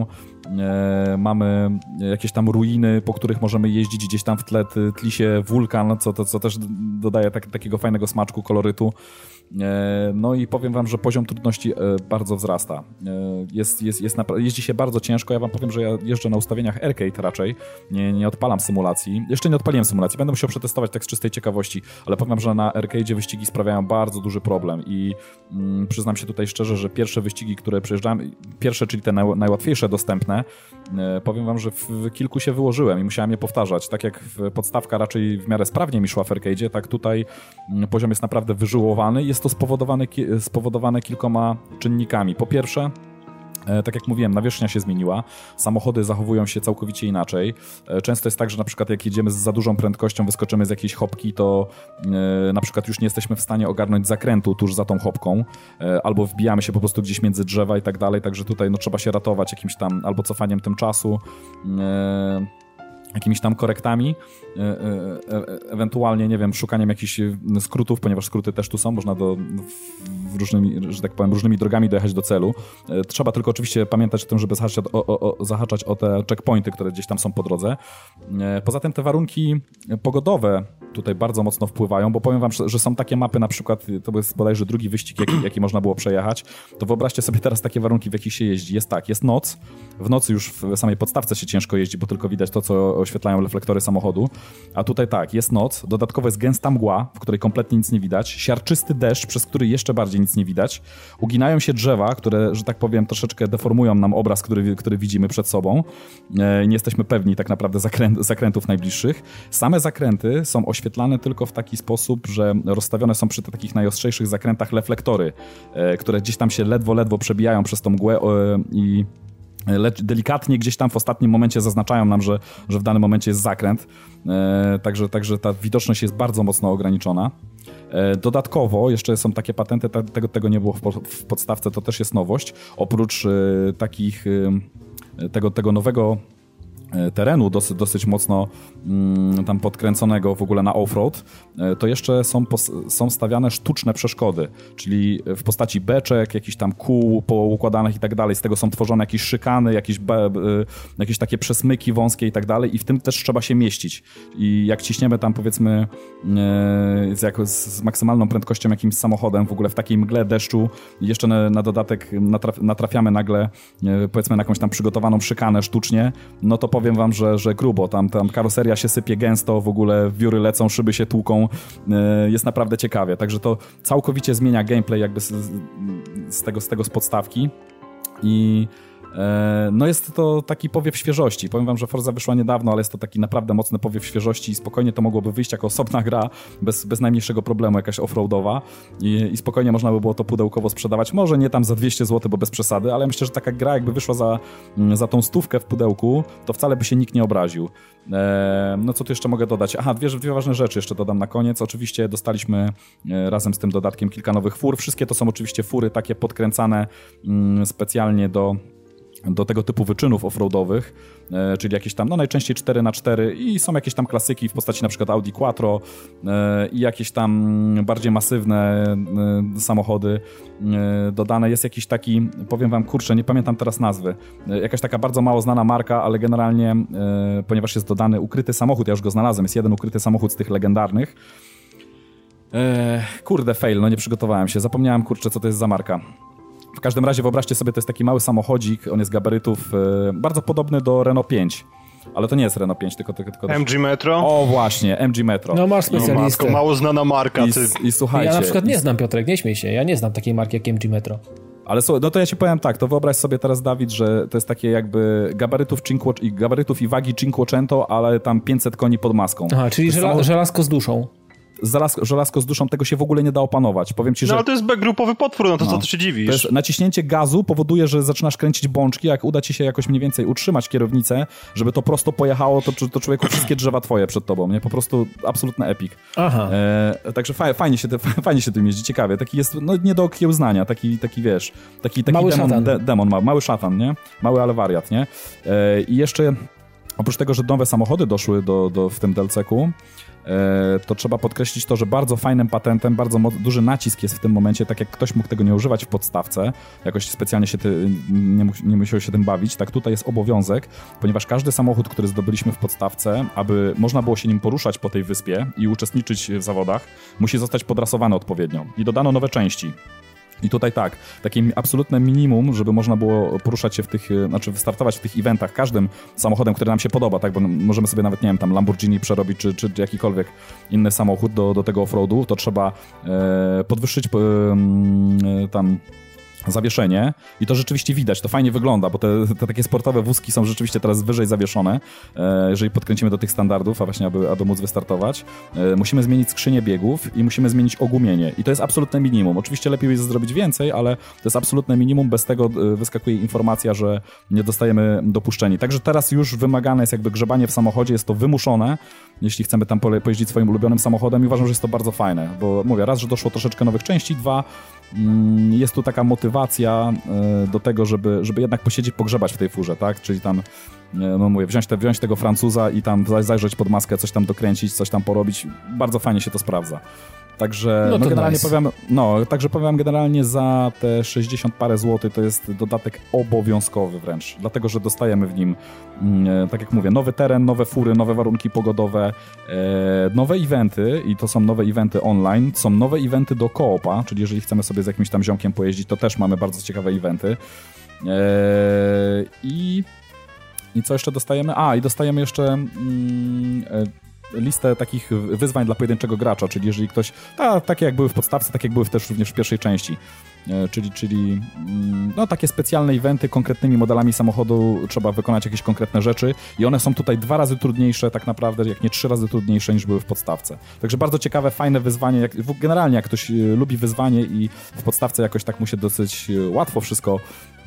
Mamy jakieś tam ruiny, po których możemy jeździć, gdzieś tam w tle tli się wulkan, co też dodaje takiego fajnego smaczku, kolorytu. No i powiem wam, że poziom trudności bardzo wzrasta. Jeździ się bardzo ciężko. Ja wam powiem, że ja jeżdżę na ustawieniach arcade raczej. Nie odpalam symulacji. Jeszcze nie odpaliłem symulacji. Będę musiał przetestować tak z czystej ciekawości, ale powiem wam, że na arcade'zie wyścigi sprawiają bardzo duży problem i przyznam się tutaj szczerze, że pierwsze wyścigi, które przejeżdżałem, pierwsze, czyli te najłatwiejsze dostępne, powiem wam, że w kilku się wyłożyłem i musiałem je powtarzać. Tak jak podstawka raczej w miarę sprawnie mi szła w arcade'zie, tak tutaj poziom jest naprawdę wyżyłowany. Jest to spowodowane kilkoma czynnikami. Po pierwsze, tak jak mówiłem, nawierzchnia się zmieniła, samochody zachowują się całkowicie inaczej. Często jest tak, że na przykład jak jedziemy z za dużą prędkością, wyskoczymy z jakiejś hopki, to na przykład już nie jesteśmy w stanie ogarnąć zakrętu tuż za tą hopką, albo wbijamy się po prostu gdzieś między drzewa i tak dalej, także tutaj trzeba się ratować jakimś tam albo cofaniem tym czasu, jakimiś tam korektami, ewentualnie, nie wiem, szukaniem jakichś skrótów, ponieważ skróty też tu są, można że tak powiem, różnymi drogami dojechać do celu. Trzeba tylko oczywiście pamiętać o tym, żeby zahaczać o te checkpointy, które gdzieś tam są po drodze. Poza tym te warunki pogodowe tutaj bardzo mocno wpływają, bo powiem wam, że są takie mapy, na przykład, to jest bodajże drugi wyścig, jaki można było przejechać, to wyobraźcie sobie teraz takie warunki, w jakich się jeździ. Jest noc, w nocy już w samej podstawce się ciężko jeździ, bo tylko widać to, co oświetlają reflektory samochodu, a tutaj tak, jest noc, dodatkowo jest gęsta mgła, w której kompletnie nic nie widać, siarczysty deszcz, przez który jeszcze bardziej nic nie widać, uginają się drzewa, które, że tak powiem, troszeczkę deformują nam obraz, który widzimy przed sobą. Nie jesteśmy pewni tak naprawdę zakrętów najbliższych. Same zakręty są oświetlane tylko w taki sposób, że rozstawione są przy takich najostrzejszych zakrętach reflektory, które gdzieś tam się ledwo przebijają przez tą mgłę i delikatnie gdzieś tam w ostatnim momencie zaznaczają nam, że w danym momencie jest zakręt. Także ta widoczność jest bardzo mocno ograniczona. Dodatkowo jeszcze są takie patenty, tego nie było w podstawce, to też jest nowość. Oprócz tego nowego terenu dosyć mocno tam podkręconego w ogóle na off-road, to jeszcze są stawiane sztuczne przeszkody, czyli w postaci beczek, jakichś tam kół poukładanych i tak dalej, z tego są tworzone jakieś szykany, jakieś takie przesmyki wąskie i tak dalej i w tym też trzeba się mieścić i jak ciśniemy tam powiedzmy z maksymalną prędkością jakimś samochodem w ogóle w takiej mgle deszczu jeszcze na dodatek natrafiamy nagle powiedzmy na jakąś tam przygotowaną szykanę sztucznie, no to powiem wam, że grubo, tam karoseria się sypie gęsto, w ogóle wióry lecą, szyby się tłuką, jest naprawdę ciekawie, także to całkowicie zmienia gameplay jakby z tego z podstawki i no jest to taki powiew świeżości. Powiem wam, że Forza wyszła niedawno, ale jest to taki naprawdę mocny powiew świeżości i spokojnie to mogłoby wyjść jako osobna gra, bez najmniejszego problemu, jakaś offroadowa i spokojnie można by było to pudełkowo sprzedawać. Może nie tam za 200 zł, bo bez przesady, ale myślę, że taka gra jakby wyszła za tą 100 w pudełku, to wcale by się nikt nie obraził. No co tu jeszcze mogę dodać? Aha, dwie ważne rzeczy jeszcze dodam na koniec. Oczywiście dostaliśmy razem z tym dodatkiem kilka nowych fur. Wszystkie to są oczywiście fury takie podkręcane specjalnie do tego typu wyczynów offroadowych, czyli jakieś tam, no najczęściej 4x4 i są jakieś tam klasyki w postaci na przykład Audi Quattro i jakieś tam bardziej masywne samochody dodane. Jest jakiś taki, powiem wam, kurczę, nie pamiętam teraz nazwy, jakaś taka bardzo mało znana marka, ale generalnie, ponieważ jest dodany ukryty samochód, ja już go znalazłem, jest jeden ukryty samochód z tych legendarnych, Kurde, fail, no nie przygotowałem się. Zapomniałem, kurczę, co to jest za marka. W każdym razie wyobraźcie sobie, to jest taki mały samochodzik, on jest gabarytów bardzo podobny do Renault 5. Ale to nie jest Renault 5, tylko MG Metro? O właśnie, MG Metro. No masz specjalistę. Mało znana marka. I słuchajcie... Ja na przykład nie znam, Piotrek, nie śmiej się. Ja nie znam takiej marki jak MG Metro. Ale słuchaj, no to ja ci powiem tak, to wyobraź sobie teraz, Dawid, że to jest takie jakby gabarytów i wagi Cinquecento, ale tam 500 koni pod maską. Aha, czyli żelazko z duszą. Żelazko z duszą, tego się w ogóle nie da opanować. Powiem ci, że... No ale to jest B-grupowy potwór, no to co ty się dziwisz? To jest, naciśnięcie gazu powoduje, że zaczynasz kręcić bączki, jak uda ci się jakoś mniej więcej utrzymać kierownicę, żeby to prosto pojechało, to człowieku wszystkie drzewa twoje przed tobą, nie? Po prostu absolutny epic. Aha. Także fajnie się tym jeździ, ciekawie. Taki jest, no nie do okiełznania, taki wiesz, taki mały demon, mały szatan, nie? Mały, ale wariat, nie? I jeszcze oprócz tego, że nowe samochody doszły w tym DLC-ku, to trzeba podkreślić to, że bardzo fajnym patentem, bardzo duży nacisk jest w tym momencie, tak jak ktoś mógł tego nie używać w podstawce, jakoś specjalnie się nie musiał się tym bawić, tak tutaj jest obowiązek, ponieważ każdy samochód, który zdobyliśmy w podstawce, aby można było się nim poruszać po tej wyspie i uczestniczyć w zawodach, musi zostać podrasowany odpowiednio i dodano nowe części. I tutaj tak, takie absolutne minimum, żeby można było poruszać się wystartować w tych eventach każdym samochodem, który nam się podoba, tak, bo możemy sobie nawet, nie wiem, tam Lamborghini przerobić, czy jakikolwiek inny samochód do tego offroadu, to trzeba podwyższyć tam zawieszenie i to rzeczywiście widać, to fajnie wygląda, bo te takie sportowe wózki są rzeczywiście teraz wyżej zawieszone, jeżeli podkręcimy do tych standardów, a właśnie aby móc wystartować. Musimy zmienić skrzynię biegów i musimy zmienić ogumienie i to jest absolutne minimum. Oczywiście lepiej jest zrobić więcej, ale to jest absolutne minimum, bez tego wyskakuje informacja, że nie dostajemy dopuszczeni. Także teraz już wymagane jest jakby grzebanie w samochodzie, jest to wymuszone, jeśli chcemy tam pojeździć swoim ulubionym samochodem i uważam, że jest to bardzo fajne, bo mówię, raz, że doszło troszeczkę nowych części, dwa, jest tu taka motywacja do tego, żeby jednak posiedzieć, pogrzebać w tej furze, tak? Czyli tam, no mówię, wziąć tego Francuza i tam zajrzeć pod maskę, coś tam dokręcić, coś tam porobić. Bardzo fajnie się to sprawdza. Także no generalnie nice. powiem generalnie za te 60 parę złotych to jest dodatek obowiązkowy wręcz, dlatego, że dostajemy w nim, tak jak mówię, nowy teren, nowe fury, nowe warunki pogodowe, nowe eventy i to są nowe eventy online, są nowe eventy do koopa, czyli jeżeli chcemy sobie z jakimś tam ziomkiem pojeździć, to też mamy bardzo ciekawe eventy. I co jeszcze dostajemy? I dostajemy jeszcze listę takich wyzwań dla pojedynczego gracza, czyli jeżeli ktoś, takie jak były w podstawce, tak jak były też również w pierwszej części, czyli no, takie specjalne eventy, konkretnymi modelami samochodu trzeba wykonać jakieś konkretne rzeczy i one są tutaj 2 razy trudniejsze tak naprawdę, jak nie 3 razy trudniejsze niż były w podstawce. Także bardzo ciekawe, fajne wyzwanie, generalnie jak ktoś lubi wyzwanie i w podstawce jakoś tak mu się dosyć łatwo wszystko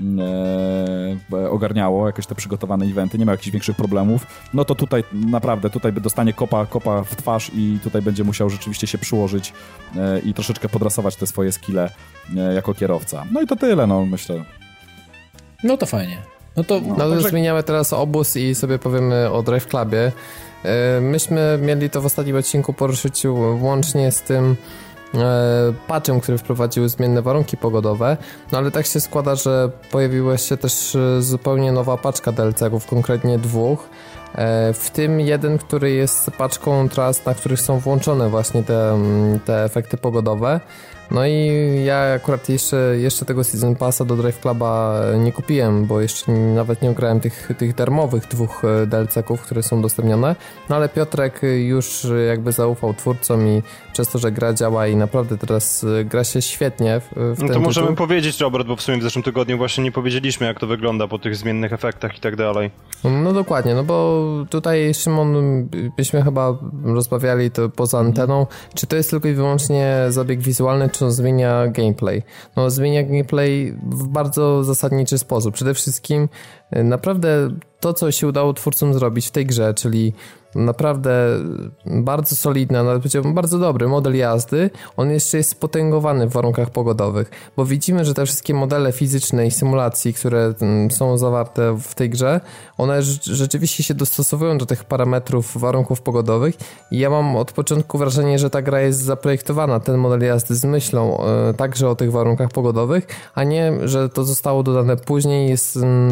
ogarniało, jakieś te przygotowane eventy, nie ma jakichś większych problemów, no to tutaj naprawdę, by dostanie kopa w twarz i tutaj będzie musiał rzeczywiście się przyłożyć i troszeczkę podrasować te swoje skille jako kierowca. No i to tyle, no myślę. No to fajnie. Także zmieniamy teraz obóz i sobie powiemy o Drive Clubie. Myśmy mieli to w ostatnim odcinku poruszyć łącznie z tym patchem, który wprowadził zmienne warunki pogodowe, no ale tak się składa, że pojawiła się też zupełnie nowa paczka DLC-ów, konkretnie 2, w tym jeden, który jest paczką tras, na których są włączone właśnie te efekty pogodowe. No i ja akurat jeszcze tego Season Passa do Drive Cluba nie kupiłem, bo jeszcze nawet nie grałem tych darmowych 2 DLC-ków, które są udostępnione. No ale Piotrek już jakby zaufał twórcom i przez to, że gra działa i naprawdę teraz gra się świetnie w ten No to możemy tytuł. powiedzieć, Robert, bo w sumie w zeszłym tygodniu właśnie nie powiedzieliśmy, jak to wygląda po tych zmiennych efektach i tak dalej. No dokładnie, no bo tutaj, Szymon, byśmy chyba rozmawiali to poza anteną, czy to jest tylko i wyłącznie zabieg wizualny, czy on zmienia gameplay. No zmienia gameplay w bardzo zasadniczy sposób. Przede wszystkim naprawdę to, co się udało twórcom zrobić w tej grze, czyli naprawdę bardzo solidny, nawet powiedziałbym bardzo dobry model jazdy, on jeszcze jest spotęgowany w warunkach pogodowych, bo widzimy, że te wszystkie modele fizyczne i symulacji, które są zawarte w tej grze, one rzeczywiście się dostosowują do tych parametrów warunków pogodowych i ja mam od początku wrażenie, że ta gra jest zaprojektowana, ten model jazdy z myślą także o tych warunkach pogodowych, a nie, że to zostało dodane później, jest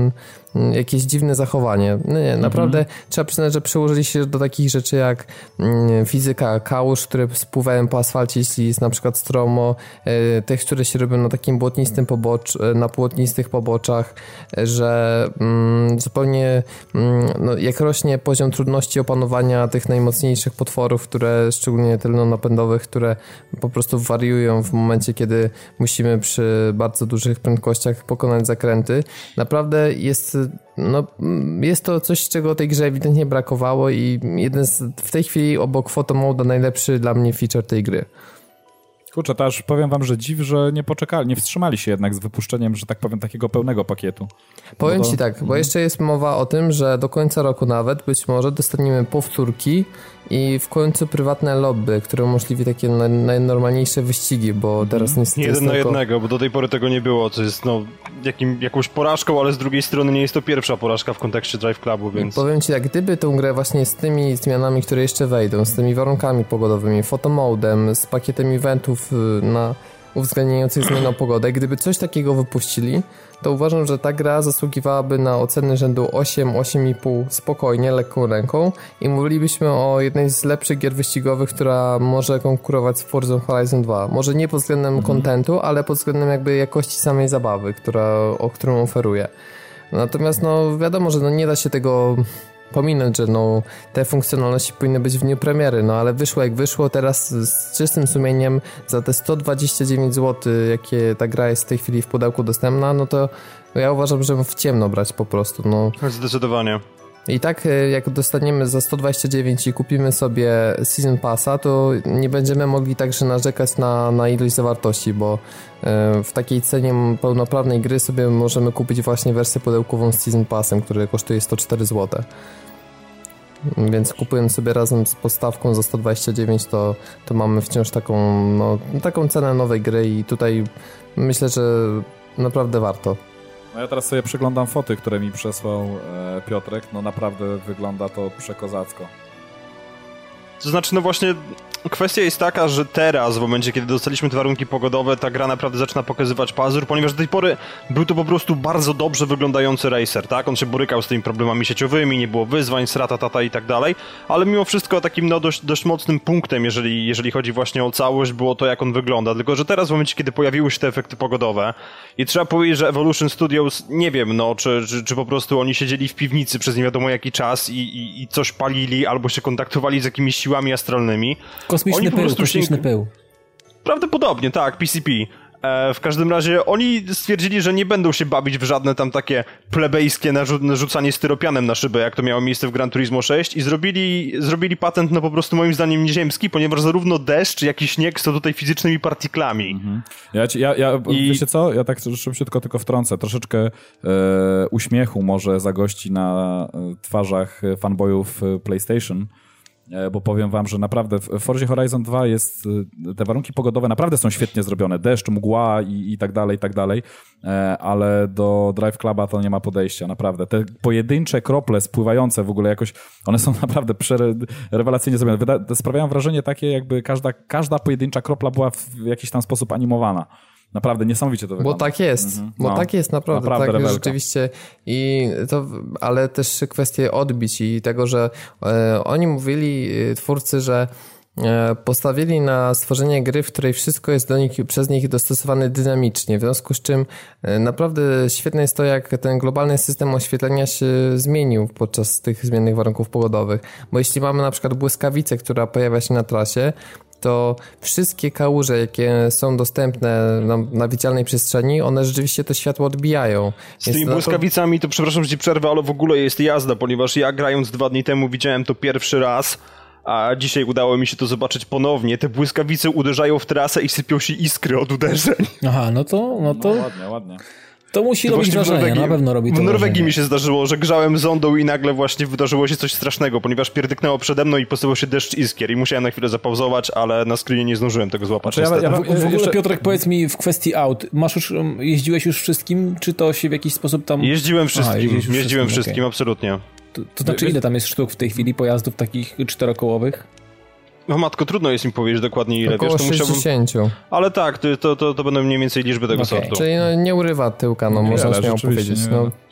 jakieś dziwne zachowanie. No nie, naprawdę trzeba przyznać, że przyłożyli się do takich rzeczy jak fizyka kałuż, które spływają po asfalcie, jeśli jest na przykład stromo, tych, które się robią na takim na błotnistych poboczach, że zupełnie jak rośnie poziom trudności opanowania tych najmocniejszych potworów, które szczególnie tylnonapędowych, które po prostu wariują w momencie, kiedy musimy przy bardzo dużych prędkościach pokonać zakręty. Naprawdę jest to coś, czego tej grze ewidentnie brakowało i w tej chwili obok Photomoda najlepszy dla mnie feature tej gry. Kurczę, to aż powiem wam, że dziw, że nie wstrzymali się jednak z wypuszczeniem, że tak powiem, takiego pełnego pakietu. Powiem ci tak, bo jeszcze jest mowa o tym, że do końca roku nawet być może dostaniemy powtórki i w końcu prywatne lobby, które umożliwi takie najnormalniejsze wyścigi, bo teraz niestety jeden na jednego, bo do tej pory tego nie było, co jest jakąś porażką, ale z drugiej strony nie jest to pierwsza porażka w kontekście Drive Clubu, więc... Powiem ci tak, gdyby tę grę właśnie z tymi zmianami, które jeszcze wejdą, z tymi warunkami pogodowymi, fotomodem, z pakietem eventów uwzględniających zmienną pogodę, gdyby coś takiego wypuścili, to uważam, że ta gra zasługiwałaby na oceny rzędu 8, 8,5 spokojnie, lekką ręką i mówilibyśmy o jednej z lepszych gier wyścigowych, która może konkurować z Forza Horizon 2. Może nie pod względem kontentu, ale pod względem jakby jakości samej zabawy, którą oferuje. Natomiast wiadomo, że nie da się tego pominąć, że te funkcjonalności powinny być w dniu premiery, ale wyszło jak wyszło, teraz z czystym sumieniem za te 129 zł, jakie ta gra jest w tej chwili w pudełku dostępna, to ja uważam, że w ciemno brać po prostu. Zdecydowanie. I tak jak dostaniemy za 129 i kupimy sobie Season Passa, to nie będziemy mogli także narzekać na ilość zawartości, bo w takiej cenie pełnoprawnej gry sobie możemy kupić właśnie wersję pudełkową z Season Passem, który kosztuje 104 zł. Więc kupując sobie razem z podstawką za 129, to mamy wciąż taką cenę nowej gry i tutaj myślę, że naprawdę warto. No ja teraz sobie przyglądam foty, które mi przesłał Piotrek. Naprawdę wygląda to przekozacko. To znaczy, właśnie kwestia jest taka, że teraz, w momencie, kiedy dostaliśmy te warunki pogodowe, ta gra naprawdę zaczyna pokazywać pazur, ponieważ do tej pory był to po prostu bardzo dobrze wyglądający racer, tak? On się borykał z tymi problemami sieciowymi, nie było wyzwań, sratatata i tak dalej, ale mimo wszystko takim dość mocnym punktem, jeżeli chodzi właśnie o całość, było to, jak on wygląda. Tylko że teraz, w momencie, kiedy pojawiły się te efekty pogodowe i trzeba powiedzieć, że Evolution Studios, nie wiem, czy po prostu oni siedzieli w piwnicy przez nie wiadomo jaki czas i coś palili, albo się kontaktowali z jakimiś siłami astralnymi. Kosmiczny pył. Prawdopodobnie, tak, PCP. W każdym razie oni stwierdzili, że nie będą się bawić w żadne tam takie plebejskie narzucanie styropianem na szybę, jak to miało miejsce w Gran Turismo 6 i zrobili patent, po prostu moim zdaniem nieziemski, ponieważ zarówno deszcz, jak i śnieg są tutaj fizycznymi partiklami. Wiecie co? Ja tak szybciutko tylko wtrącę. Troszeczkę uśmiechu może zagości na twarzach fanboyów PlayStation, bo powiem wam, że naprawdę w Forzie Horizon 2 te warunki pogodowe naprawdę są świetnie zrobione. Deszcz, mgła i tak dalej, ale do Drive Cluba to nie ma podejścia, naprawdę. Te pojedyncze krople spływające w ogóle jakoś, one są naprawdę rewelacyjnie zrobione. Sprawiają wrażenie takie, jakby każda pojedyncza kropla była w jakiś tam sposób animowana. Naprawdę niesamowicie to wygląda. Bo tak jest, tak jest naprawdę tak rewelka. Rzeczywiście. Ale też kwestie odbić i tego, że oni mówili, twórcy, że postawili na stworzenie gry, w której wszystko jest przez nich dostosowane dynamicznie, w związku z czym naprawdę świetne jest to, jak ten globalny system oświetlenia się zmienił podczas tych zmiennych warunków pogodowych, bo jeśli mamy na przykład błyskawicę, która pojawia się na trasie, to wszystkie kałuże, jakie są dostępne na widzialnej przestrzeni, one rzeczywiście to światło odbijają. Z tymi błyskawicami to przepraszam, że ci przerwę, ale w ogóle jest jazda, ponieważ ja grając 2 dni temu widziałem to pierwszy raz, a dzisiaj udało mi się to zobaczyć ponownie. Te błyskawice uderzają w trasę i sypią się iskry od uderzeń. Aha, no to... Ładnie. To musi robić wrażenie, na pewno robi to w Norwegii wrażenie. Mi się zdarzyło, że grzałem zondą i nagle właśnie wydarzyło się coś strasznego, ponieważ pierdyknęło przede mną i posypał się deszcz iskier i musiałem na chwilę zapauzować, ale na screenie nie zdążyłem tego złapać. W ogóle Piotrek, powiedz mi w kwestii aut, jeździłeś już wszystkim, czy to się w jakiś sposób tam... Jeździłem wszystkim, okay. Absolutnie. To znaczy ile tam jest sztuk w tej chwili pojazdów takich 4-kołowych? No matko, trudno jest mi powiedzieć dokładnie ile. Około 60. Ale tak, to będą mniej więcej liczby tego sortu. Czyli nie urywa tyłka, można śmiało powiedzieć.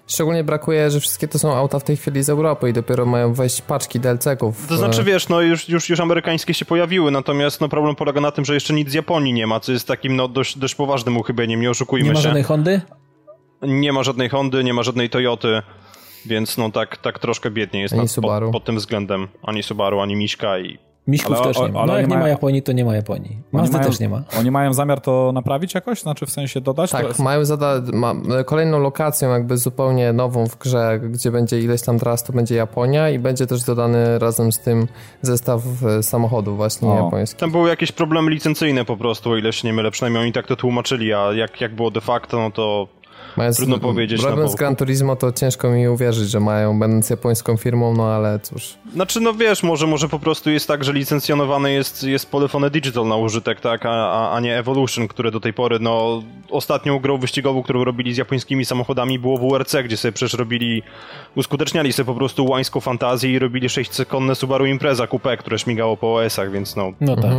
Szczególnie brakuje, że wszystkie to są auta w tej chwili z Europy i dopiero mają wejść paczki DLC-ków. To znaczy, wiesz, no już amerykańskie się pojawiły, natomiast no problem polega na tym, że jeszcze nic z Japonii nie ma, co jest takim no dość poważnym uchybieniem, nie oszukujmy się. Nie ma żadnej Hondy? Nie ma żadnej Hondy, nie ma żadnej Toyoty, więc no tak troszkę biednie jest pod tym względem. Ani Subaru, ani Miśka i... Miśków też nie ma. No jak nie ma Japonii, to nie ma Japonii. Mazdy też nie ma. Oni mają zamiar to naprawić jakoś? Znaczy w sensie dodać? Tak, mają kolejną lokacją jakby zupełnie nową w grze, gdzie będzie ileś tam tras, to będzie Japonia i będzie też dodany razem z tym zestaw samochodów właśnie japońskich. Tam były jakieś problemy licencyjne po prostu, o ile się nie mylę, przynajmniej oni tak to tłumaczyli, a jak było de facto, no to... Trudno powiedzieć. Robiąc Gran Turismo, to ciężko mi uwierzyć, że mają, będąc japońską firmą, no ale cóż. Znaczy, no wiesz, może po prostu jest tak, że licencjonowane jest Polyphony Digital na użytek, tak, a nie Evolution, które do tej pory, no, ostatnią grą wyścigową, którą robili z japońskimi samochodami, było WRC, gdzie sobie przecież uskuteczniali sobie po prostu łańską fantazję i robili 6-sekundne Subaru Impreza Coupe, które śmigało po OS-ach, więc no... No tak.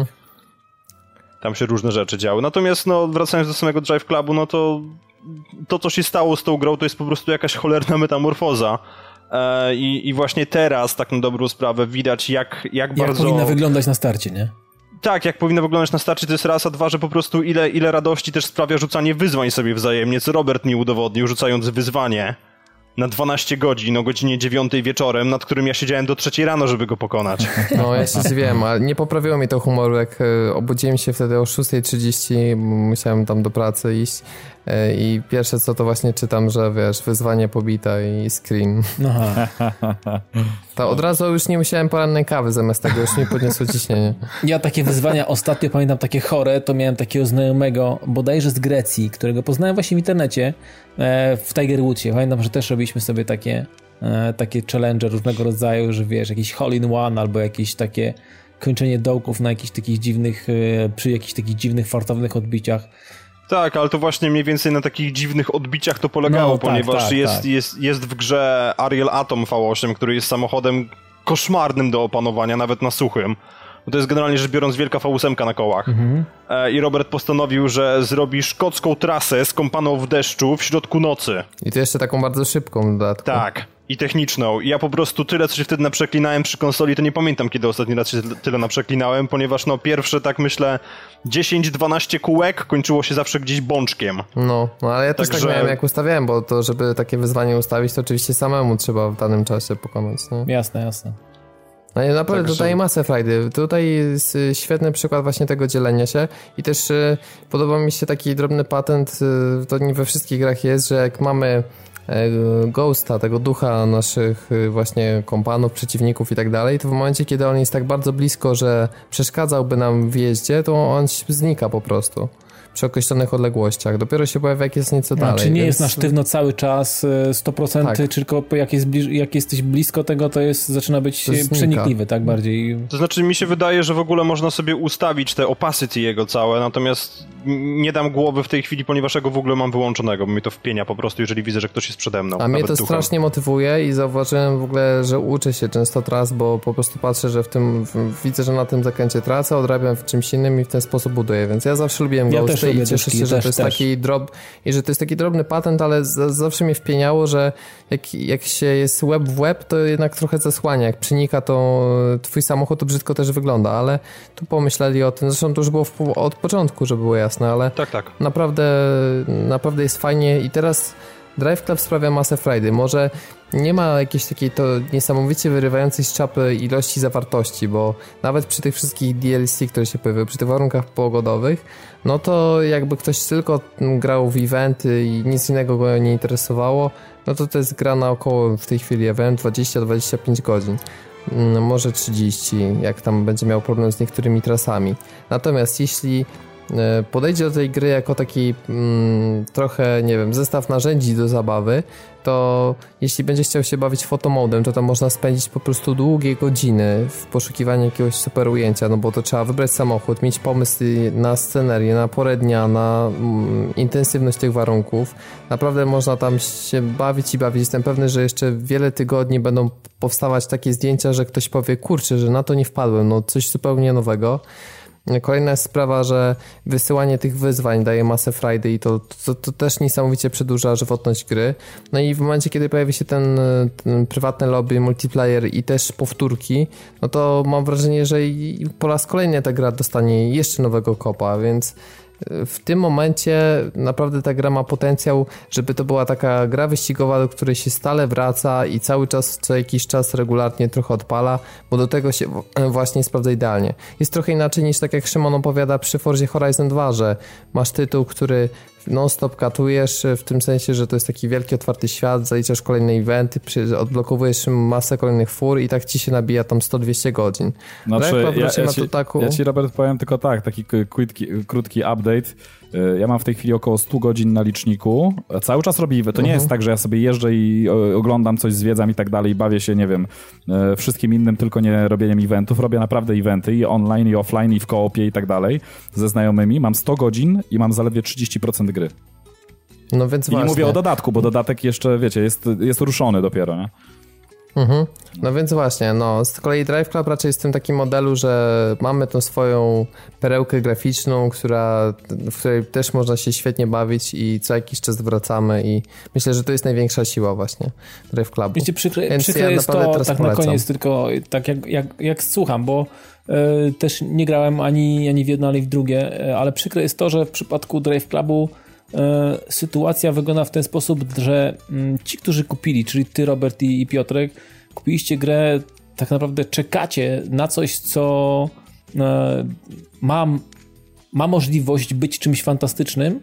Tam się różne rzeczy działy. Natomiast, no, wracając do samego Drive Clubu, no to co się stało z tą grą, to jest po prostu jakaś cholerna metamorfoza. I właśnie teraz, tak na dobrą sprawę, widać jak bardzo... Jak powinna wyglądać na starcie, nie? Tak, jak powinna wyglądać na starcie, to jest raz, a dwa, że po prostu ile radości też sprawia rzucanie wyzwań sobie wzajemnie, co Robert mi udowodnił, rzucając wyzwanie na 12 godzin, o godzinie 9 wieczorem, nad którym ja siedziałem do 3 rano, żeby go pokonać. No, ja się zdziwiłem, ale nie poprawiło mi to humoru, jak obudziłem się wtedy o 6:30, musiałem tam do pracy iść i pierwsze co to właśnie czytam, że wiesz, wyzwanie pobita i screen. Aha. To od razu już nie musiałem porannej kawy, zamiast tego już mi podniosło ciśnienie. Ja takie wyzwania ostatnio pamiętam, takie chore, to miałem takiego znajomego, bodajże z Grecji, którego poznałem właśnie w internecie, w Tiger Woodsie. Pamiętam, że też robiliśmy sobie takie challenge różnego rodzaju, że wiesz, jakiś hole in one albo jakieś takie kończenie dołków na jakichś takich dziwnych, przy jakichś takich dziwnych, fartownych odbiciach. Tak, ale to właśnie mniej więcej na takich dziwnych odbiciach to polegało, ponieważ jest w grze Ariel Atom V8, który jest samochodem koszmarnym do opanowania, nawet na suchym. To jest generalnie rzecz biorąc wielka V8 na kołach. I Robert postanowił, że zrobi szkocką trasę skąpaną w deszczu w środku nocy. I to jeszcze taką bardzo szybką dodatką. Tak. I techniczną. I ja po prostu tyle, co się wtedy naprzeklinałem przy konsoli, to nie pamiętam, kiedy ostatni raz się tyle naprzeklinałem, ponieważ no pierwsze, tak myślę, 10-12 kółek kończyło się zawsze gdzieś bączkiem. No ale ja też tak miałem, jak ustawiałem, bo to, żeby takie wyzwanie ustawić, to oczywiście samemu trzeba w danym czasie pokonać. Nie? Jasne. No nie, naprawdę tutaj masę frajdy. Tutaj jest świetny przykład właśnie tego dzielenia się i też podoba mi się taki drobny patent, to nie we wszystkich grach jest, że jak mamy Ghosta, tego ducha naszych właśnie kompanów, przeciwników i tak dalej, to w momencie, kiedy on jest tak bardzo blisko, że przeszkadzałby nam w jeździe, to on znika po prostu przy określonych odległościach. Dopiero się pojawia, jak jest nieco dalej. Czy nie jest na sztywno cały czas 100%, tak. Czy tylko jak jesteś blisko tego, to zaczyna być przenikliwy, tak bardziej. To znaczy mi się wydaje, że w ogóle można sobie ustawić te opacity jego całe, natomiast nie dam głowy w tej chwili, ponieważ ja go w ogóle mam wyłączonego, bo mi to wpienia po prostu, jeżeli widzę, że ktoś jest przede mną. A mnie to strasznie motywuje i zauważyłem w ogóle, że uczę się często tras, bo po prostu patrzę, że widzę, że na tym zakręcie tracę, odrabiam w czymś innym i w ten sposób buduję, więc ja zawsze lubiłem Ghost. I cieszę się, że to jest taki taki drobny patent, ale zawsze mnie wpieniało, że jak się jest łeb w łeb, to jednak trochę zasłania. Jak przenika, to twój samochód to brzydko też wygląda, ale tu pomyśleli o tym. Zresztą to już było od początku, żeby było jasne, ale tak. Naprawdę jest fajnie i teraz Drive Club sprawia masę frajdy. Może nie ma jakiejś takiej to niesamowicie wyrywającej z czapy ilości zawartości, bo nawet przy tych wszystkich DLC, które się pojawiły, przy tych warunkach pogodowych, no to jakby ktoś tylko grał w eventy i nic innego go nie interesowało, no to jest gra na około w tej chwili event 20-25 godzin. Może 30, jak tam będzie miał problem z niektórymi trasami. Natomiast jeśli podejdzie do tej gry jako taki trochę, nie wiem, zestaw narzędzi do zabawy, to jeśli będzie chciał się bawić fotomodem, to tam można spędzić po prostu długie godziny w poszukiwaniu jakiegoś super ujęcia, no bo to trzeba wybrać samochód, mieć pomysł na scenerię, na porę dnia, na intensywność tych warunków. Naprawdę można tam się bawić i bawić. Jestem pewny, że jeszcze wiele tygodni będą powstawać takie zdjęcia, że ktoś powie, kurczę, że na to nie wpadłem, no coś zupełnie nowego. Kolejna jest sprawa, że wysyłanie tych wyzwań daje masę frajdy i to też niesamowicie przedłuża żywotność gry. No i w momencie, kiedy pojawi się ten prywatny lobby, multiplayer i też powtórki, no to mam wrażenie, że i po raz kolejny ta gra dostanie jeszcze nowego kopa, więc w tym momencie naprawdę ta gra ma potencjał, żeby to była taka gra wyścigowa, do której się stale wraca i cały czas, co jakiś czas regularnie trochę odpala, bo do tego się właśnie sprawdza idealnie. Jest trochę inaczej niż tak jak Szymon opowiada przy Forzie Horizon 2, że masz tytuł, który non-stop katujesz, w tym sensie, że to jest taki wielki, otwarty świat, zaliczasz kolejne eventy, odblokowujesz masę kolejnych fur i tak ci się nabija tam 100-200 godzin. Znaczy, ja ci, Robert, powiem tylko tak, taki krótki update. Ja mam w tej chwili około 100 godzin na liczniku. Cały czas robię. To nie jest tak, że ja sobie jeżdżę i oglądam coś, zwiedzam i tak dalej, bawię się, nie wiem, wszystkim innym, tylko nie robieniem eventów. Robię naprawdę eventy i online, i offline, i w koopie i tak dalej ze znajomymi. Mam 100 godzin i mam zaledwie 30% gry. No więc I nie mówię o dodatku, bo dodatek jeszcze, wiecie, jest ruszony dopiero, nie? No więc właśnie, z kolei Drive Club raczej jest w tym takim modelu, że mamy tą swoją perełkę graficzną, w której też można się świetnie bawić i co jakiś czas wracamy i myślę, że to jest największa siła właśnie Drive Clubu. Wiecie, przykre jest to tak polecam. Na koniec tylko tak jak słucham, bo też nie grałem ani w jedno, ani w drugie, ale przykre jest to, że w przypadku Drive Clubu sytuacja wygląda w ten sposób, że ci, którzy kupili, czyli ty, Robert i Piotrek, kupiliście grę, tak naprawdę czekacie na coś, co ma możliwość być czymś fantastycznym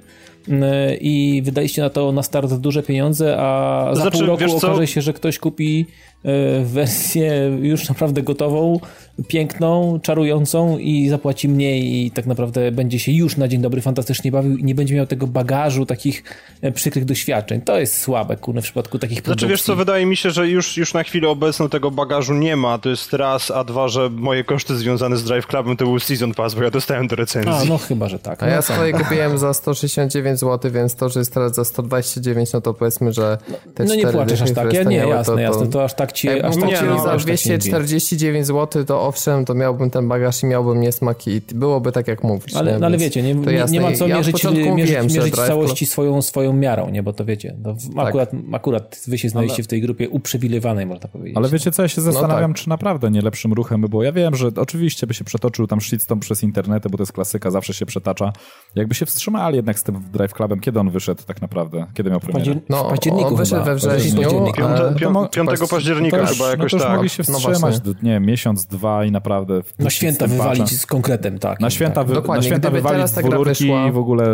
i wydaliście na to na start duże pieniądze, a za pół roku okaże się, że ktoś kupi wersję już naprawdę gotową, piękną, czarującą i zapłaci mniej i tak naprawdę będzie się już na dzień dobry fantastycznie bawił i nie będzie miał tego bagażu takich przykrych doświadczeń. To jest słabe, w przypadku takich produkcji. Znaczy, wiesz co, wydaje mi się, że już na chwilę obecną tego bagażu nie ma. To jest raz, a dwa, że moje koszty związane z Drive Clubem to był Season Pass, bo ja dostałem do recenzji. A, no chyba, że tak. A ja swoje kupiłem za 169 zł, więc to, że jest teraz za 129, no to powiedzmy, że te no nie płaczesz aż tak. Ja nie, jasne, to aż tak ci... za 249 zł, to owszem, to miałbym ten bagaż i miałbym niesmak i byłoby tak, jak mówisz. Ale wiecie, nie ma co mierzyć całości swoją miarą, nie? Bo to wiecie, akurat wy się znaleźliście w tej grupie uprzywilejowanej, można powiedzieć. Ale wiecie co, ja się zastanawiam, czy naprawdę nie lepszym ruchem by było. Ja wiem, że oczywiście by się przetoczył tam shitstorm przez internety, bo to jest klasyka, zawsze się przetacza. Jakby się wstrzymali jednak z tym Drive Clubem, kiedy on wyszedł tak naprawdę? Kiedy miał premierę? W październiku on wyszedł we wrześniu. 5 października chyba jakoś tak. tak. Mogli się wstrzymać, nie wiem, miesiąc, dwa i naprawdę... Na święta wywalić z konkretem, tak. Na święta wywalić dwururki i w ogóle,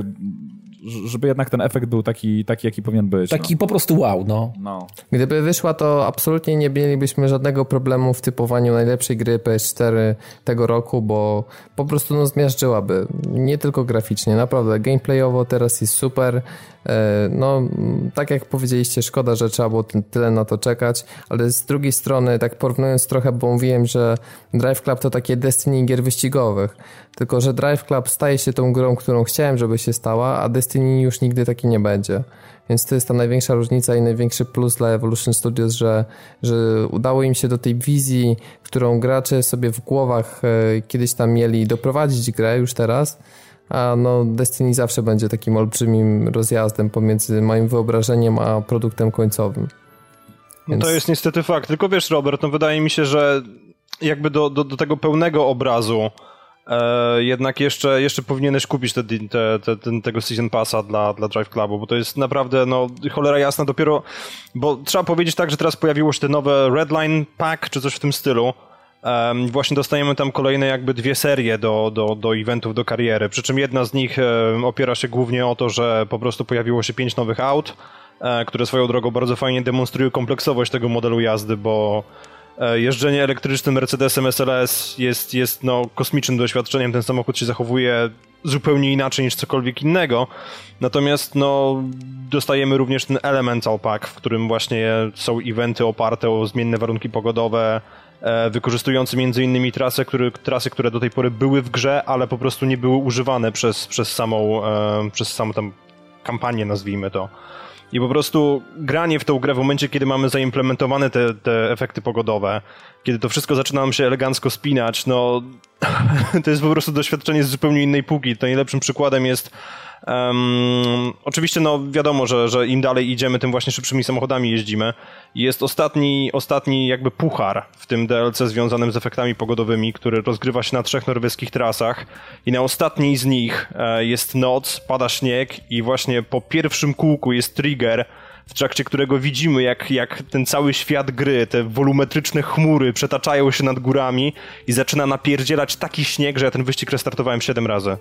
żeby jednak ten efekt był taki jaki powinien być. Taki po prostu wow, no. Gdyby wyszła, to absolutnie nie mielibyśmy żadnego problemu w typowaniu najlepszej gry PS4 tego roku, bo po prostu zmiażdżyłaby. Nie tylko graficznie, naprawdę. Gameplayowo teraz jest super. Tak jak powiedzieliście, szkoda, że trzeba było tyle na to czekać, ale z drugiej strony, tak porównując trochę, bo mówiłem, że Drive Club to takie Destiny gier wyścigowych, tylko że Drive Club staje się tą grą, którą chciałem, żeby się stała, a Destiny już nigdy taki nie będzie. Więc to jest ta największa różnica i największy plus dla Evolution Studios, że udało im się do tej wizji, którą gracze sobie w głowach kiedyś tam mieli, doprowadzić grę już teraz. A Destiny zawsze będzie takim olbrzymim rozjazdem pomiędzy moim wyobrażeniem a produktem końcowym. Więc... No to jest niestety fakt. Tylko wiesz, Robert, wydaje mi się, że jakby do tego pełnego obrazu jednak jeszcze powinieneś kupić tego Season Passa dla Drive Clubu, bo to jest naprawdę cholera jasna dopiero, bo trzeba powiedzieć tak, że teraz pojawiło się te nowe Redline Pack, czy coś w tym stylu. Właśnie dostajemy tam kolejne jakby 2 serie do eventów, do kariery, przy czym jedna z nich opiera się głównie o to, że po prostu pojawiło się 5 nowych aut, które swoją drogą bardzo fajnie demonstrują kompleksowość tego modelu jazdy, bo jeżdżenie elektrycznym Mercedesem SLS jest kosmicznym doświadczeniem, ten samochód się zachowuje zupełnie inaczej niż cokolwiek innego, natomiast dostajemy również ten Elemental Pack, w którym właśnie są eventy oparte o zmienne warunki pogodowe, wykorzystujący m.in. trasy, które do tej pory były w grze, ale po prostu nie były używane przez samą tam kampanię, nazwijmy to. I po prostu granie w tą grę w momencie, kiedy mamy zaimplementowane te efekty pogodowe, kiedy to wszystko zaczyna nam się elegancko spinać, no to jest po prostu doświadczenie z zupełnie innej półki. To najlepszym przykładem jest oczywiście no wiadomo, że im dalej idziemy, tym właśnie szybszymi samochodami jeździmy. Jest ostatni jakby puchar w tym DLC związanym z efektami pogodowymi, który rozgrywa się na 3 norweskich trasach i na ostatniej z nich jest noc, pada śnieg i właśnie po pierwszym kółku jest trigger, w trakcie którego widzimy, jak ten cały świat gry, te wolumetryczne chmury przetaczają się nad górami i zaczyna napierdzielać taki śnieg, że ja ten wyścig restartowałem 7 razy.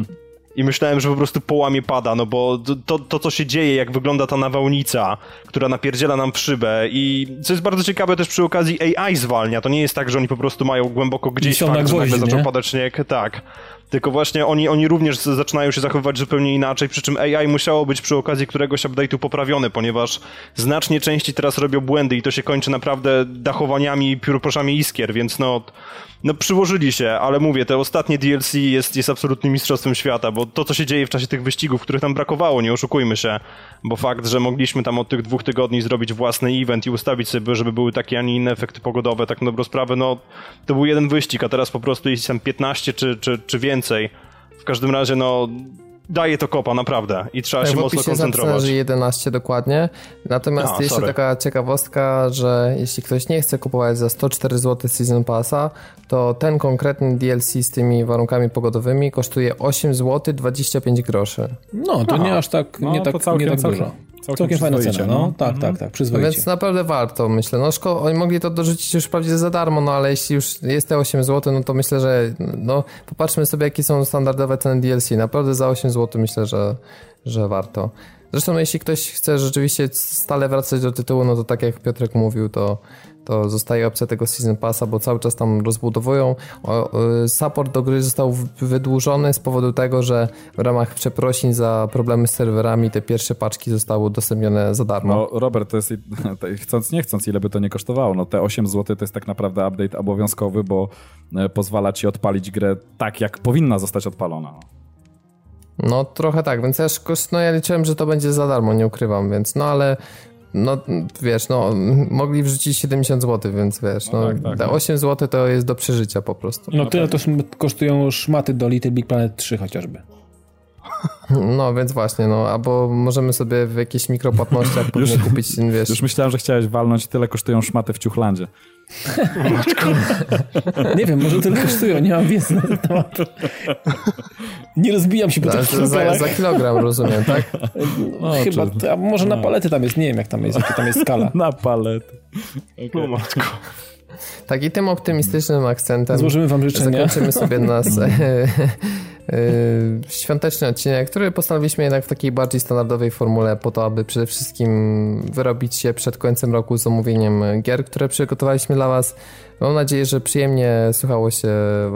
I myślałem, że po prostu połamie pada, no bo to co się dzieje, jak wygląda ta nawałnica, która napierdziela nam w szybę i co jest bardzo ciekawe też przy okazji AI zwalnia, to nie jest tak, że oni po prostu mają głęboko gdzieś fakt, że nagle zaczął padać śnieg, tak. Tylko właśnie oni również zaczynają się zachowywać zupełnie inaczej, przy czym AI musiało być przy okazji któregoś update'u poprawione, ponieważ znacznie częściej teraz robią błędy i to się kończy naprawdę dachowaniami i pióroposzami iskier, więc no przyłożyli się, ale mówię, te ostatnie DLC jest absolutnym mistrzostwem świata, bo to, co się dzieje w czasie tych wyścigów, których nam brakowało, nie oszukujmy się, bo fakt, że mogliśmy tam od tych 2 tygodni zrobić własny event i ustawić sobie, żeby były takie, a nie inne efekty pogodowe, tak na dobrą sprawę, no to był jeden wyścig, a teraz po prostu jest tam 15 czy więcej. W każdym razie, no daje to kopa, naprawdę. I trzeba się mocno koncentrować. Że 11 dokładnie. Natomiast jeszcze taka ciekawostka, że jeśli ktoś nie chce kupować za 104 zł Season Passa, to ten konkretny DLC z tymi warunkami pogodowymi kosztuje 8 zł 25 groszy. No, to nie aż tak, nie tak dużo. Całkiem fajna cena, no. Tak, przyzwoicie. Więc naprawdę warto, myślę. No oni mogli to dorzucić już wprawdzie za darmo, no ale jeśli już jest te 8 zł, no to myślę, że no popatrzmy sobie, jakie są standardowe ceny DLC. Naprawdę za 8 zł myślę, że warto. Zresztą jeśli ktoś chce rzeczywiście stale wracać do tytułu, no to tak jak Piotrek mówił, to zostaje opcja tego Season Passa, bo cały czas tam rozbudowują. Support do gry został wydłużony z powodu tego, że w ramach przeprosin za problemy z serwerami te pierwsze paczki zostały udostępnione za darmo. No Robert, to jest chcąc nie chcąc, ile by to nie kosztowało. No te 8 zł to jest tak naprawdę update obowiązkowy, bo pozwala ci odpalić grę tak, jak powinna zostać odpalona. No trochę tak, więc ja liczyłem, że to będzie za darmo, nie ukrywam, więc no ale no wiesz, no mogli wrzucić 70 zł, więc wiesz, no te 8 zł to jest do przeżycia po prostu. No tyle to kosztują szmaty do Little Big Planet 3 chociażby. No więc właśnie, no albo możemy sobie w jakichś mikropłatnościach później kupić, wiesz. Już myślałem, że chciałeś walnąć, tyle kosztują szmaty w Ciuchlandzie. Nie wiem, może tyle kosztują, nie mam wiedzy na ten temat. Nie rozbijam się po tych za kilogram, rozumiem, tak? No, chyba, a może na palety tam jest, nie wiem jak tam jest, jaka tam jest skala. Na palety. Okay. O matko. Tak, i tym optymistycznym akcentem złożymy wam życzenia. Zakończymy sobie świąteczny odcinek, który postanowiliśmy jednak w takiej bardziej standardowej formule po to, aby przede wszystkim wyrobić się przed końcem roku z omówieniem gier, które przygotowaliśmy dla was. Mam nadzieję, że przyjemnie słuchało się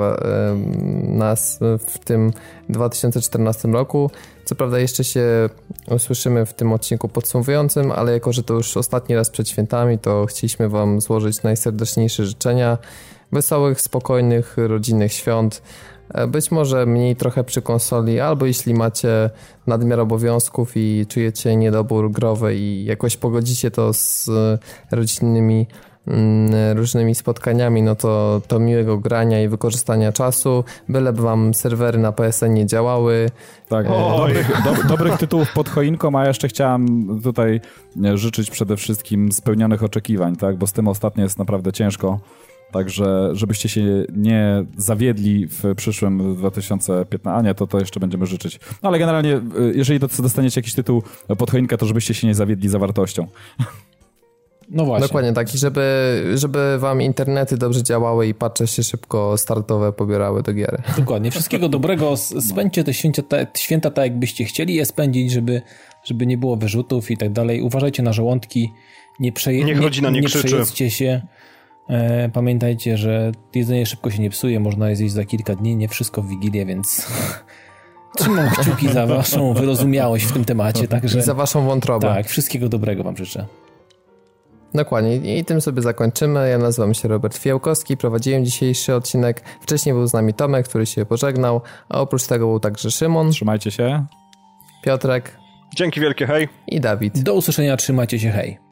nas w tym 2014 roku. Co prawda jeszcze się usłyszymy w tym odcinku podsumowującym, ale jako, że to już ostatni raz przed świętami, to chcieliśmy wam złożyć najserdeczniejsze życzenia wesołych, spokojnych, rodzinnych świąt. Być może mniej trochę przy konsoli, albo jeśli macie nadmiar obowiązków i czujecie niedobór growy i jakoś pogodzicie to z rodzinnymi różnymi spotkaniami, no to miłego grania i wykorzystania czasu, byleby wam serwery na PSN nie działały. Tak, dobrych tytułów pod choinką, a jeszcze chciałem tutaj życzyć przede wszystkim spełnionych oczekiwań, tak, bo z tym ostatnio jest naprawdę ciężko. Także, żebyście się nie zawiedli w przyszłym 2015, a nie, to jeszcze będziemy życzyć. No ale generalnie, jeżeli dostaniecie jakiś tytuł pod choinkę, to żebyście się nie zawiedli zawartością. No właśnie. Dokładnie tak, i żeby wam internety dobrze działały i patche się szybko startowe pobierały do gier. Dokładnie. Wszystkiego dobrego. Spędźcie te święta tak, jakbyście chcieli je spędzić, żeby nie było wyrzutów i tak dalej. Uważajcie na żołądki. Niech rodzina nie krzyczy. Przejedzcie się. Pamiętajcie, że jedzenie szybko się nie psuje, można je zjeść za kilka dni, nie wszystko w Wigilię, więc trzymam kciuki za waszą wyrozumiałość w tym temacie. Także, i za waszą wątrobę. Tak, wszystkiego dobrego wam życzę. Dokładnie i tym sobie zakończymy. Ja nazywam się Robert Fiałkowski, prowadziłem dzisiejszy odcinek. Wcześniej był z nami Tomek, który się pożegnał, a oprócz tego był także Szymon. Trzymajcie się. Piotrek. Dzięki wielkie, hej. I Dawid. Do usłyszenia, trzymajcie się, hej.